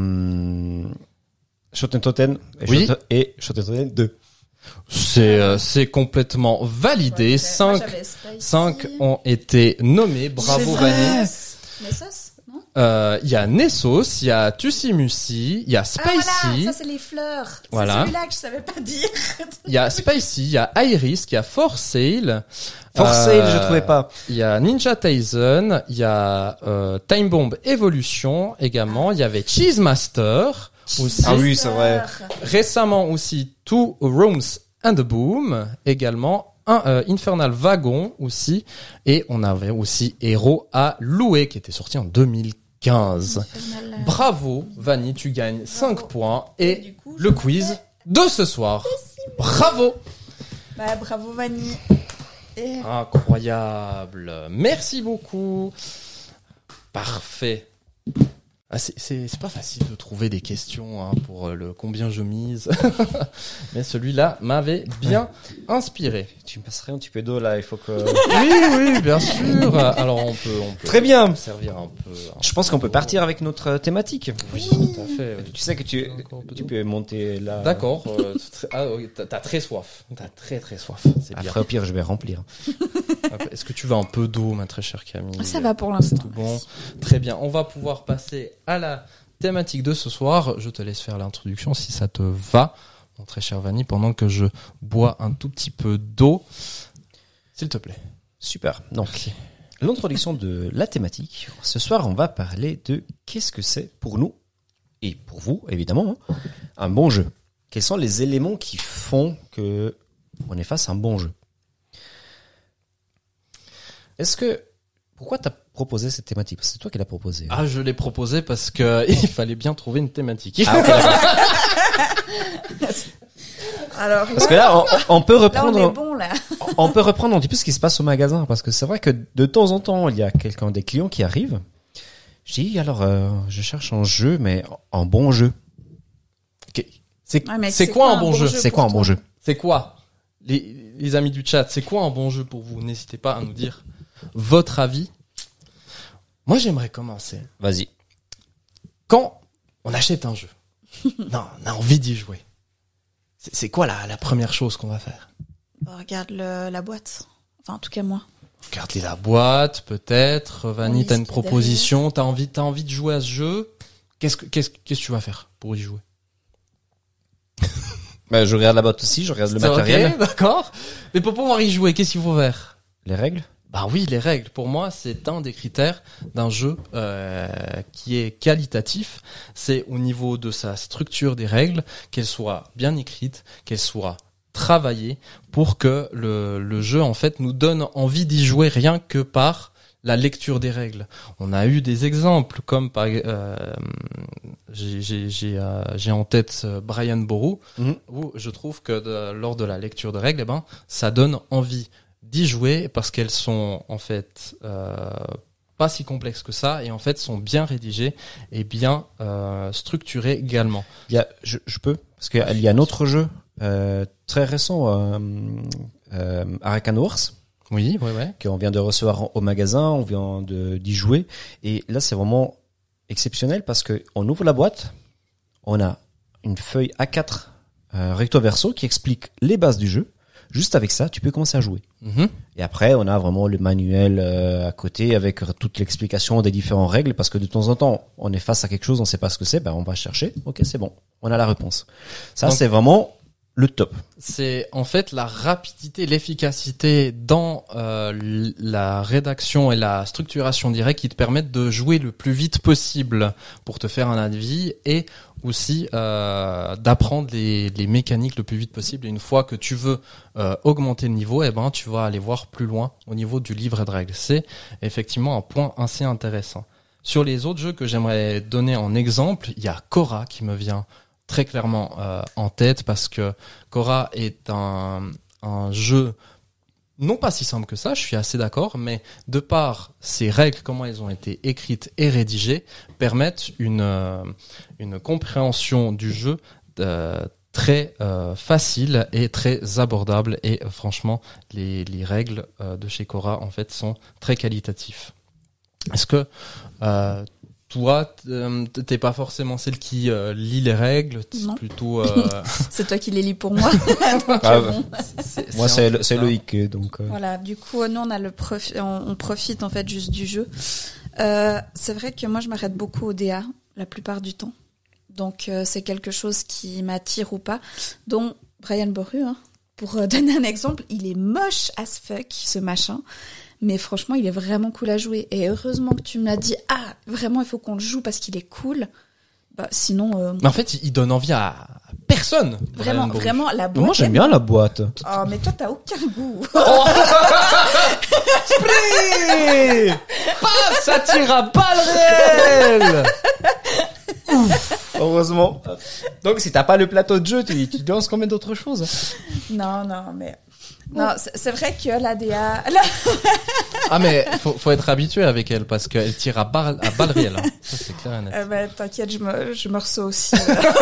Speaker 2: Shoten Toten.
Speaker 1: Oui.
Speaker 2: Et Shoten Toten 2.
Speaker 1: C'est complètement validé.
Speaker 3: Moi,
Speaker 1: 5
Speaker 3: j'avais Spicy.
Speaker 1: 5 ont été nommés. Bravo
Speaker 3: C'est vrai.
Speaker 1: Vanny.
Speaker 3: Nessos, non?
Speaker 1: Il y a Nessos, il y a Tussimusi, il y a
Speaker 3: Ah,
Speaker 1: Spicy,
Speaker 3: voilà, ça c'est les fleurs.
Speaker 1: Voilà.
Speaker 3: C'est celui-là que je savais pas dire.
Speaker 1: il y a Spicy, il y a Iris, il y a For Sale.
Speaker 2: For Sale, je trouvais pas.
Speaker 1: Il y a Ninja Tyson, il y a Time Bomb Evolution également, il y avait Cheese Master aussi.
Speaker 2: Ah oui, c'est vrai.
Speaker 1: Récemment aussi Two Rooms and a Boom également. Infernal Wagon aussi. Et on avait aussi Hero à louer qui était sorti en 2015. Bravo Vanny, tu gagnes 5 points et
Speaker 3: du coup,
Speaker 1: le quiz de ce soir. Bravo.
Speaker 3: Bah, bravo Vanny. Et...
Speaker 1: Incroyable. Merci beaucoup. Parfait. C'est pas facile de trouver des questions hein, pour le combien je mise, mais celui-là m'avait bien inspiré.
Speaker 2: Tu me passerais un petit peu d'eau là, il faut que...
Speaker 1: Oui, bien sûr. Alors on peut
Speaker 2: Très bien.
Speaker 1: servir un peu.
Speaker 2: Je pense qu'on peut partir avec notre thématique.
Speaker 1: Oui, tout à fait. Oui.
Speaker 2: Tu sais que tu peux monter là.
Speaker 1: D'accord. Oui, t'as très soif. T'as très soif. C'est bien.
Speaker 2: Après, au pire, je vais remplir.
Speaker 1: Est-ce que tu veux un peu d'eau, ma très chère Camille?
Speaker 3: Ça va pour l'instant.
Speaker 1: Tout bon. Très bien. On va pouvoir passer à la thématique de ce soir. Je te laisse faire l'introduction si ça te va, mon très cher Vanny, pendant que je bois un tout petit peu d'eau. S'il te plaît.
Speaker 2: Super. Donc, l'introduction de la thématique. Ce soir, on va parler de qu'est-ce que c'est pour nous, et pour vous, évidemment, hein, un bon jeu. Quels sont les éléments qui font que on est face à un bon jeu? Pourquoi t'as proposé cette thématique? Parce que c'est toi qui l'as proposé.
Speaker 1: Ah, je l'ai proposé parce que il fallait bien trouver une thématique.
Speaker 2: Ah, ok, d'accord.
Speaker 3: Alors,
Speaker 2: Parce que là, on peut reprendre.
Speaker 3: là, on est bon, là.
Speaker 2: On peut reprendre un petit peu ce qui se passe au magasin, parce que c'est vrai que de temps en temps, il y a des clients qui arrivent. Je dis, alors, je cherche un jeu, mais un bon jeu.
Speaker 1: C'est quoi un bon jeu?
Speaker 2: C'est quoi un bon jeu?
Speaker 1: C'est quoi? Les amis du chat, c'est quoi un bon jeu pour vous? N'hésitez pas à nous dire votre avis. Moi, j'aimerais commencer.
Speaker 2: Vas-y.
Speaker 1: Quand on achète un jeu, non, on a envie d'y jouer. C'est quoi la première chose qu'on va faire?
Speaker 3: Regarde la boîte. Enfin, en tout cas, moi.
Speaker 1: Regarde la boîte, peut-être. Vanny,
Speaker 3: Oui,
Speaker 1: t'as une
Speaker 3: ce qu'il y a
Speaker 1: proposition. T'as envie de jouer à ce jeu. Qu'est-ce que tu vas faire pour y jouer?
Speaker 2: Bah, je regarde la boîte aussi, je regarde le
Speaker 1: C'est
Speaker 2: matériel.
Speaker 1: ok, d'accord. Mais pour pouvoir y jouer, qu'est-ce qu'il faut faire?
Speaker 2: Les règles?
Speaker 1: Bah oui, les règles. Pour moi, c'est un des critères d'un jeu qui est qualitatif. C'est au niveau de sa structure des règles, qu'elles soient bien écrites, qu'elles soient travaillées, pour que le jeu en fait nous donne envie d'y jouer rien que par la lecture des règles. On a eu des exemples comme par j'ai en tête Brian Boru, où je trouve que lors de la lecture de règles, ça donne envie d'y jouer parce qu'elles sont en fait pas si complexes que ça et en fait sont bien rédigées et bien structurées également.
Speaker 2: Je peux parce qu'il y a un autre jeu très récent, Arakan Wars.
Speaker 1: Oui.
Speaker 2: Qu'on vient de recevoir au magasin, on vient d'y jouer et là c'est vraiment exceptionnel parce que on ouvre la boîte, on a une feuille A4 recto verso qui explique les bases du jeu. Juste avec ça, tu peux commencer à jouer. Et après, on a vraiment le manuel à côté avec toute l'explication des différentes règles parce que de temps en temps, on est face à quelque chose, on sait pas ce que c'est, on va chercher. Ok, c'est bon, on a la réponse. Ça, donc, c'est vraiment le top.
Speaker 1: C'est en fait la rapidité, l'efficacité dans la rédaction et la structuration des règles qui te permettent de jouer le plus vite possible pour te faire un avis et aussi d'apprendre les mécaniques le plus vite possible. Et une fois que tu veux augmenter le niveau, tu vas aller voir plus loin au niveau du livret de règles. C'est effectivement un point assez intéressant. Sur les autres jeux que j'aimerais donner en exemple, il y a Cora qui me vient très clairement en tête parce que Cora est un jeu non pas si simple que ça, je suis assez d'accord, mais de par ces règles, comment elles ont été écrites et rédigées, permettent une compréhension du jeu très facile et très abordable. Et franchement, les règles de chez Cora en fait sont très qualitatives. Est-ce que toi, t'es pas forcément celle qui lit les règles,
Speaker 3: non.
Speaker 1: Plutôt.
Speaker 3: C'est toi qui les lis pour moi. Donc,
Speaker 2: bon. Moi, c'est Loïc, donc.
Speaker 3: Voilà. Du coup, nous, on a on profite en fait juste du jeu. C'est vrai que moi, je m'arrête beaucoup au DA la plupart du temps. Donc, c'est quelque chose qui m'attire ou pas. Donc, Brian Boru, pour donner un exemple, il est moche as fuck ce machin. Mais franchement, il est vraiment cool à jouer. Et heureusement que tu m'as dit, vraiment, il faut qu'on le joue parce qu'il est cool. Sinon...
Speaker 1: Mais en fait, il donne envie à personne.
Speaker 3: Vraiment, la boîte...
Speaker 2: Moi, j'aime bien la boîte.
Speaker 3: Oh, mais toi, t'as aucun goût.
Speaker 1: Spray ça tire à balles réelles.
Speaker 2: Heureusement. Donc, si t'as pas le plateau de jeu, tu danses combien d'autres choses?
Speaker 3: Non, mais... Non, c'est vrai que l'ADA...
Speaker 1: Ah mais faut être habitué avec elle parce qu'elle tire à balles réelles. Hein. Ça c'est clair et net.
Speaker 3: T'inquiète, je me ressens aussi.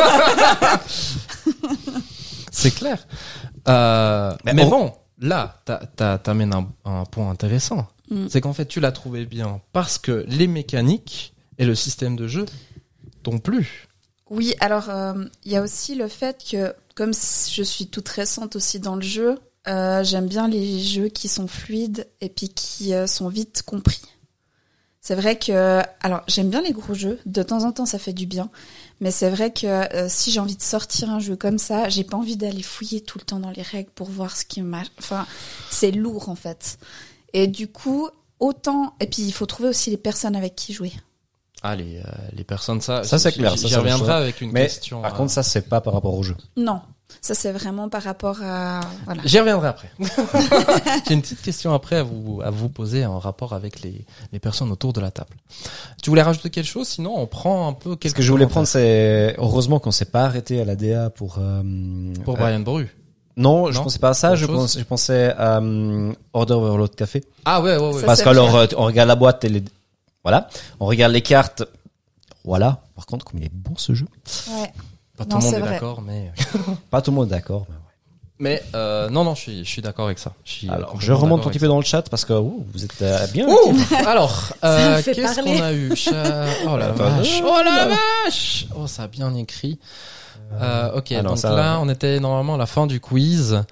Speaker 1: C'est clair. Mais bon, là, t'amènes un point intéressant. C'est qu'en fait, tu l'as trouvé bien parce que les mécaniques et le système de jeu t'ont plu.
Speaker 3: Oui, alors il y a aussi le fait que, comme je suis toute récente aussi dans le jeu, j'aime bien les jeux qui sont fluides et puis qui sont vite compris. C'est vrai que, alors j'aime bien les gros jeux, de temps en temps ça fait du bien, mais c'est vrai que si j'ai envie de sortir un jeu comme ça, j'ai pas envie d'aller fouiller tout le temps dans les règles pour voir ce qui marche. Enfin, c'est lourd en fait. Et du coup, autant, et puis il faut trouver aussi les personnes avec qui jouer.
Speaker 1: Ah, les personnes, ça
Speaker 2: c'est clair.
Speaker 1: J'y reviendrai avec une question.
Speaker 2: Par contre, ça, c'est pas par rapport au jeu.
Speaker 3: Non. Ça, c'est vraiment par rapport à... Voilà.
Speaker 1: J'y reviendrai après. J'ai une petite question après à vous poser en rapport avec les personnes autour de la table. Tu voulais rajouter quelque chose? Sinon, on prend un peu...
Speaker 2: Ce que je voulais prendre, c'est... Heureusement qu'on s'est pas arrêté à la DA pour
Speaker 1: Brian Boru.
Speaker 2: Non, je pensais pas à ça. Je pensais à Order Overload Café.
Speaker 1: Ah ouais.
Speaker 2: Parce qu'alors, on regarde la boîte et les... Voilà. On regarde les cartes. Voilà. Par contre, comme il est bon ce jeu.
Speaker 3: Ouais.
Speaker 1: Pas tout le monde est d'accord, mais...
Speaker 2: Pas tout le monde est d'accord, mais ouais.
Speaker 1: Mais non, je suis d'accord avec ça.
Speaker 2: Alors, je remonte un petit peu dans le chat parce que vous êtes bien.
Speaker 1: Alors, qu'est-ce qu'on a eu? Oh la vache! Oh la vache! Oh, ça a bien écrit. Ok, donc ça... là, on était normalement à la fin du quiz.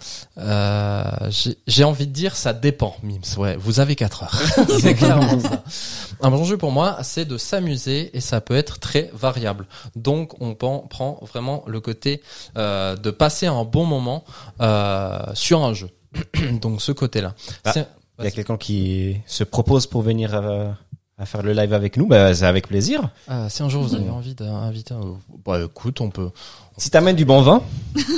Speaker 1: J'ai envie de dire, ça dépend, Mims. Ouais, vous avez 4 heures. C'est clairement ça. Un bon jeu pour moi, c'est de s'amuser et ça peut être très variable. Donc, on prend vraiment le côté de passer un bon moment sur un jeu. Donc, ce côté-là.
Speaker 2: Il y a quelqu'un qui se propose pour venir à faire le live avec nous, bah, c'est avec plaisir.
Speaker 1: Si un jour vous avez envie d'inviter, bah écoute, on peut.
Speaker 2: Si t'amènes du bon vin.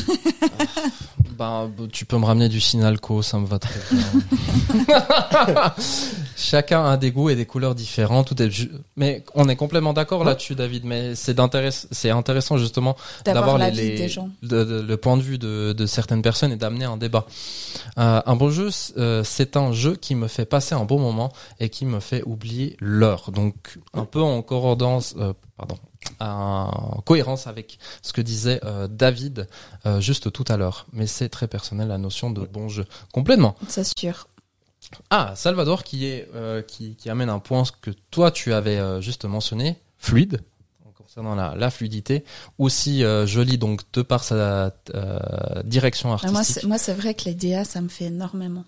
Speaker 1: Tu peux me ramener du Sinalco, ça me va très bien. Chacun a des goûts et des couleurs différents, mais on est complètement d'accord là-dessus, David, mais c'est intéressant justement d'avoir
Speaker 3: des gens.
Speaker 1: Le point de vue de certaines personnes et d'amener un débat. Un bon jeu, c'est un jeu qui me fait passer un bon moment et qui me fait oublier l'heure. Donc, un peu en cohérence avec ce que disait David juste tout à l'heure. Mais c'est très personnel la notion de bon jeu. Complètement.
Speaker 3: C'est sûr.
Speaker 1: Ah, Salvador qui amène un point que toi tu avais juste mentionné, fluide, concernant la fluidité, aussi joli donc de par sa direction artistique.
Speaker 3: Moi c'est vrai que les DA ça me fait énormément.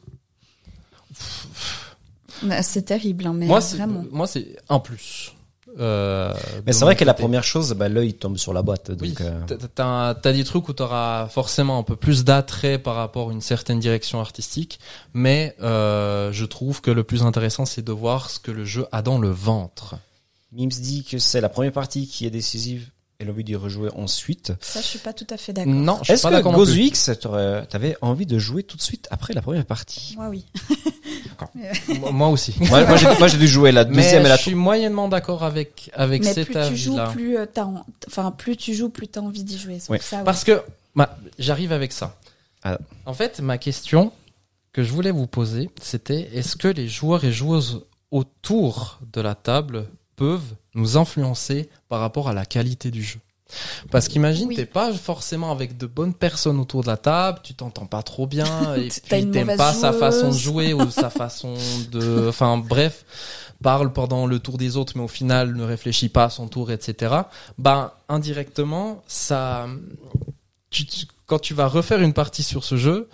Speaker 3: C'est terrible, hein, mais vraiment.
Speaker 1: Moi c'est un plus.
Speaker 2: Mais c'est vrai que la première chose, l'œil tombe sur la boîte. Donc,
Speaker 1: oui, t'as des trucs où t'auras forcément un peu plus d'attrait par rapport à une certaine direction artistique, mais je trouve que le plus intéressant, c'est de voir ce que le jeu a dans le ventre.
Speaker 2: Mims dit que c'est la première partie qui est décisive et l'envie d'y rejouer ensuite.
Speaker 3: Ça, je suis pas tout à fait d'accord.
Speaker 1: Non, je suis pas d'accord.
Speaker 2: Est-ce que GozuX, t'avais envie de jouer tout de suite après la première partie?
Speaker 3: Moi, oui.
Speaker 1: Moi aussi.
Speaker 2: Moi, j'ai dû jouer la deuxième et la troisième.
Speaker 1: Je suis moyennement d'accord avec cet avis-là.
Speaker 3: Plus tu joues, plus t'as envie d'y jouer.
Speaker 1: Oui.
Speaker 3: Ça, ouais.
Speaker 1: Parce que j'arrive avec ça. En fait, ma question que je voulais vous poser, c'était est-ce que les joueurs et joueuses autour de la table peuvent nous influencer par rapport à la qualité du jeu? Parce qu'imagine, t'es pas forcément avec de bonnes personnes autour de la table, tu t'entends pas trop bien, et puis t'aimes pas sa façon de jouer ou sa façon de... Enfin bref, parle pendant le tour des autres, mais au final ne réfléchit pas à son tour, etc. Indirectement, ça... quand tu vas refaire une partie sur ce jeu...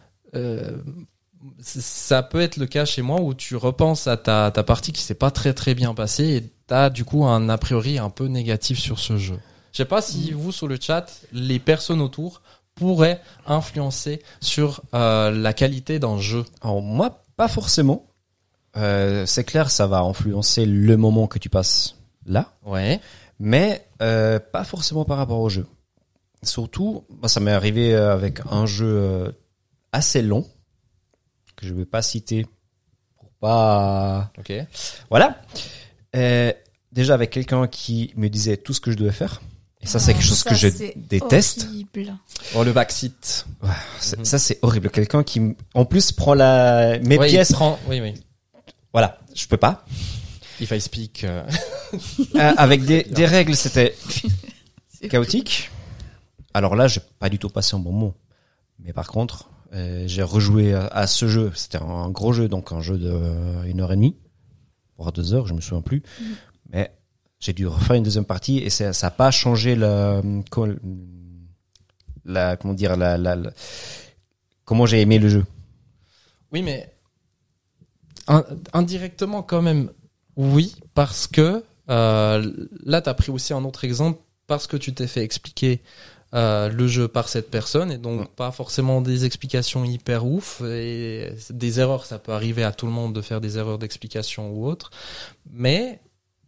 Speaker 1: ça peut être le cas chez moi où tu repenses à ta partie qui s'est pas très très bien passée et t'as du coup un a priori un peu négatif sur ce jeu. Je sais pas si vous sur le chat, les personnes autour pourraient influencer sur la qualité d'un jeu.
Speaker 2: Alors moi, pas forcément. C'est clair, ça va influencer le moment que tu passes là.
Speaker 1: Ouais.
Speaker 2: Mais pas forcément par rapport au jeu. Surtout, ça m'est arrivé avec un jeu assez long que je vais pas citer pour pas...
Speaker 1: Ok.
Speaker 2: Voilà. Déjà avec quelqu'un qui me disait tout ce que je devais faire. Et ça, c'est quelque chose que je
Speaker 3: c'est
Speaker 2: déteste.
Speaker 3: Horrible.
Speaker 1: Oh, le backseat.
Speaker 2: Ouais, ça, c'est horrible. Quelqu'un qui, en plus, prend mes
Speaker 1: Ouais,
Speaker 2: pièces.
Speaker 1: Oui.
Speaker 2: Voilà, je peux pas.
Speaker 1: If I speak.
Speaker 2: Avec des règles, c'était chaotique. Alors là, j'ai pas du tout passé un bon moment. Mais par contre, j'ai rejoué à ce jeu. C'était un gros jeu, donc un jeu de 1h30, voire 2 heures, je me souviens plus. Mais j'ai dû refaire une deuxième partie et ça a pas changé comment j'ai aimé le jeu.
Speaker 1: Oui, mais indirectement quand même, oui, parce que là, t'as pris aussi un autre exemple parce que tu t'es fait expliquer le jeu par cette personne et donc pas forcément des explications hyper ouf et des erreurs, ça peut arriver à tout le monde de faire des erreurs d'explication ou autre, mais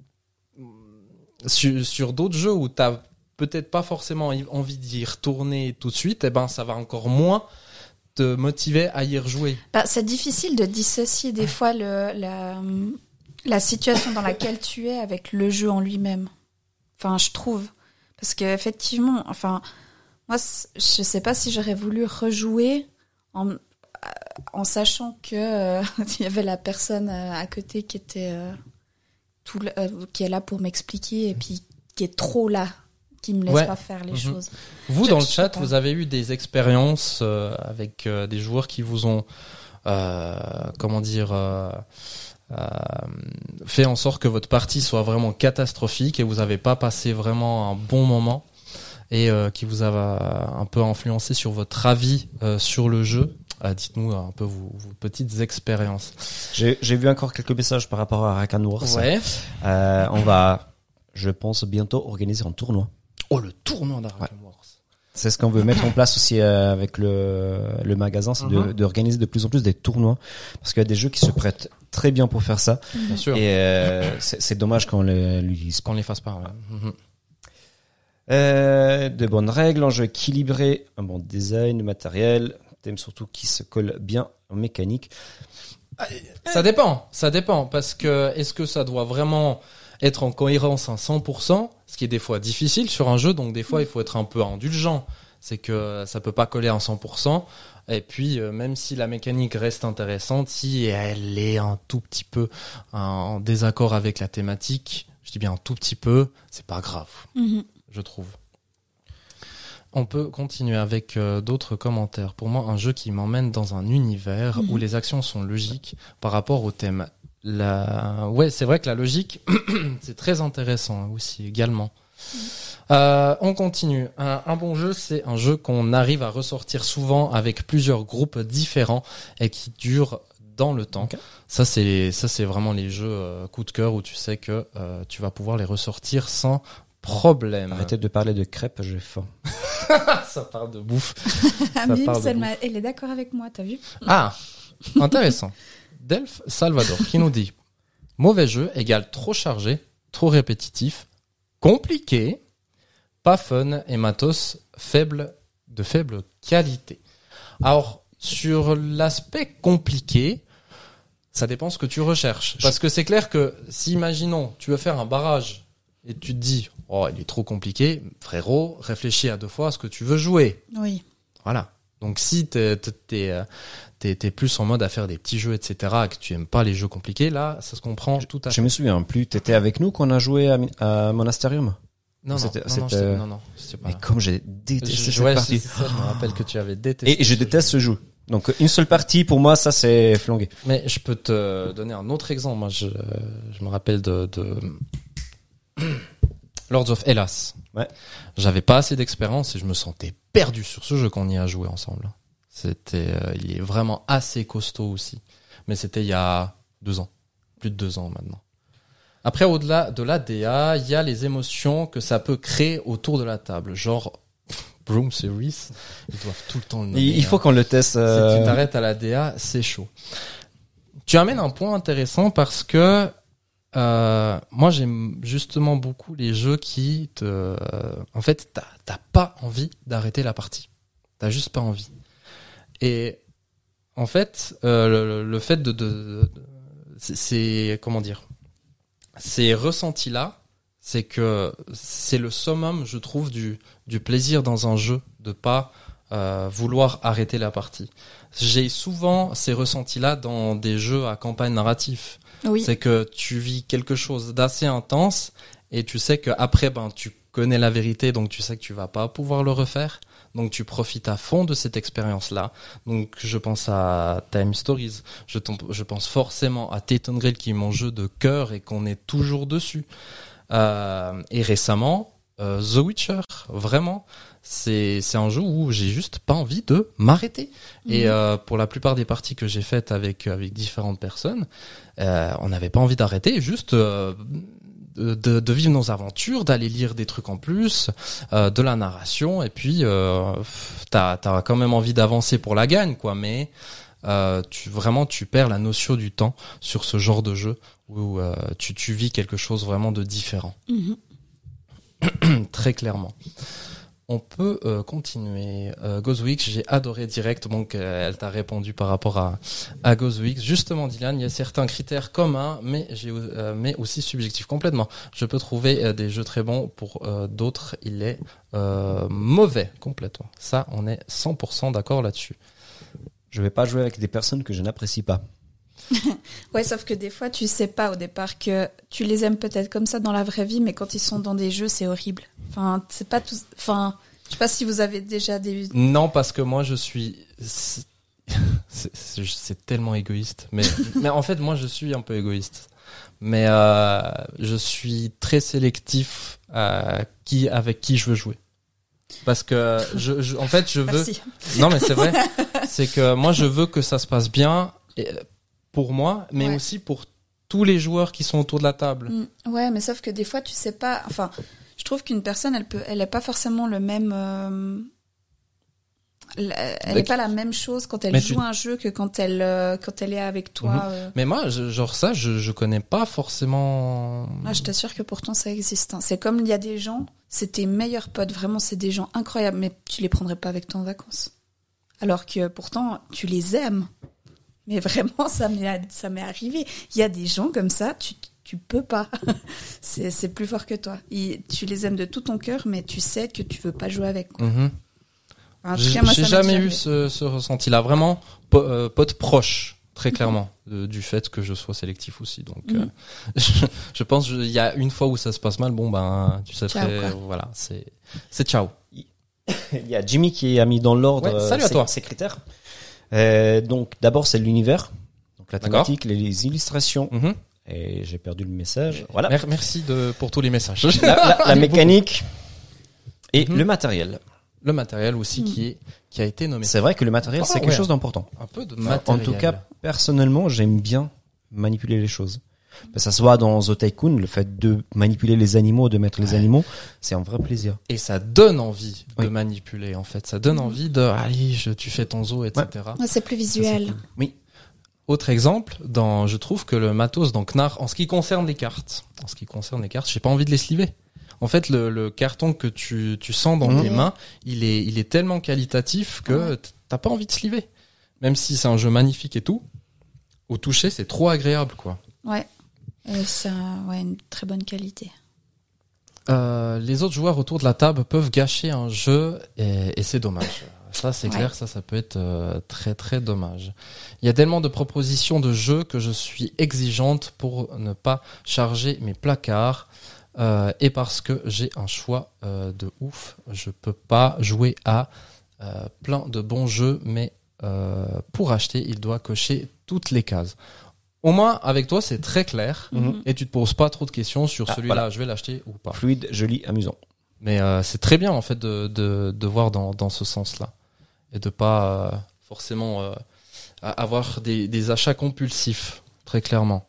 Speaker 1: sur d'autres jeux où t'as peut-être pas forcément envie d'y retourner tout de suite, eh ben ça va encore moins te motiver à y rejouer.
Speaker 3: Bah, c'est difficile de dissocier des fois la situation dans laquelle tu es avec le jeu en lui-même. Enfin, je trouve. Parce que effectivement, enfin, moi, je sais pas si j'aurais voulu rejouer en sachant que il y avait la personne à côté qui était qui est là pour m'expliquer et puis qui est trop là, qui me laisse pas faire les choses.
Speaker 1: Vous, dans le chat, vous avez eu des expériences avec des joueurs qui vous ont, fait en sorte que votre partie soit vraiment catastrophique et vous n'avez pas passé vraiment un bon moment et qui vous a un peu influencé sur votre avis sur le jeu. Dites-nous un peu vos petites expériences.
Speaker 2: J'ai vu encore quelques messages par rapport à Rakan Wars.
Speaker 1: Ouais.
Speaker 2: On va, je pense, bientôt organiser un tournoi.
Speaker 1: Oh, le tournoi d'Arakan Wars.
Speaker 2: C'est ce qu'on veut mettre en place aussi avec le magasin, c'est d'organiser de plus en plus des tournois parce qu'il y a des jeux qui se prêtent très bien pour faire ça.
Speaker 1: Bien sûr.
Speaker 2: Et c'est dommage qu'on l'utilise pas.
Speaker 1: Qu'on les fasse pas. Ouais.
Speaker 2: De bonnes règles, un jeu équilibré, un bon design, de matériel, thème surtout qui se colle bien en mécanique.
Speaker 1: Ça dépend parce que est-ce que ça doit vraiment être en cohérence à 100%, ce qui est des fois difficile sur un jeu, donc des fois il faut être un peu indulgent, c'est que ça peut pas coller à 100%, et puis même si la mécanique reste intéressante, si elle est un tout petit peu en désaccord avec la thématique, je dis bien un tout petit peu, c'est pas grave, je trouve. On peut continuer avec d'autres commentaires. Pour moi, un jeu qui m'emmène dans un univers où les actions sont logiques par rapport au thème. Ouais, c'est vrai que la logique, c'est très intéressant aussi également. On continue. Un bon jeu, c'est un jeu qu'on arrive à ressortir souvent avec plusieurs groupes différents et qui dure dans le temps. Okay. Ça, c'est vraiment les jeux coup de cœur où tu sais que tu vas pouvoir les ressortir sans problème.
Speaker 2: Arrêtez de parler de crêpes, j'ai faim.
Speaker 1: Ça parle de bouffe.
Speaker 3: Elle est d'accord avec moi, t'as vu?
Speaker 1: Ah, intéressant. Delph Salvador qui nous dit mauvais jeu égale trop chargé, trop répétitif, compliqué, pas fun et matos de faible qualité. Alors, sur l'aspect compliqué, ça dépend ce que tu recherches. Parce que c'est clair que si, imaginons, tu veux faire un barrage et tu te dis oh, il est trop compliqué, frérot, réfléchis à 2 fois à ce que tu veux jouer.
Speaker 3: Oui.
Speaker 1: Voilà. Donc si t'es plus en mode à faire des petits jeux, etc., et que tu aimes pas les jeux compliqués, là, ça se comprend tout à fait.
Speaker 2: Je me souviens plus, t'étais avec nous quand on a joué à Monasterium?
Speaker 1: Non, c'était pas.
Speaker 2: Mais comme j'ai détesté cette partie.
Speaker 1: Ça, je me rappelle que tu avais détesté.
Speaker 2: Et je déteste ce jeu. Donc une seule partie, pour moi, ça c'est flangué.
Speaker 1: Mais je peux te donner un autre exemple. Moi, je me rappelle de Lords of Hellas.
Speaker 2: Ouais.
Speaker 1: J'avais pas assez d'expérience et je me sentais perdu sur ce jeu qu'on y a joué ensemble. Il est vraiment assez costaud aussi. Mais c'était il y a 2 ans. Plus de 2 ans maintenant. Après, au-delà de la DA, il y a les émotions que ça peut créer autour de la table. Genre, Broom Series, ils doivent tout le temps le nommer.
Speaker 2: Il faut qu'on le teste.
Speaker 1: Si tu t'arrêtes à la DA, c'est chaud. Tu amènes un point intéressant parce que moi j'aime justement beaucoup les jeux qui en fait t'as pas envie d'arrêter la partie, t'as juste pas envie. Et en fait le fait c'est comment dire, ces ressentis là c'est que c'est le summum, je trouve, du plaisir dans un jeu, de pas vouloir arrêter la partie. J'ai souvent ces ressentis-là dans des jeux à campagne narrative.
Speaker 3: Oui.
Speaker 1: C'est que tu vis quelque chose d'assez intense et tu sais que après, tu connais la vérité, donc tu sais que tu vas pas pouvoir le refaire. Donc tu profites à fond de cette expérience-là. Donc je pense à Time Stories, je pense forcément à Tate & Grill qui est mon jeu de cœur et qu'on est toujours dessus. Et récemment, The Witcher, vraiment, c'est un jeu où j'ai juste pas envie de m'arrêter. Et pour la plupart des parties que j'ai faites avec différentes personnes, on n'avait pas envie d'arrêter, juste de vivre nos aventures, d'aller lire des trucs en plus, de la narration, et puis t'as quand même envie d'avancer pour la gagne, quoi. Mais tu perds la notion du temps sur ce genre de jeu où tu vis quelque chose vraiment de différent. Très clairement. On peut continuer. Ghostwix, j'ai adoré direct, donc elle t'a répondu par rapport à Ghostwix. Justement, Dylan, il y a certains critères communs, mais aussi subjectifs complètement. Je peux trouver des jeux très bons, pour d'autres, il est mauvais complètement. Ça, on est 100% d'accord là-dessus.
Speaker 2: Je vais pas jouer avec des personnes que je n'apprécie pas.
Speaker 3: Ouais, sauf que des fois, tu sais pas au départ que tu les aimes peut-être comme ça dans la vraie vie, mais quand ils sont dans des jeux, c'est horrible. Enfin, c'est pas tout. Enfin, je sais pas si vous avez déjà des.
Speaker 1: Non, parce que moi, je suis. C'est tellement égoïste, mais en fait, moi, je suis un peu égoïste. Mais je suis très sélectif avec qui je veux jouer. Parce que en fait, je veux.
Speaker 3: Merci.
Speaker 1: Non, mais c'est vrai. C'est que moi, je veux que ça se passe bien. Pour moi, mais aussi pour tous les joueurs qui sont autour de la table.
Speaker 3: Ouais, mais sauf que des fois, tu sais pas. Enfin, je trouve qu'une personne, elle est pas forcément le même. Elle est pas la même chose quand elle joue un jeu que quand elle est avec toi.
Speaker 1: Mais moi, je connais pas forcément.
Speaker 3: Ah, je t'assure que pourtant ça existe. Hein. C'est comme il y a des gens, c'est tes meilleurs potes. Vraiment, c'est des gens incroyables, mais tu les prendrais pas avec toi en vacances. Alors que pourtant, tu les aimes. Mais vraiment, ça m'est arrivé. Il y a des gens comme ça, tu peux pas. C'est plus fort que toi. Tu les aimes de tout ton cœur, mais tu sais que tu veux pas jouer avec. Quoi. En tout cas, moi,
Speaker 1: j'ai jamais eu ce ressenti-là. Vraiment, pote proche, très clairement, du fait que je sois sélectif aussi. Donc, je pense il y a une fois où ça se passe mal. Bon, tu sais
Speaker 3: ciao,
Speaker 1: voilà, c'est ciao.
Speaker 2: Il y a Jimmy qui a mis dans l'ordre
Speaker 1: salut à toi.
Speaker 2: Ses critères. Donc d'abord c'est l'univers, donc la thématique, les illustrations. Et j'ai perdu le message. Voilà.
Speaker 1: Merci pour tous les messages.
Speaker 2: La mécanique et le matériel.
Speaker 1: Le matériel aussi qui a été nommé.
Speaker 2: C'est vrai que le matériel c'est quelque chose d'important.
Speaker 1: Un peu de matériel.
Speaker 2: En tout cas, personnellement, j'aime bien manipuler les choses. Que ça soit dans The Tycoon, le fait de manipuler les animaux, de mettre les animaux, c'est un vrai plaisir.
Speaker 1: Et ça donne envie de manipuler, en fait. Ça donne envie de, allez, tu fais ton zoo, etc.
Speaker 3: Ouais, c'est plus visuel.
Speaker 1: Ça, cool. Oui. Autre exemple, je trouve que le matos dans Knarr, en ce qui concerne les cartes, j'ai pas envie de les sliver. En fait, le carton que tu sens dans tes mains, il est tellement qualitatif que t'as pas envie de sliver. Même si c'est un jeu magnifique et tout, au toucher, c'est trop agréable, quoi.
Speaker 3: Ouais. C'est une très bonne qualité.
Speaker 1: Les autres joueurs autour de la table peuvent gâcher un jeu et c'est dommage. Ça, c'est clair, ça peut être très très dommage. Il y a tellement de propositions de jeux que je suis exigeante pour ne pas charger mes placards et parce que j'ai un choix de ouf. Je peux pas jouer à plein de bons jeux, mais pour acheter, il doit cocher toutes les cases. Au moins, avec toi, c'est très clair et tu te poses pas trop de questions sur celui-là, voilà. Je vais l'acheter ou pas.
Speaker 2: Fluide, joli, amusant.
Speaker 1: Mais c'est très bien en fait de voir dans ce sens-là et de pas forcément avoir des achats compulsifs, très clairement.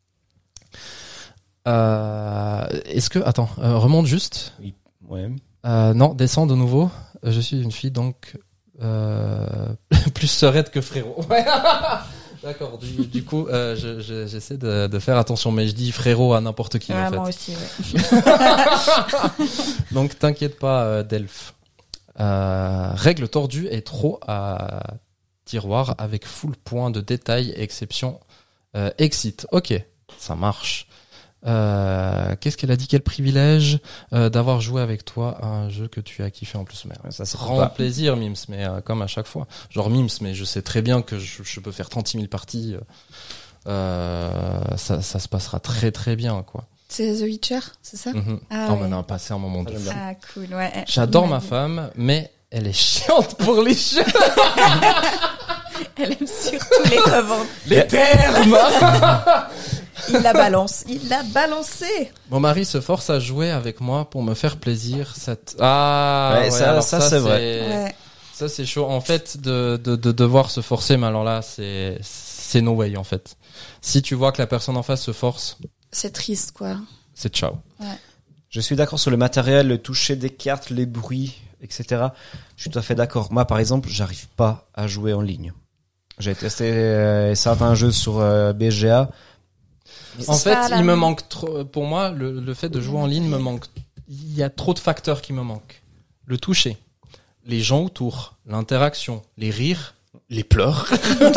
Speaker 1: Est-ce que remonte juste.
Speaker 2: Oui. Ouais.
Speaker 1: Non, descends de nouveau. Je suis une fille donc plus sereine que frérot. D'accord, du coup, j'essaie de faire attention, mais je dis frérot à n'importe qui, en fait.
Speaker 3: Moi aussi, ouais.
Speaker 1: Donc, t'inquiète pas, Delph. Règle tordue et trop à tiroir avec full point de détail, exception, exit. Ok, ça marche. Qu'est-ce qu'elle a dit? Quel privilège d'avoir joué avec toi à un jeu que tu as kiffé en plus. Mais
Speaker 2: Ça, c'est
Speaker 1: grand plaisir, Mims, mais comme à chaque fois. Genre Mims, mais je sais très bien que je peux faire 36 000 parties. Ça se passera très très bien, quoi.
Speaker 3: C'est The Witcher, c'est ça? Ah,
Speaker 1: On en a passé un moment de fou.
Speaker 3: Ah, cool, ouais.
Speaker 1: J'adore ma femme, mais elle est chiante pour les jeux.
Speaker 3: Elle aime surtout les revendre.
Speaker 1: Les termes.
Speaker 3: Il la balancé.
Speaker 1: Mon mari se force à jouer avec moi pour me faire plaisir.
Speaker 2: Ouais,
Speaker 1: Alors
Speaker 2: ça c'est vrai.
Speaker 3: Ouais.
Speaker 1: Ça c'est chaud. En fait, de devoir se forcer, mais alors là, c'est no way en fait. Si tu vois que la personne en face se force,
Speaker 3: C'est triste, quoi.
Speaker 1: c'est ciao.
Speaker 3: Ouais.
Speaker 2: Je suis d'accord sur le matériel, le toucher des cartes, les bruits, etc. Je suis tout à fait d'accord. Moi, par exemple, j'arrive pas à jouer en ligne. J'ai testé certains jeux sur BGA.
Speaker 1: En fait, il me manque trop. Pour moi, le fait de jouer en ligne me manque. Il y a trop de facteurs qui me manquent. Le toucher, les gens autour, l'interaction, les rires, les pleurs.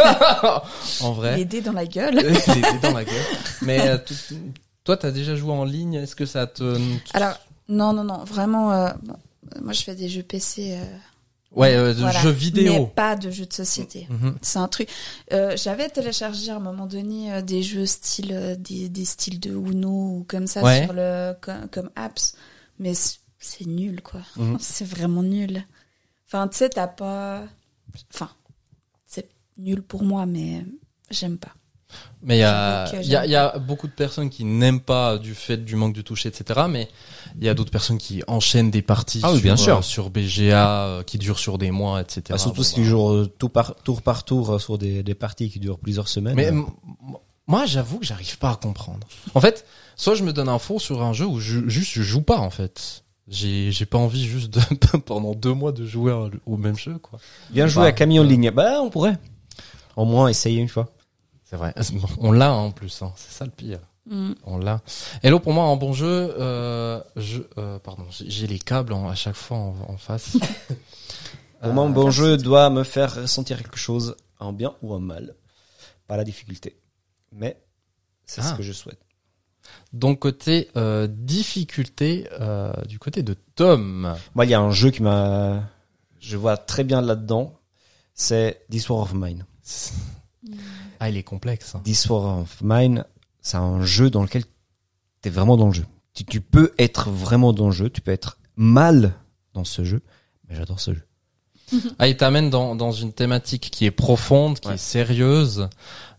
Speaker 1: En vrai.
Speaker 3: Les dés dans la gueule.
Speaker 1: Les dés dans la gueule. Mais toi, t'as déjà joué en ligne. Est-ce que ça te...
Speaker 3: Alors, non. Vraiment, moi, je fais des jeux PC.
Speaker 1: Voilà. Jeux
Speaker 3: Mais
Speaker 1: vidéo.
Speaker 3: pas de jeux de société. C'est un truc. J'avais téléchargé à un moment donné des jeux style des styles de Uno ou comme ça sur comme apps, mais c'est nul, quoi. C'est vraiment nul. Enfin, tu sais, t'as pas. Enfin, c'est nul pour moi, mais j'aime pas.
Speaker 1: Mais il y a beaucoup de personnes qui n'aiment pas du fait du manque de toucher, etc. Mais il y a d'autres personnes qui enchaînent des parties sur BGA qui durent sur des mois, etc.
Speaker 2: Surtout si tu joues tour par tour sur des parties qui durent plusieurs semaines.
Speaker 1: Mais moi, j'avoue que j'arrive pas à comprendre. En fait, soit je me donne un fond sur un jeu où je joue pas, en fait. J'ai pas envie juste de pendant 2 mois de jouer au même jeu, quoi.
Speaker 2: Viens jouer à Camille en ligne. Bah, on pourrait. Au moins essayer une fois.
Speaker 1: C'est vrai. On l'a en plus. Hein. C'est ça le pire. On l'a. Hello, pour moi, un bon jeu. Pardon, j'ai les câbles à chaque fois en face.
Speaker 2: Pour moi, un bon jeu doit me faire ressentir quelque chose en bien ou en mal. Pas la difficulté. Mais c'est ce que je souhaite.
Speaker 1: Donc côté difficulté, du côté de Tom.
Speaker 2: Moi, il y a un jeu je vois très bien là-dedans. C'est This War of Mine.
Speaker 1: Ah, il est complexe. Hein.
Speaker 2: This War of Mine, c'est un jeu dans lequel t'es vraiment dans le jeu. Tu peux être vraiment dans le jeu, tu peux être mal dans ce jeu, mais j'adore ce jeu.
Speaker 1: Ah, il t'amène dans une thématique qui est profonde, qui est sérieuse.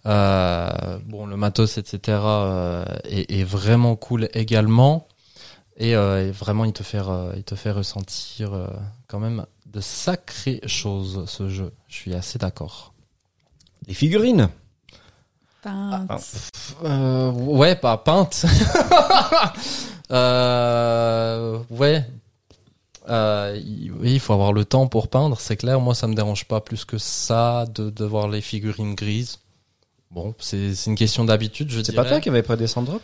Speaker 1: Bon, le matos, etc. Est vraiment cool également. Et vraiment, il te fait ressentir quand même de sacrées choses, ce jeu. Je suis assez d'accord.
Speaker 2: Les figurines.
Speaker 1: Ouais, pas peinte. Ouais. Il faut avoir le temps pour peindre, c'est clair. Moi, ça me dérange pas plus que ça de voir les figurines grises. Bon, c'est une question d'habitude, je dirais.
Speaker 2: C'est pas toi qui avais pas des Sandrop?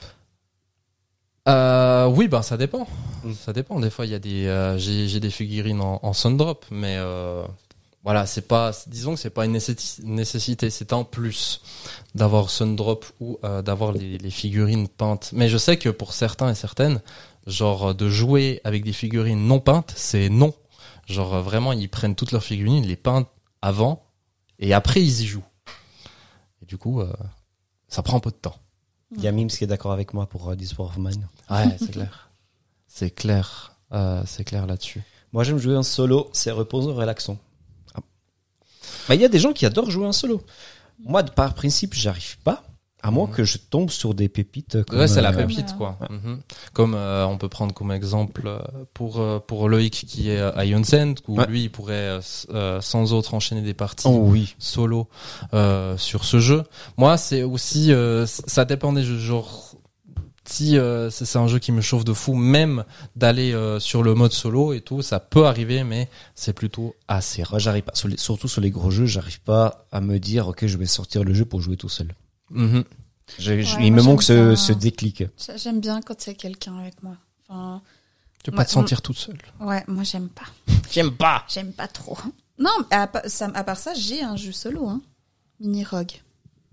Speaker 1: Oui, ben ça dépend. Ça dépend. Des fois, il y a j'ai des figurines en Sundrop, mais voilà, disons que c'est pas une nécessité, c'est un plus d'avoir Sundrop ou d'avoir les figurines peintes. Mais je sais que pour certains et certaines, genre de jouer avec des figurines non peintes, c'est non. Genre vraiment, ils prennent toutes leurs figurines, ils les peignent avant et après ils y jouent. Et du coup, ça prend un peu de temps.
Speaker 2: Il y a Mims qui est d'accord avec moi pour This War of Mine.
Speaker 1: Ouais, c'est clair. C'est clair. C'est clair là-dessus.
Speaker 2: Moi, j'aime jouer en solo, c'est reposant, relaxant. Mais il y a des gens qui adorent jouer en solo. Moi, par principe, j'arrive pas, à moins que je tombe sur des pépites. Comme,
Speaker 1: ouais, c'est la pépite, quoi. Ouais. Comme on peut prendre comme exemple pour Loïc qui est à Ionzen, où lui, il pourrait sans autre enchaîner des parties solo sur ce jeu. Moi, c'est aussi, ça dépend des jeux. Genre, si c'est un jeu qui me chauffe de fou, même d'aller sur le mode solo et tout, ça peut arriver, mais c'est plutôt assez rare.
Speaker 2: Moi, j'arrive pas, surtout sur les gros jeux, j'arrive pas à me dire, ok, je vais sortir le jeu pour jouer tout seul. Il me manque ce déclic.
Speaker 3: J'aime bien quand il y a quelqu'un avec moi. Enfin,
Speaker 1: tu peux pas te sentir toute seule.
Speaker 3: Ouais, moi j'aime pas.
Speaker 1: J'aime pas
Speaker 3: trop. Non, à part ça, j'ai un jeu solo, Mini Rogue.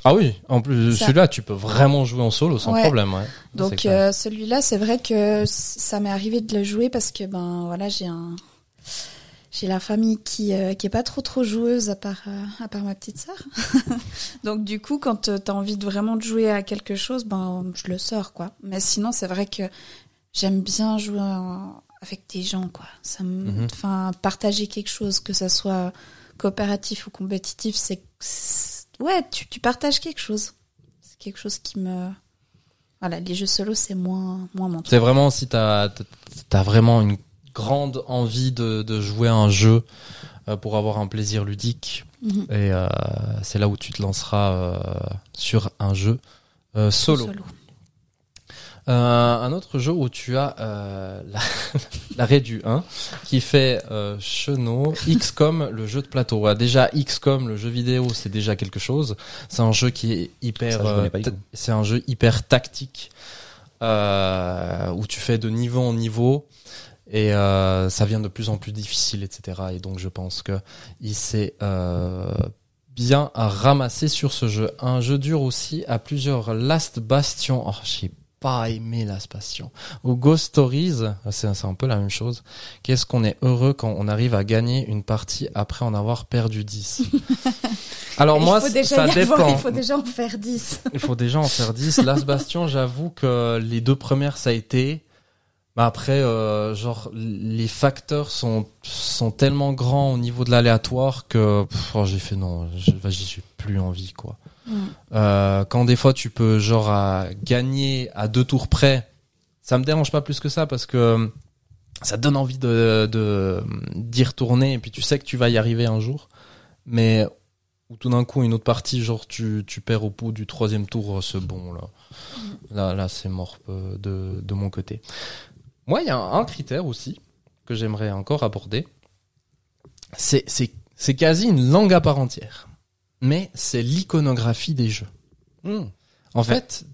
Speaker 1: Ah oui, en plus
Speaker 3: Ça.
Speaker 1: celui-là, tu peux vraiment jouer en solo sans
Speaker 3: Ouais.
Speaker 1: problème. Ouais.
Speaker 3: Donc
Speaker 1: C'est clair.
Speaker 3: celui-là, c'est vrai que ça m'est arrivé de le jouer parce que voilà, j'ai la famille qui est pas trop joueuse à part ma petite sœur. Donc du coup, quand t'as envie de vraiment de jouer à quelque chose, je le sors quoi. Mais sinon, c'est vrai que j'aime bien jouer avec des gens quoi. Ça me partager quelque chose, que ça soit coopératif ou compétitif, ouais, tu partages quelque chose. C'est quelque chose qui me voilà, les jeux solo, c'est moins mon truc.
Speaker 1: C'est vraiment si t'as vraiment une grande envie de jouer à un jeu pour avoir un plaisir ludique. Et c'est là où tu te lanceras sur un jeu solo. Un autre jeu où tu as l'arrêt du 1 qui fait Chenot, XCOM, le jeu de plateau. Ouais, déjà XCOM, le jeu vidéo, c'est déjà quelque chose. C'est un jeu qui est hyper c'est un jeu hyper tactique où tu fais de niveau en niveau. Et ça vient de plus en plus difficile, etc. Et donc je pense que il s'est bien ramassé sur ce jeu. Un jeu dur aussi à plusieurs. Last Bastion. Oh, j'ai pas aimé Last Bastion. Ou Ghost Stories, c'est un peu la même chose. Qu'est-ce qu'on est heureux quand on arrive à gagner une partie après en avoir perdu 10. Alors moi, ça dépend.
Speaker 3: Il faut déjà en faire 10.
Speaker 1: Il faut déjà en faire 10. Last Bastion, j'avoue que les 2 premières, ça a été... après, genre, les facteurs sont tellement grands au niveau de l'aléatoire que j'ai fait non, j'ai plus envie quoi. Quand des fois tu peux genre gagner à 2 tours près, ça me dérange pas plus que ça parce que ça donne envie d'y retourner et puis tu sais que tu vas y arriver un jour. Mais ou tout d'un coup une autre partie, genre tu perds au bout du 3e tour, c'est bon là. Là c'est mort de mon côté. Moi, il y a un critère aussi que j'aimerais encore aborder. C'est quasi une langue à part entière. Mais c'est l'iconographie des jeux. En fait,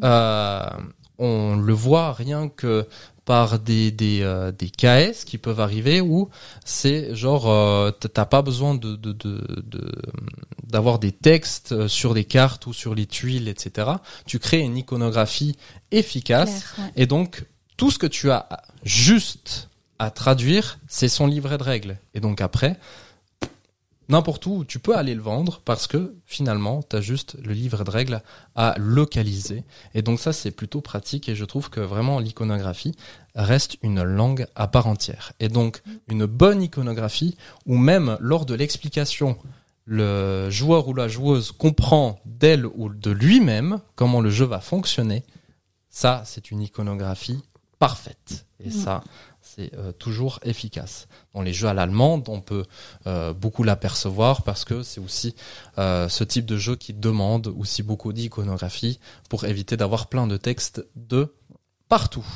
Speaker 1: on le voit rien que par des KS qui peuvent arriver où c'est genre t'as pas besoin d'avoir des textes sur des cartes ou sur les tuiles, etc. Tu crées une iconographie efficace.
Speaker 3: Claire, ouais.
Speaker 1: Et donc tout ce que tu as juste à traduire, c'est son livret de règles. Et donc après, n'importe où, tu peux aller le vendre parce que finalement, tu as juste le livret de règles à localiser. Et donc ça, c'est plutôt pratique et je trouve que vraiment l'iconographie reste une langue à part entière. Et donc, une bonne iconographie où même lors de l'explication, le joueur ou la joueuse comprend d'elle ou de lui-même comment le jeu va fonctionner, ça, c'est une iconographie parfaite. Et ça, c'est toujours efficace. Dans les jeux à l'allemande, on peut beaucoup l'apercevoir parce que c'est aussi ce type de jeu qui demande aussi beaucoup d'iconographie pour éviter d'avoir plein de textes de partout.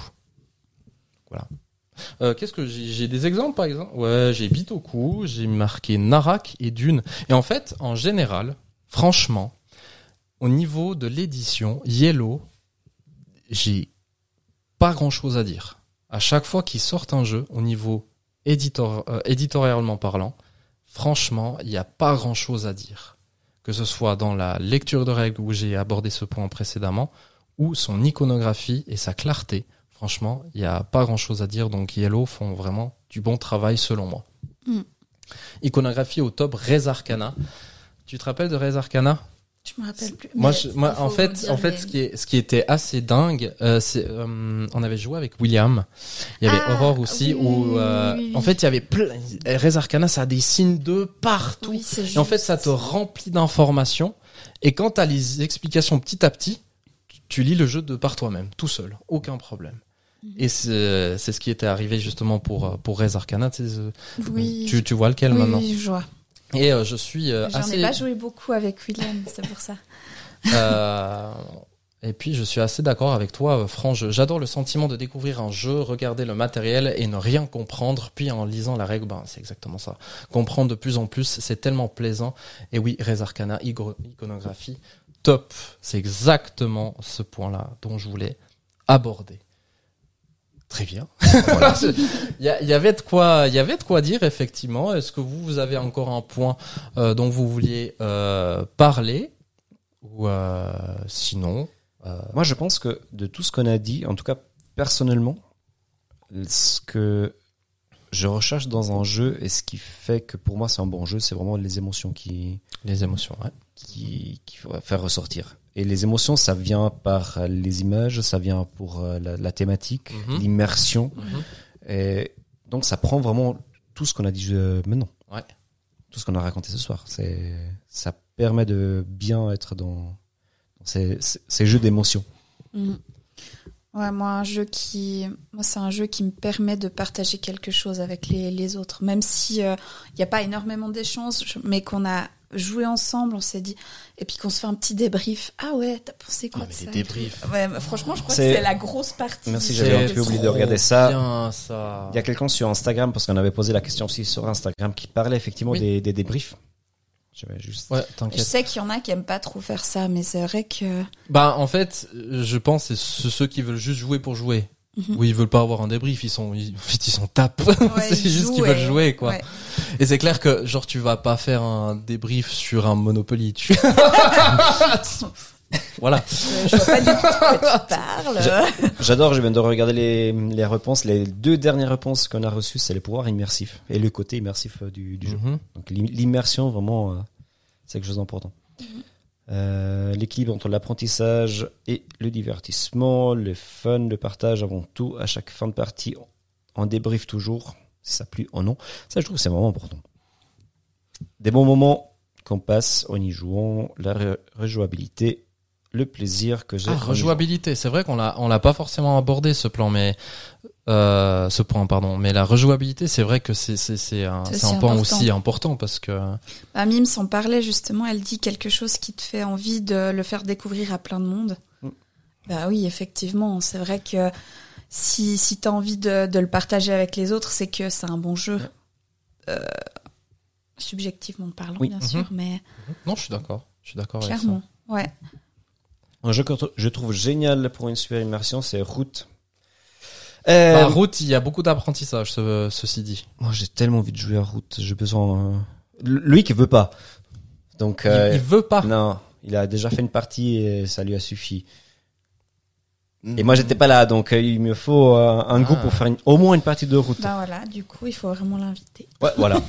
Speaker 1: Voilà. Qu'est-ce que j'ai des exemples par exemple? Ouais, j'ai Bitoku, j'ai marqué Narak et Dune. Et en fait, en général, franchement, au niveau de l'édition, Yellow, j'ai pas grand chose à dire. À chaque fois qu'ils sortent un jeu au niveau éditorialement parlant, franchement, il n'y a pas grand chose à dire. Que ce soit dans la lecture de règles où j'ai abordé ce point précédemment, ou son iconographie et sa clarté. Franchement, il n'y a pas grand chose à dire. Donc Yellow font vraiment du bon travail selon moi. Iconographie au top, Res Arcana. Tu te rappelles de Res Arcana?
Speaker 3: Je me rappelle plus.
Speaker 1: Moi, en fait, ce qui était assez dingue, c'est, on avait joué avec William. Il y avait Aurore aussi, oui. En fait, il y avait plein. Res Arcana, ça a des signes de partout.
Speaker 3: Oui, c'est juste.
Speaker 1: Et en fait, ça te remplit d'informations. Et quand t'as les explications petit à petit, tu lis le jeu de par toi-même, tout seul, aucun problème. Et c'est ce qui était arrivé justement pour Res Arcana.
Speaker 3: Oui.
Speaker 1: Tu vois lequel maintenant?
Speaker 3: Oui, je vois.
Speaker 1: Et je suis
Speaker 3: J'en ai pas joué beaucoup avec William, c'est pour ça.
Speaker 1: Et puis je suis assez d'accord avec toi, Franck. J'adore le sentiment de découvrir un jeu, regarder le matériel et ne rien comprendre. Puis en lisant la règle, c'est exactement ça. Comprendre de plus en plus, c'est tellement plaisant. Et oui, Res Arcana, iconographie, top. C'est exactement ce point-là dont je voulais aborder. Très bien. Voilà. Il y avait de quoi dire effectivement. Est-ce que vous avez encore un point dont vous vouliez parler? ou sinon.
Speaker 2: Moi, je pense que de tout ce qu'on a dit, en tout cas personnellement, ce que je recherche dans un jeu et ce qui fait que pour moi c'est un bon jeu, c'est vraiment les émotions qui faut faire ressortir. Et les émotions, ça vient par les images, ça vient pour la thématique, l'immersion. Et donc ça prend vraiment tout ce qu'on a dit maintenant.
Speaker 1: Ouais.
Speaker 2: Tout ce qu'on a raconté ce soir. Ça permet de bien être dans ces jeux d'émotions.
Speaker 3: Ouais, moi, c'est un jeu qui me permet de partager quelque chose avec les autres. Même si y a pas énormément d'échanges, mais qu'on a joué ensemble, on s'est dit, et puis qu'on se fait un petit débrief. Ah ouais, t'as pensé quoi de ça?
Speaker 1: Des débriefs.
Speaker 3: Ouais, franchement, je crois que c'est la grosse partie.
Speaker 2: Merci, j'avais un peu oublié de regarder ça.
Speaker 1: Bien, ça.
Speaker 2: Il y a quelqu'un sur Instagram, parce qu'on avait posé la question aussi sur Instagram, qui parlait effectivement des débriefs. Je vais juste...
Speaker 1: Ouais,
Speaker 3: Je
Speaker 1: t'inquiète.
Speaker 3: sais qu'il y en a qui aiment pas trop faire ça, mais c'est vrai que...
Speaker 1: Bah, en fait, je pense que c'est ceux qui veulent juste jouer pour jouer. Ou ils veulent pas avoir un débrief, ils s'en tapent.
Speaker 3: Ouais,
Speaker 1: c'est
Speaker 3: ils
Speaker 1: juste
Speaker 3: jouent
Speaker 1: qu'ils veulent jouer, quoi.
Speaker 3: Ouais.
Speaker 1: Et c'est clair que, genre, tu vas pas faire un débrief sur un Monopoly, Voilà.
Speaker 3: Je vois pas du tout de quoi tu parles.
Speaker 2: J'adore, je viens de regarder les réponses. Les 2 dernières réponses qu'on a reçues, c'est les pouvoirs immersifs et le côté immersif du jeu. Donc l'immersion, vraiment, c'est quelque chose d'important. L'équilibre entre l'apprentissage et le divertissement, le fun, le partage avant tout. À chaque fin de partie, on débriefe toujours, si ça plu ou non. Ça, je trouve que c'est vraiment important. Des bons moments qu'on passe en y jouant, la rejouabilité, le plaisir que j'ai.
Speaker 1: Rejouabilité, c'est vrai qu'on l'a pas forcément abordé ce point, mais mais la rejouabilité, c'est vrai que c'est un point aussi important parce que
Speaker 3: Mime s'en parlait justement, elle dit quelque chose qui te fait envie de le faire découvrir à plein de monde. Bah oui, effectivement, c'est vrai que si t'as envie de le partager avec les autres, c'est que c'est un bon jeu. Subjectivement parlant, bien sûr, mais...
Speaker 1: Non, je suis d'accord
Speaker 3: clairement, ouais.
Speaker 2: Un jeu que je trouve génial pour une super immersion, c'est Route.
Speaker 1: Route, il y a beaucoup d'apprentissage, ceci dit.
Speaker 2: Moi, j'ai tellement envie de jouer à Route. J'ai besoin... Loïc veut pas. Donc,
Speaker 1: il veut pas.
Speaker 2: Non, il a déjà fait une partie et ça lui a suffi. Et moi, j'étais pas là, donc il me faut un groupe pour faire au moins une partie de Route.
Speaker 3: Bah voilà, du coup, il faut vraiment l'inviter.
Speaker 2: Ouais, voilà.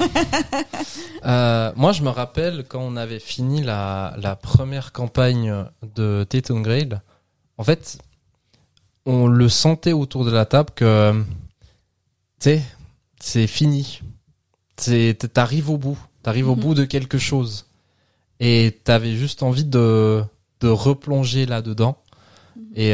Speaker 1: Moi, je me rappelle quand on avait fini la première campagne de Tate and Grail, en fait, on le sentait autour de la table que, tu sais, c'est fini. T'arrives au bout. T'arrives au bout de quelque chose. Et t'avais juste envie de replonger là-dedans. Et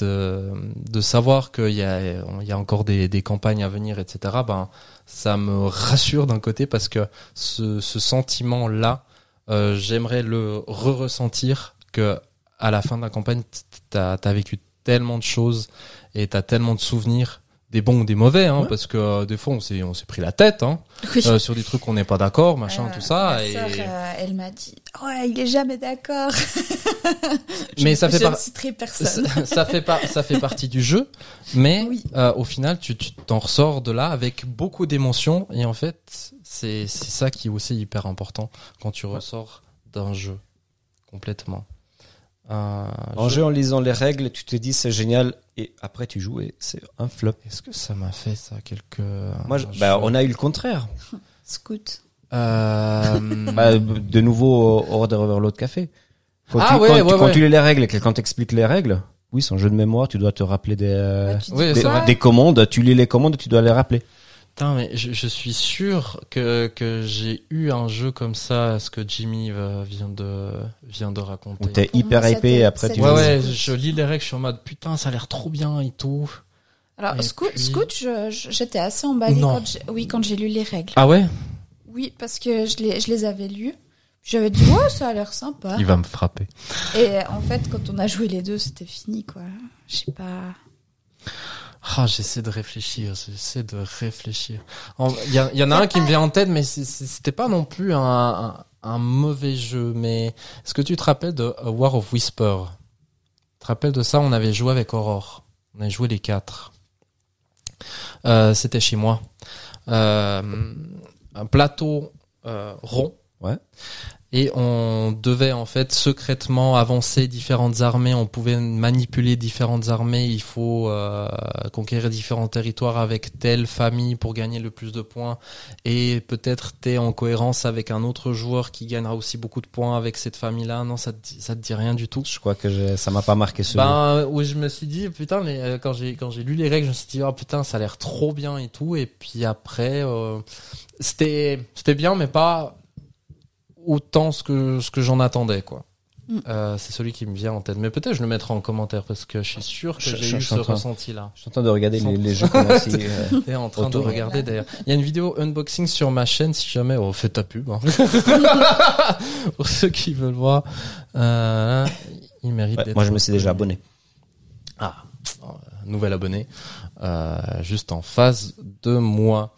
Speaker 1: de savoir qu'il y a encore des campagnes à venir, etc. Ben, ça me rassure d'un côté parce que ce sentiment-là, j'aimerais le ressentir que à la fin de la campagne, t'as vécu tellement de choses et t'as tellement de souvenirs, des bons ou des mauvais, parce que des fois on s'est pris la tête,
Speaker 3: Oui.
Speaker 1: sur des trucs qu'on n'est pas d'accord, machin, tout ça.
Speaker 3: Ma sœur, elle m'a dit, ouais, il est jamais d'accord.
Speaker 1: Mais ça fait
Speaker 3: je ne citerai personne.
Speaker 1: ça fait partie du jeu, mais
Speaker 3: Oui.
Speaker 1: au final tu t'en ressors de là avec beaucoup d'émotions et en fait c'est ça qui est aussi hyper important quand tu ressors d'un jeu complètement.
Speaker 2: En jeu, en lisant les règles, tu te dis c'est génial et après tu joues et c'est un flop.
Speaker 1: Est-ce que ça m'a fait ça
Speaker 2: Moi, on a eu le contraire.
Speaker 3: Scout.
Speaker 2: De nouveau Order Overload Café. Quand tu lis les règles et que quelqu'un t'explique les règles, oui, c'est un jeu de mémoire, tu dois te rappeler des commandes, tu lis les commandes, tu dois les rappeler.
Speaker 1: Putain, mais je suis sûr que j'ai eu un jeu comme ça, ce que Jimmy vient de raconter.
Speaker 2: Où t'es hyper hypé et après tu joues.
Speaker 1: Ouais, je lis les règles, je suis en mode putain, ça a l'air trop bien et tout.
Speaker 3: Alors,
Speaker 1: Et
Speaker 3: Scout,
Speaker 1: puis...
Speaker 3: j'étais assez emballée quand j'ai lu les règles.
Speaker 1: Ah ouais?
Speaker 3: Oui, parce que je les avais lues. J'avais dit, ouais, ça a l'air sympa.
Speaker 1: Il va me frapper.
Speaker 3: Et en fait, quand on a joué les deux, c'était fini, quoi. Je sais pas.
Speaker 1: J'essaie de réfléchir. Il y en a un qui me vient en tête, mais c'était pas non plus un mauvais jeu. Mais est-ce que tu te rappelles de War of Whisper? Tu te rappelles de ça? On avait joué avec Aurore. On avait joué les 4. C'était chez moi. Un plateau rond.
Speaker 2: Ouais.
Speaker 1: et on devait en fait secrètement avancer différentes armées, on pouvait manipuler différentes armées, il faut conquérir différents territoires avec telle famille pour gagner le plus de points, et peut-être t'es en cohérence avec un autre joueur qui gagnera aussi beaucoup de points avec cette famille-là. Non, ça te dit rien du tout.
Speaker 2: Je crois que ça m'a pas marqué ce
Speaker 1: où je me suis dit putain, quand j'ai lu les règles, je me suis dit putain, ça a l'air trop bien et tout, et puis après c'était bien, mais pas autant ce que j'en attendais, quoi. C'est celui qui me vient en tête, mais peut-être je le mettrai en commentaire parce que je suis sûr que j'ai eu ce ressenti-là.
Speaker 2: Je suis en train de regarder les jeux qu'on a aussi.
Speaker 1: T'es en train de regarder d'ailleurs. Il y a une vidéo unboxing sur ma chaîne, si jamais fais ta pub. Hein. Pour ceux qui veulent voir, il mérite d'être.
Speaker 2: Moi, je me suis déjà abonné.
Speaker 1: Nouvel abonné, juste en face de moi.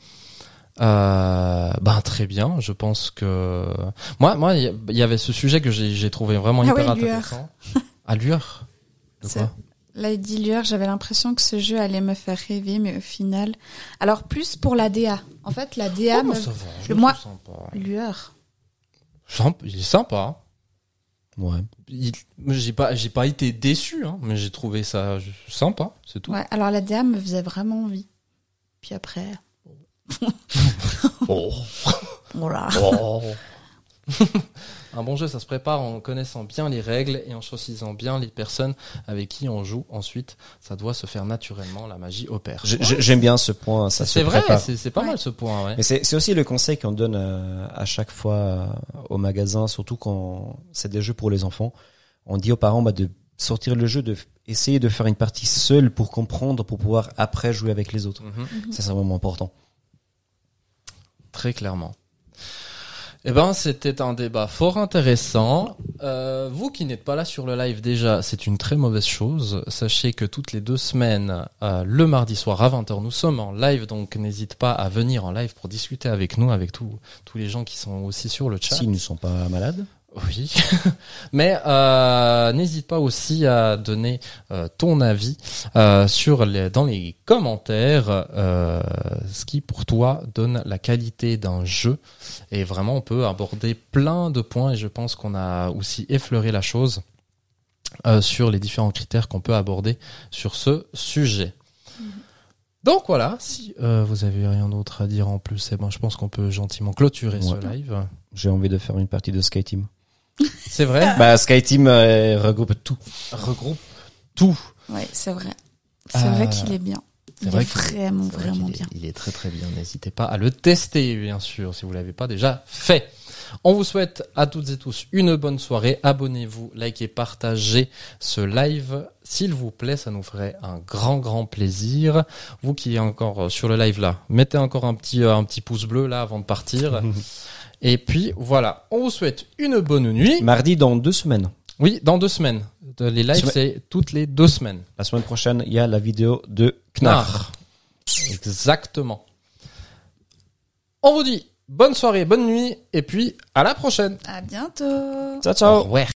Speaker 1: Très bien, je pense que moi il y avait ce sujet que j'ai trouvé vraiment hyper intéressant. Lueur. De quoi?
Speaker 3: Là, il dit Lueur, j'avais l'impression que ce jeu allait me faire rêver, mais au final, alors plus pour la DA. En fait, la DA
Speaker 1: moi
Speaker 3: Lueur.
Speaker 1: Il est sympa.
Speaker 2: Ouais.
Speaker 1: J'ai pas été déçu, hein, mais j'ai trouvé ça sympa, c'est tout.
Speaker 3: Ouais, alors la DA me faisait vraiment envie. Puis après. Voilà.
Speaker 1: Un bon jeu, ça se prépare en connaissant bien les règles et en choisissant bien les personnes avec qui on joue. Ensuite, ça doit se faire naturellement, la magie opère.
Speaker 2: J'aime bien ce point. Ça
Speaker 1: c'est vrai, c'est pas mal ce point. Ouais.
Speaker 2: Mais c'est aussi le conseil qu'on donne à chaque fois au magasin, surtout quand c'est des jeux pour les enfants. On dit aux parents de sortir le jeu, de essayer de faire une partie seule pour comprendre, pour pouvoir après jouer avec les autres. Ça, c'est vraiment important.
Speaker 1: Très clairement. C'était un débat fort intéressant. Vous qui n'êtes pas là sur le live déjà, c'est une très mauvaise chose. Sachez que toutes les 2 semaines, le mardi soir à 20h, nous sommes en live, donc n'hésite pas à venir en live pour discuter avec nous, avec tous les gens qui sont aussi sur le chat.
Speaker 2: S'ils ne sont pas malades.
Speaker 1: Oui, mais n'hésite pas aussi à donner ton avis dans les commentaires, ce qui pour toi donne la qualité d'un jeu. Et vraiment, on peut aborder plein de points, et je pense qu'on a aussi effleuré la chose sur les différents critères qu'on peut aborder sur ce sujet. Donc voilà, si vous avez rien d'autre à dire en plus, je pense qu'on peut gentiment clôturer ce live.
Speaker 2: J'ai envie de faire une partie de SkyTeam.
Speaker 1: C'est vrai?
Speaker 2: SkyTeam regroupe tout.
Speaker 3: Ouais, c'est vrai. C'est vrai qu'il est bien. Il est vraiment bien.
Speaker 1: Il est très très bien. N'hésitez pas à le tester, bien sûr, si vous l'avez pas déjà fait. On vous souhaite à toutes et tous une bonne soirée. Abonnez-vous, likez, partagez ce live, s'il vous plaît. Ça nous ferait un grand plaisir. Vous qui êtes encore sur le live là, mettez encore un petit pouce bleu là avant de partir. Et puis voilà, on vous souhaite une bonne nuit.
Speaker 2: Mardi dans 2 semaines.
Speaker 1: Oui, dans 2 semaines. Les lives, c'est toutes les 2 semaines.
Speaker 2: La semaine prochaine, il y a la vidéo de Knarr.
Speaker 1: Exactement. On vous dit bonne soirée, bonne nuit, et puis à la prochaine.
Speaker 3: À bientôt.
Speaker 2: Ciao.
Speaker 1: Au revoir.